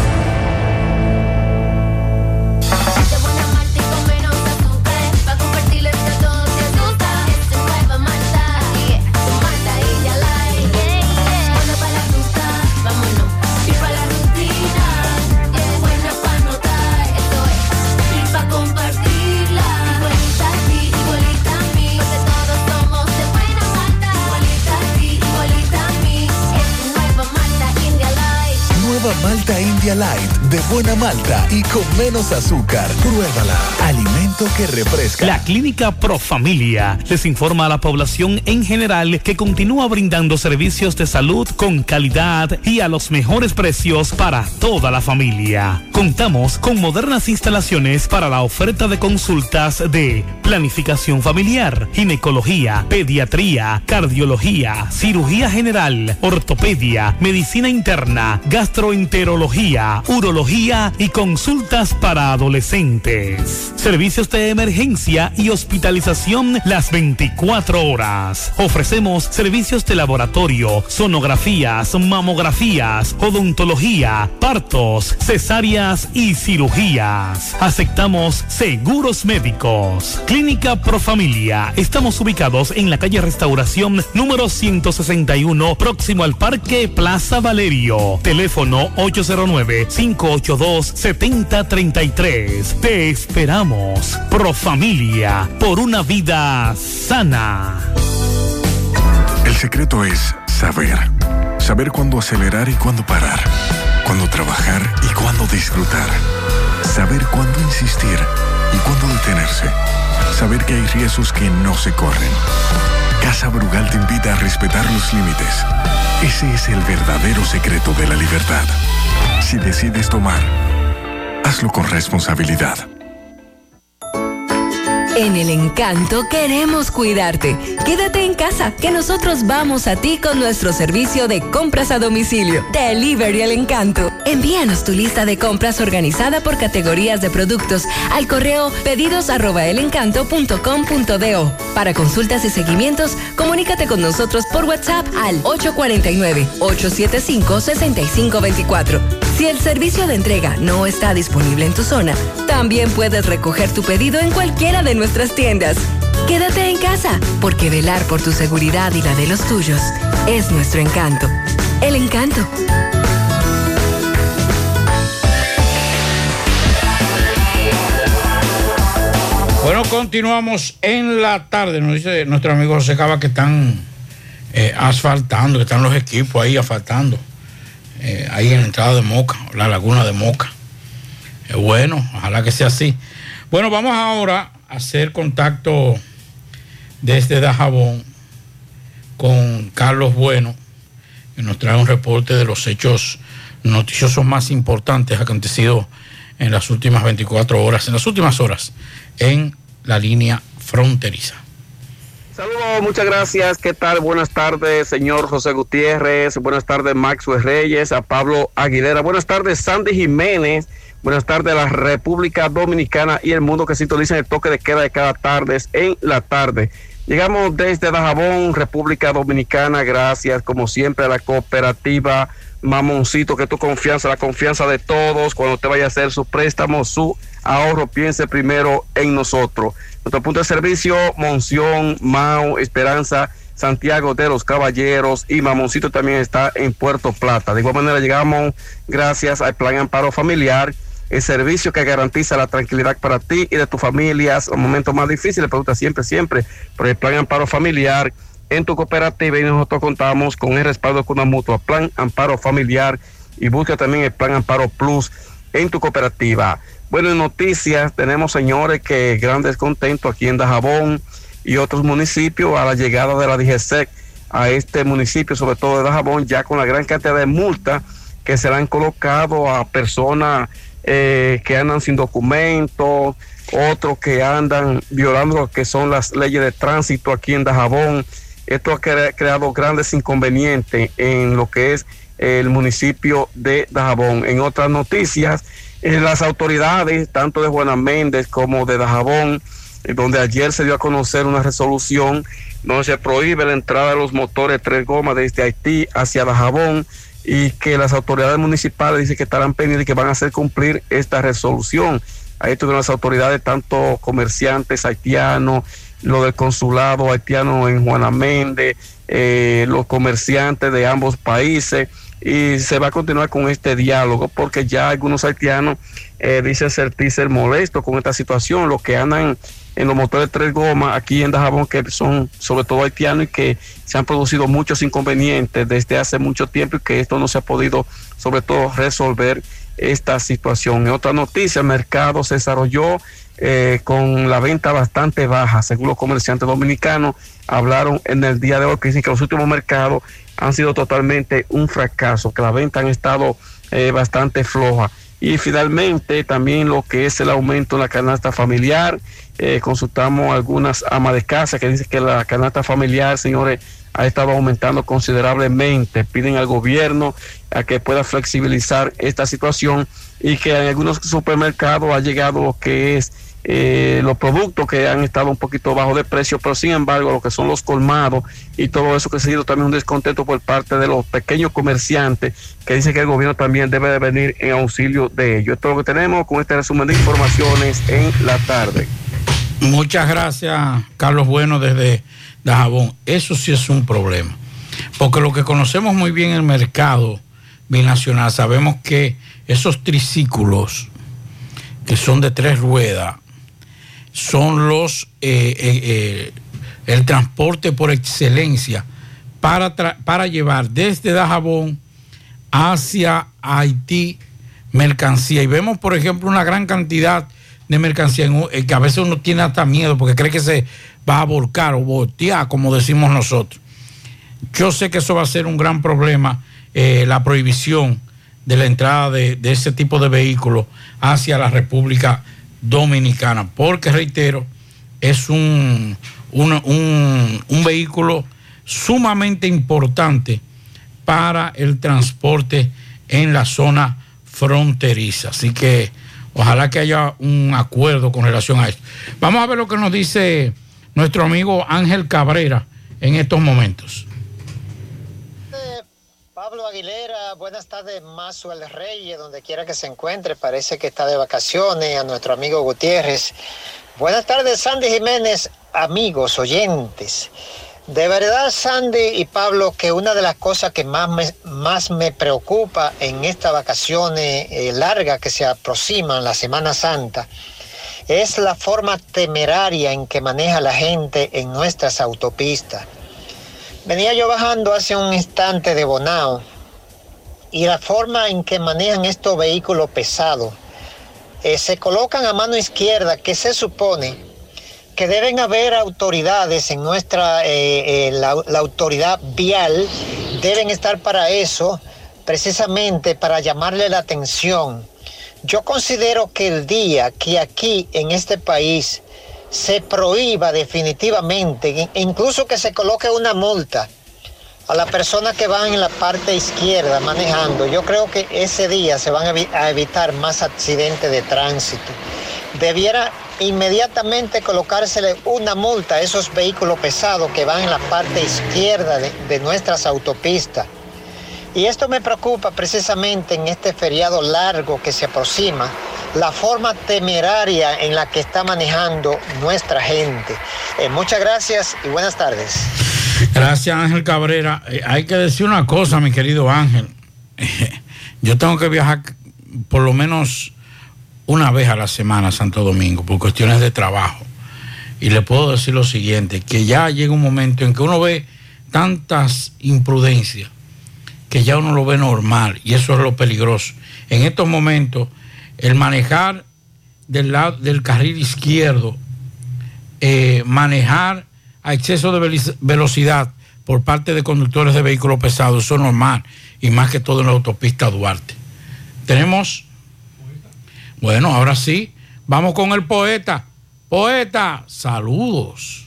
Malta India Light, de buena malta y con menos azúcar. Pruébala. Alimento que refresca. La Clínica Profamilia les informa a la población en general que continúa brindando servicios de salud con calidad y a los mejores precios para toda la familia. Contamos con modernas instalaciones para la oferta de consultas de planificación familiar, ginecología, pediatría, cardiología, cirugía general, ortopedia, medicina interna, gastroenterología, urología y consultas para adolescentes. Servicios de emergencia y hospitalización las veinticuatro horas. Ofrecemos servicios de laboratorio, sonografías, mamografías, odontología, partos, cesáreas y cirugías. Aceptamos seguros médicos. Clínica Profamilia. Estamos ubicados en la calle Restauración número ciento sesenta y uno, próximo al Parque Plaza Valerio. Teléfono ocho cero nueve, cinco ocho dos, siete cero tres tres. Te esperamos. Profamilia, por una vida sana. El secreto es saber. Saber cuándo acelerar y cuándo parar. Cuándo trabajar y cuándo disfrutar. Saber cuándo insistir y cuándo detenerse. Saber que hay riesgos que no se corren. Casa Brugal te invita a respetar los límites. Ese es el verdadero secreto de la libertad. Si decides tomar, hazlo con responsabilidad. En El Encanto queremos cuidarte. Quédate en casa, que nosotros vamos a ti con nuestro servicio de compras a domicilio. Delivery El Encanto. Envíanos tu lista de compras organizada por categorías de productos al correo pedidos arroba elencanto punto com punto do. Para consultas y seguimientos, comunícate con nosotros por WhatsApp al ocho cuatro nueve, ocho siete cinco, seis cinco dos cuatro. Si el servicio de entrega no está disponible en tu zona, también puedes recoger tu pedido en cualquiera de nuestras tiendas. Quédate en casa, porque velar por tu seguridad y la de los tuyos es nuestro encanto. El Encanto. Bueno, continuamos en la tarde. Nos dice nuestro amigo José Cava que están eh, asfaltando, que están los equipos ahí asfaltando. Eh, ahí en la entrada de Moca, la laguna de Moca. Eh, bueno, ojalá que sea así. Bueno, vamos ahora a hacer contacto desde Dajabón con Carlos Bueno, que nos trae un reporte de los hechos noticiosos más importantes acontecidos en las últimas veinticuatro horas, en las últimas horas, en la línea fronteriza. Saludos, muchas gracias. ¿Qué tal? Buenas tardes, señor José Gutiérrez. Buenas tardes, Maxwell Reyes, a Pablo Aguilera. Buenas tardes, Sandy Jiménez. Buenas tardes a la República Dominicana y el mundo que sintonizan el toque de queda de cada tarde en la tarde. Llegamos desde Dajabón, República Dominicana, gracias como siempre a la cooperativa Mamoncito, que tu confianza, la confianza de todos, cuando usted vaya a hacer su préstamo, su ahorro, piense primero en nosotros. Nuestro punto de servicio, Monción, Mao, Esperanza, Santiago de los Caballeros y Mamoncito también está en Puerto Plata. De igual manera llegamos gracias al Plan Amparo Familiar, el servicio que garantiza la tranquilidad para ti y de tu familia, los momentos más difíciles, pregunta siempre, siempre, por el Plan Amparo Familiar en tu cooperativa, y nosotros contamos con el respaldo de una mutua, Plan Amparo Familiar, y busca también el Plan Amparo Plus en tu cooperativa. Bueno, en noticias tenemos, señores, que gran descontento aquí en Dajabón y otros municipios a la llegada de la D G S E C a este municipio, sobre todo de Dajabón, ya con la gran cantidad de multas que se le han colocado a personas eh, que andan sin documentos, otros que andan violando lo que son las leyes de tránsito aquí en Dajabón. Esto ha cre- creado grandes inconvenientes en lo que es el municipio de Dajabón. En otras noticias, eh, las autoridades, tanto de Juana Méndez como de Dajabón, eh, donde ayer se dio a conocer una resolución donde se prohíbe la entrada de los motores tres gomas desde Haití hacia Dajabón, y que las autoridades municipales dicen que estarán pendientes y que van a hacer cumplir esta resolución. Ahí tuvieron las autoridades, tanto comerciantes haitianos, lo del consulado haitiano en Juana Méndez, eh, los comerciantes de ambos países, y se va a continuar con este diálogo porque ya algunos haitianos eh, dicen sentirse molestos con esta situación, los que andan en los motores tres gomas aquí en Dajabón, que son sobre todo haitianos y que se han producido muchos inconvenientes desde hace mucho tiempo y que esto no se ha podido sobre todo resolver esta situación. En otra noticia, el mercado se desarrolló Eh, con la venta bastante baja, según los comerciantes dominicanos hablaron en el día de hoy, que dicen que los últimos mercados han sido totalmente un fracaso, que las ventas han estado eh, bastante flojas. Y finalmente también lo que es el aumento en la canasta familiar, eh, consultamos algunas amas de casa que dicen que la canasta familiar, señores, ha estado aumentando considerablemente. Piden al gobierno a que pueda flexibilizar esta situación y que en algunos supermercados ha llegado lo que es Eh, los productos que han estado un poquito bajo de precio, pero sin embargo lo que son los colmados y todo eso, que ha sido también un descontento por parte de los pequeños comerciantes, que dicen que el gobierno también debe de venir en auxilio de ellos. Esto es lo que tenemos con este resumen de informaciones en la tarde. Muchas gracias, Carlos Bueno, desde Dajabón. Eso sí es un problema, porque lo que conocemos muy bien el mercado binacional, sabemos que esos triciclos que son de tres ruedas son los eh, eh, eh, el transporte por excelencia para, tra- para llevar desde Dajabón hacia Haití mercancía. Y vemos, por ejemplo, una gran cantidad de mercancía en, eh, que a veces uno tiene hasta miedo porque cree que se va a volcar o voltear, como decimos nosotros. Yo sé que eso va a ser un gran problema, eh, la prohibición de la entrada de, de ese tipo de vehículos hacia la República Dominicana, porque reitero, es un, un, un, un vehículo sumamente importante para el transporte en la zona fronteriza. Así que ojalá que haya un acuerdo con relación a esto. Vamos a ver lo que nos dice nuestro amigo Ángel Cabrera en estos momentos. Pablo Aguilera, buenas tardes, Maxwell Reyes, donde quiera que se encuentre, parece que está de vacaciones, a nuestro amigo Gutiérrez. Buenas tardes, Sandy Jiménez, amigos, oyentes. De verdad, Sandy y Pablo, que una de las cosas que más me, más me preocupa en estas vacaciones eh, largas que se aproximan, la Semana Santa, es la forma temeraria en que maneja la gente en nuestras autopistas. Venía yo bajando hace un instante de Bonao y la forma en que manejan estos vehículos pesados, eh, se colocan a mano izquierda, que se supone que deben haber autoridades en nuestra, eh, eh, la, la autoridad vial, deben estar para eso, precisamente para llamarle la atención. Yo considero que el día que aquí en este país se prohíba definitivamente, incluso que se coloque una multa a las personas que van en la parte izquierda manejando, yo creo que ese día se van a, evi- a evitar más accidentes de tránsito. Debiera inmediatamente colocársele una multa a esos vehículos pesados que van en la parte izquierda de, de nuestras autopistas. Y esto me preocupa precisamente en este feriado largo que se aproxima, la forma temeraria en la que está manejando nuestra gente. Eh, muchas gracias y buenas tardes. Gracias, Ángel Cabrera. Eh, hay que decir una cosa, mi querido Ángel. Eh, yo tengo que viajar por lo menos una vez a la semana a Santo Domingo por cuestiones de trabajo. Y le puedo decir lo siguiente, que ya llega un momento en que uno ve tantas imprudencias que ya uno lo ve normal, y eso es lo peligroso. En estos momentos, el manejar del lado del carril izquierdo, eh, manejar a exceso de veliz- velocidad por parte de conductores de vehículos pesados, eso es normal, y más que todo en la autopista Duarte. Tenemos, bueno, ahora sí, vamos con el poeta. Poeta, saludos.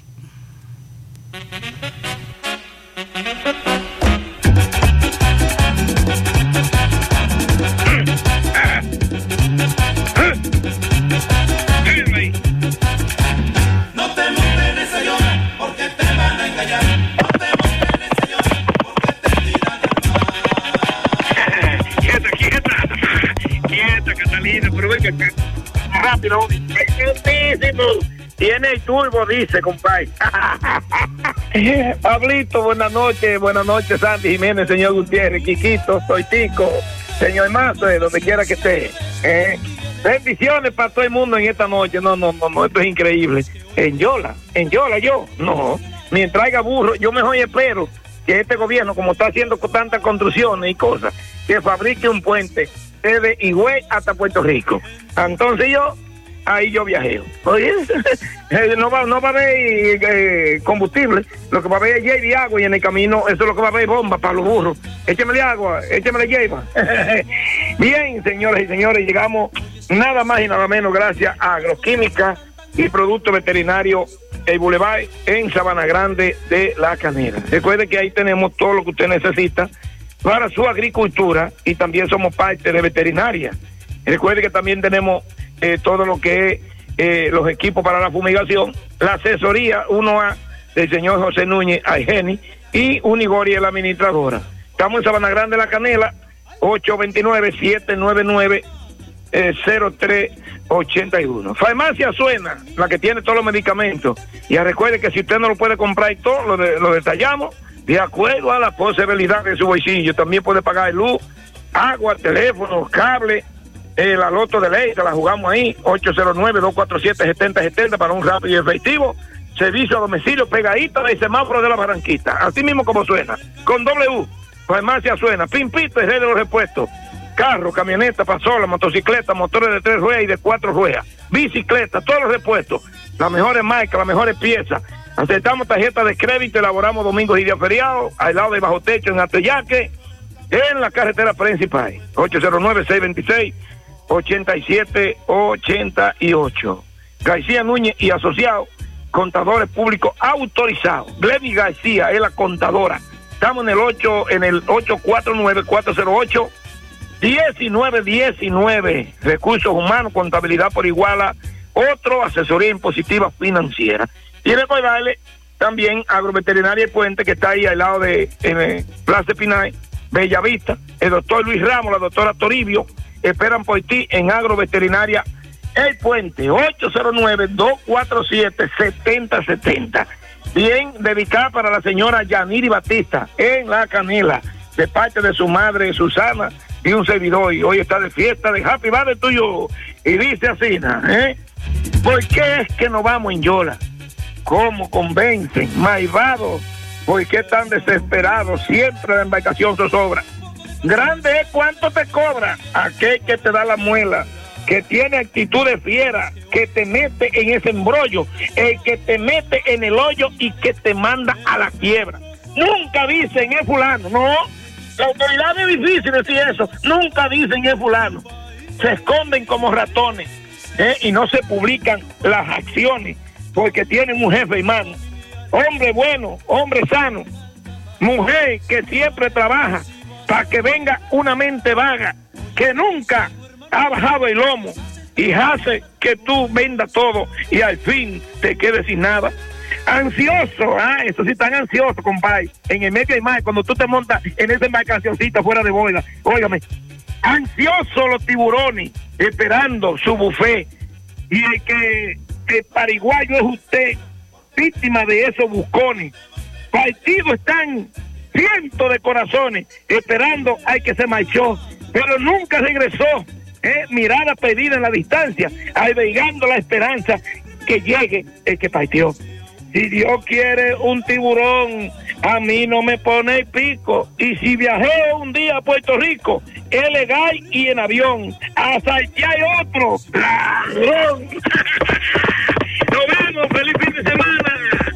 No te montes en esa llora porque te van a engañar. No te montes en esa llora porque te tiran a Quieta, quieta. Quieta, Catalina, pero venga acá. Rápido. Excelentísimo. Tiene el turbo, dice, compadre. Pablito, buenas noches. Buenas noches, Sandy Jiménez, señor Gutiérrez, Quiquito, soy Tico, señor Mazo, donde quiera que esté. Eh, bendiciones para todo el mundo en esta noche. No, no, no, no, esto es increíble. En Yola, en Yola yo, no. Mientras haya burro, yo mejor espero que este gobierno, como está haciendo con tantas construcciones y cosas, que fabrique un puente desde Higüey hasta Puerto Rico. Entonces yo, ahí yo viajeo. Oye, no va, no va a haber eh, combustible, lo que va a haber es hierba y agua, y en el camino eso es lo que va a haber, bomba para los burros. Échemele agua, échemele hierba. Bien, señoras y señores, llegamos nada más y nada menos gracias a Agroquímica y Productos Veterinarios El Boulevard en Sabana Grande de La Canela. Recuerde que ahí tenemos todo lo que usted necesita para su agricultura, y también somos parte de veterinaria. Recuerde que también tenemos eh, todo lo que es eh, los equipos para la fumigación, la asesoría uno A del señor José Núñez Aigeni y Unigori es la administradora. Estamos en Sabana Grande de La Canela, ocho dos nueve, siete nueve nueve, cero tres ocho uno. Farmacia Suena, la que tiene todos los medicamentos. Y recuerde que si usted no lo puede comprar y todo, lo, de, lo detallamos de acuerdo a la posibilidad de su bolsillo. También puede pagar luz, agua, teléfono, cable, eh, la loto de ley, que la jugamos ahí, ocho cero nueve, dos cuatro siete, siete cero siete cero para un rápido y efectivo servicio a domicilio pegadito del semáforo de la Barranquita, así mismo como suena, con doble U. Farmacia Suena, Pimpito es rey de los repuestos. Carro, camioneta, pasola, motocicleta, motores de tres ruedas y de cuatro ruedas, bicicleta, todos los repuestos, las mejores marcas, las mejores piezas. Aceptamos tarjetas de crédito, elaboramos domingos y días feriados, al lado de Bajo Techo en Ateyaque, en la carretera principal, ocho cero nueve, seis dos seis, ocho siete ocho ocho. García Núñez y Asociados, contadores públicos autorizados. Glenny García es la contadora. Estamos en el ocho, en el ocho cuatro nueve, cuatro cero ocho, diecinueve diecinueve. Recursos humanos, contabilidad por iguala, otro, asesoría impositiva financiera. Y recordarle también Agroveterinaria El Puente, que está ahí al lado de en Plaza Pinay, Bellavista. El doctor Luis Ramos, la doctora Toribio, esperan por ti en Agroveterinaria El Puente, ocho cero nueve, dos cuatro siete, siete cero siete cero. Bien, dedicada para la señora Yaniri Batista en La Canela, de parte de su madre Susana y un servidor. Y hoy está de fiesta de Happy Birthday tuyo. Y dice así, ¿eh? ¿Por qué es que no vamos en Yola? ¿Cómo convencen? Malvados, ¿por qué tan desesperados? Siempre la embarcación zozobra. Grande es cuánto te cobra aquel que te da la muela, que tiene actitud de fiera, que te mete en ese embrollo, el que te mete en el hoyo y que te manda a la quiebra. Nunca dicen es fulano, no. La autoridad es difícil decir eso. Nunca dicen es fulano. Se esconden como ratones, ¿eh? Y no se publican las acciones porque tienen un jefe y mano. Hombre bueno, hombre sano, mujer que siempre trabaja para que venga una mente vaga que nunca ha bajado el lomo y hace que tú vendas todo y al fin te quedes sin nada. Ansioso, ah, eso sí, tan ansioso, compadre. En el medio hay más, cuando tú te montas en esa embarcacioncita fuera de boila, óigame, ansiosos los tiburones esperando su buffet. Y el que el pariguayo es usted, víctima de esos buscones. Partidos están cientos de corazones esperando al que se marchó, pero nunca regresó. Eh, mirada perdida en la distancia, albergando la esperanza que llegue el que partió. Si Dios quiere un tiburón, a mí no me pone el pico. Y si viajé un día a Puerto Rico, es legal y en avión. Hasta allá hay otro. ¡Ladrón! Nos vemos, feliz fin de semana.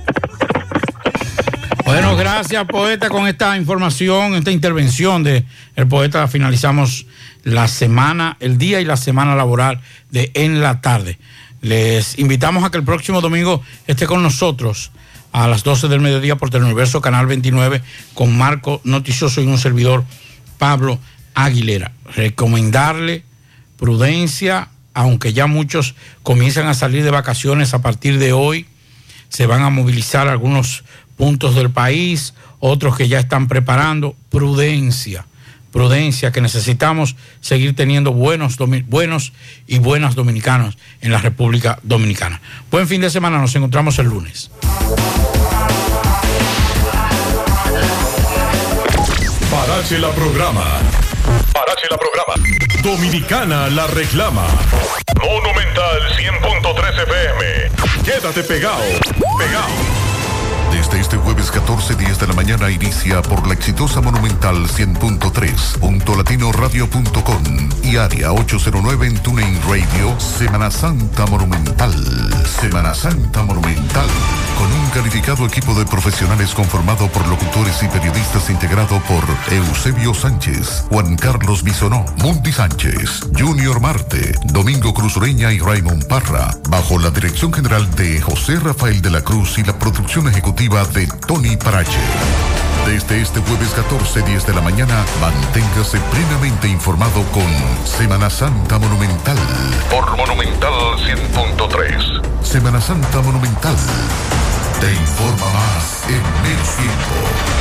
Bueno, gracias, poeta, con esta información, esta intervención de el poeta. Finalizamos la semana, el día y la semana laboral de En la Tarde. Les invitamos a que el próximo domingo esté con nosotros a las doce del mediodía por Teleuniverso Canal veintinueve con Marco Noticioso y un servidor, Pablo Aguilera. Recomendarle prudencia, aunque ya muchos comienzan a salir de vacaciones a partir de hoy. Se van a movilizar algunos puntos del país, otros que ya están preparando. Prudencia. Prudencia, que necesitamos seguir teniendo buenos, buenos y buenas dominicanos en la República Dominicana. Buen fin de semana, nos encontramos el lunes. Parache la programa. Parache la programa. Dominicana la reclama. Monumental cien punto tres F M. Quédate pegado. Pegado. Desde este jueves catorce, diez de la mañana inicia por la exitosa Monumental cien punto tres, punto latino radio punto com y área ocho cero nueve en TuneIn Radio, Semana Santa Monumental. Semana Santa Monumental. Con un calificado equipo de profesionales conformado por locutores y periodistas integrado por Eusebio Sánchez, Juan Carlos Bisonó, Mundi Sánchez, Junior Marte, Domingo Cruz Ureña y Raymond Parra, bajo la dirección general de José Rafael de la Cruz y la producción ejecutiva de Tony Parache. Desde este jueves catorce, diez de la mañana, manténgase plenamente informado con Semana Santa Monumental. Por Monumental cien punto tres. Semana Santa Monumental. Te informa más en menos tiempo.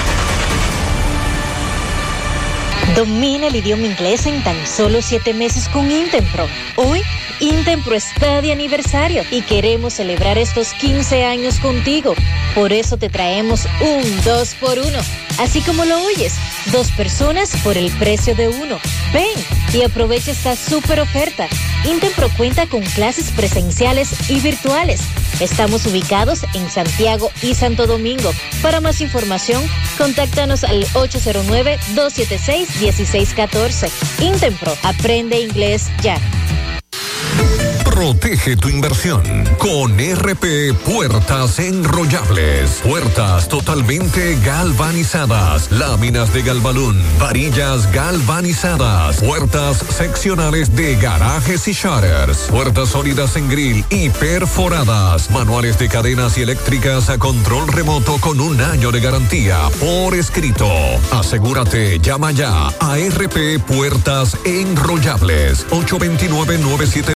Domina el idioma inglés en tan solo siete meses con Intempro. Hoy, Intempro está de aniversario y queremos celebrar estos quince años contigo. Por eso te traemos un dos por uno. Así como lo oyes, dos personas por el precio de uno. Ven y aprovecha esta súper oferta. Intempro cuenta con clases presenciales y virtuales. Estamos ubicados en Santiago y Santo Domingo. Para más información, contáctanos al ocho cero nueve, dos siete seis, uno seis uno cuatro. Intempro, aprende inglés ya. Protege tu inversión con R P Puertas Enrollables. Puertas totalmente galvanizadas, láminas de Galvalún, varillas galvanizadas, puertas seccionales de garajes y shutters, puertas sólidas en grill y perforadas, manuales de cadenas y eléctricas a control remoto con un año de garantía por escrito. Asegúrate, llama ya a R P Puertas Enrollables ocho dos nueve, nueve siete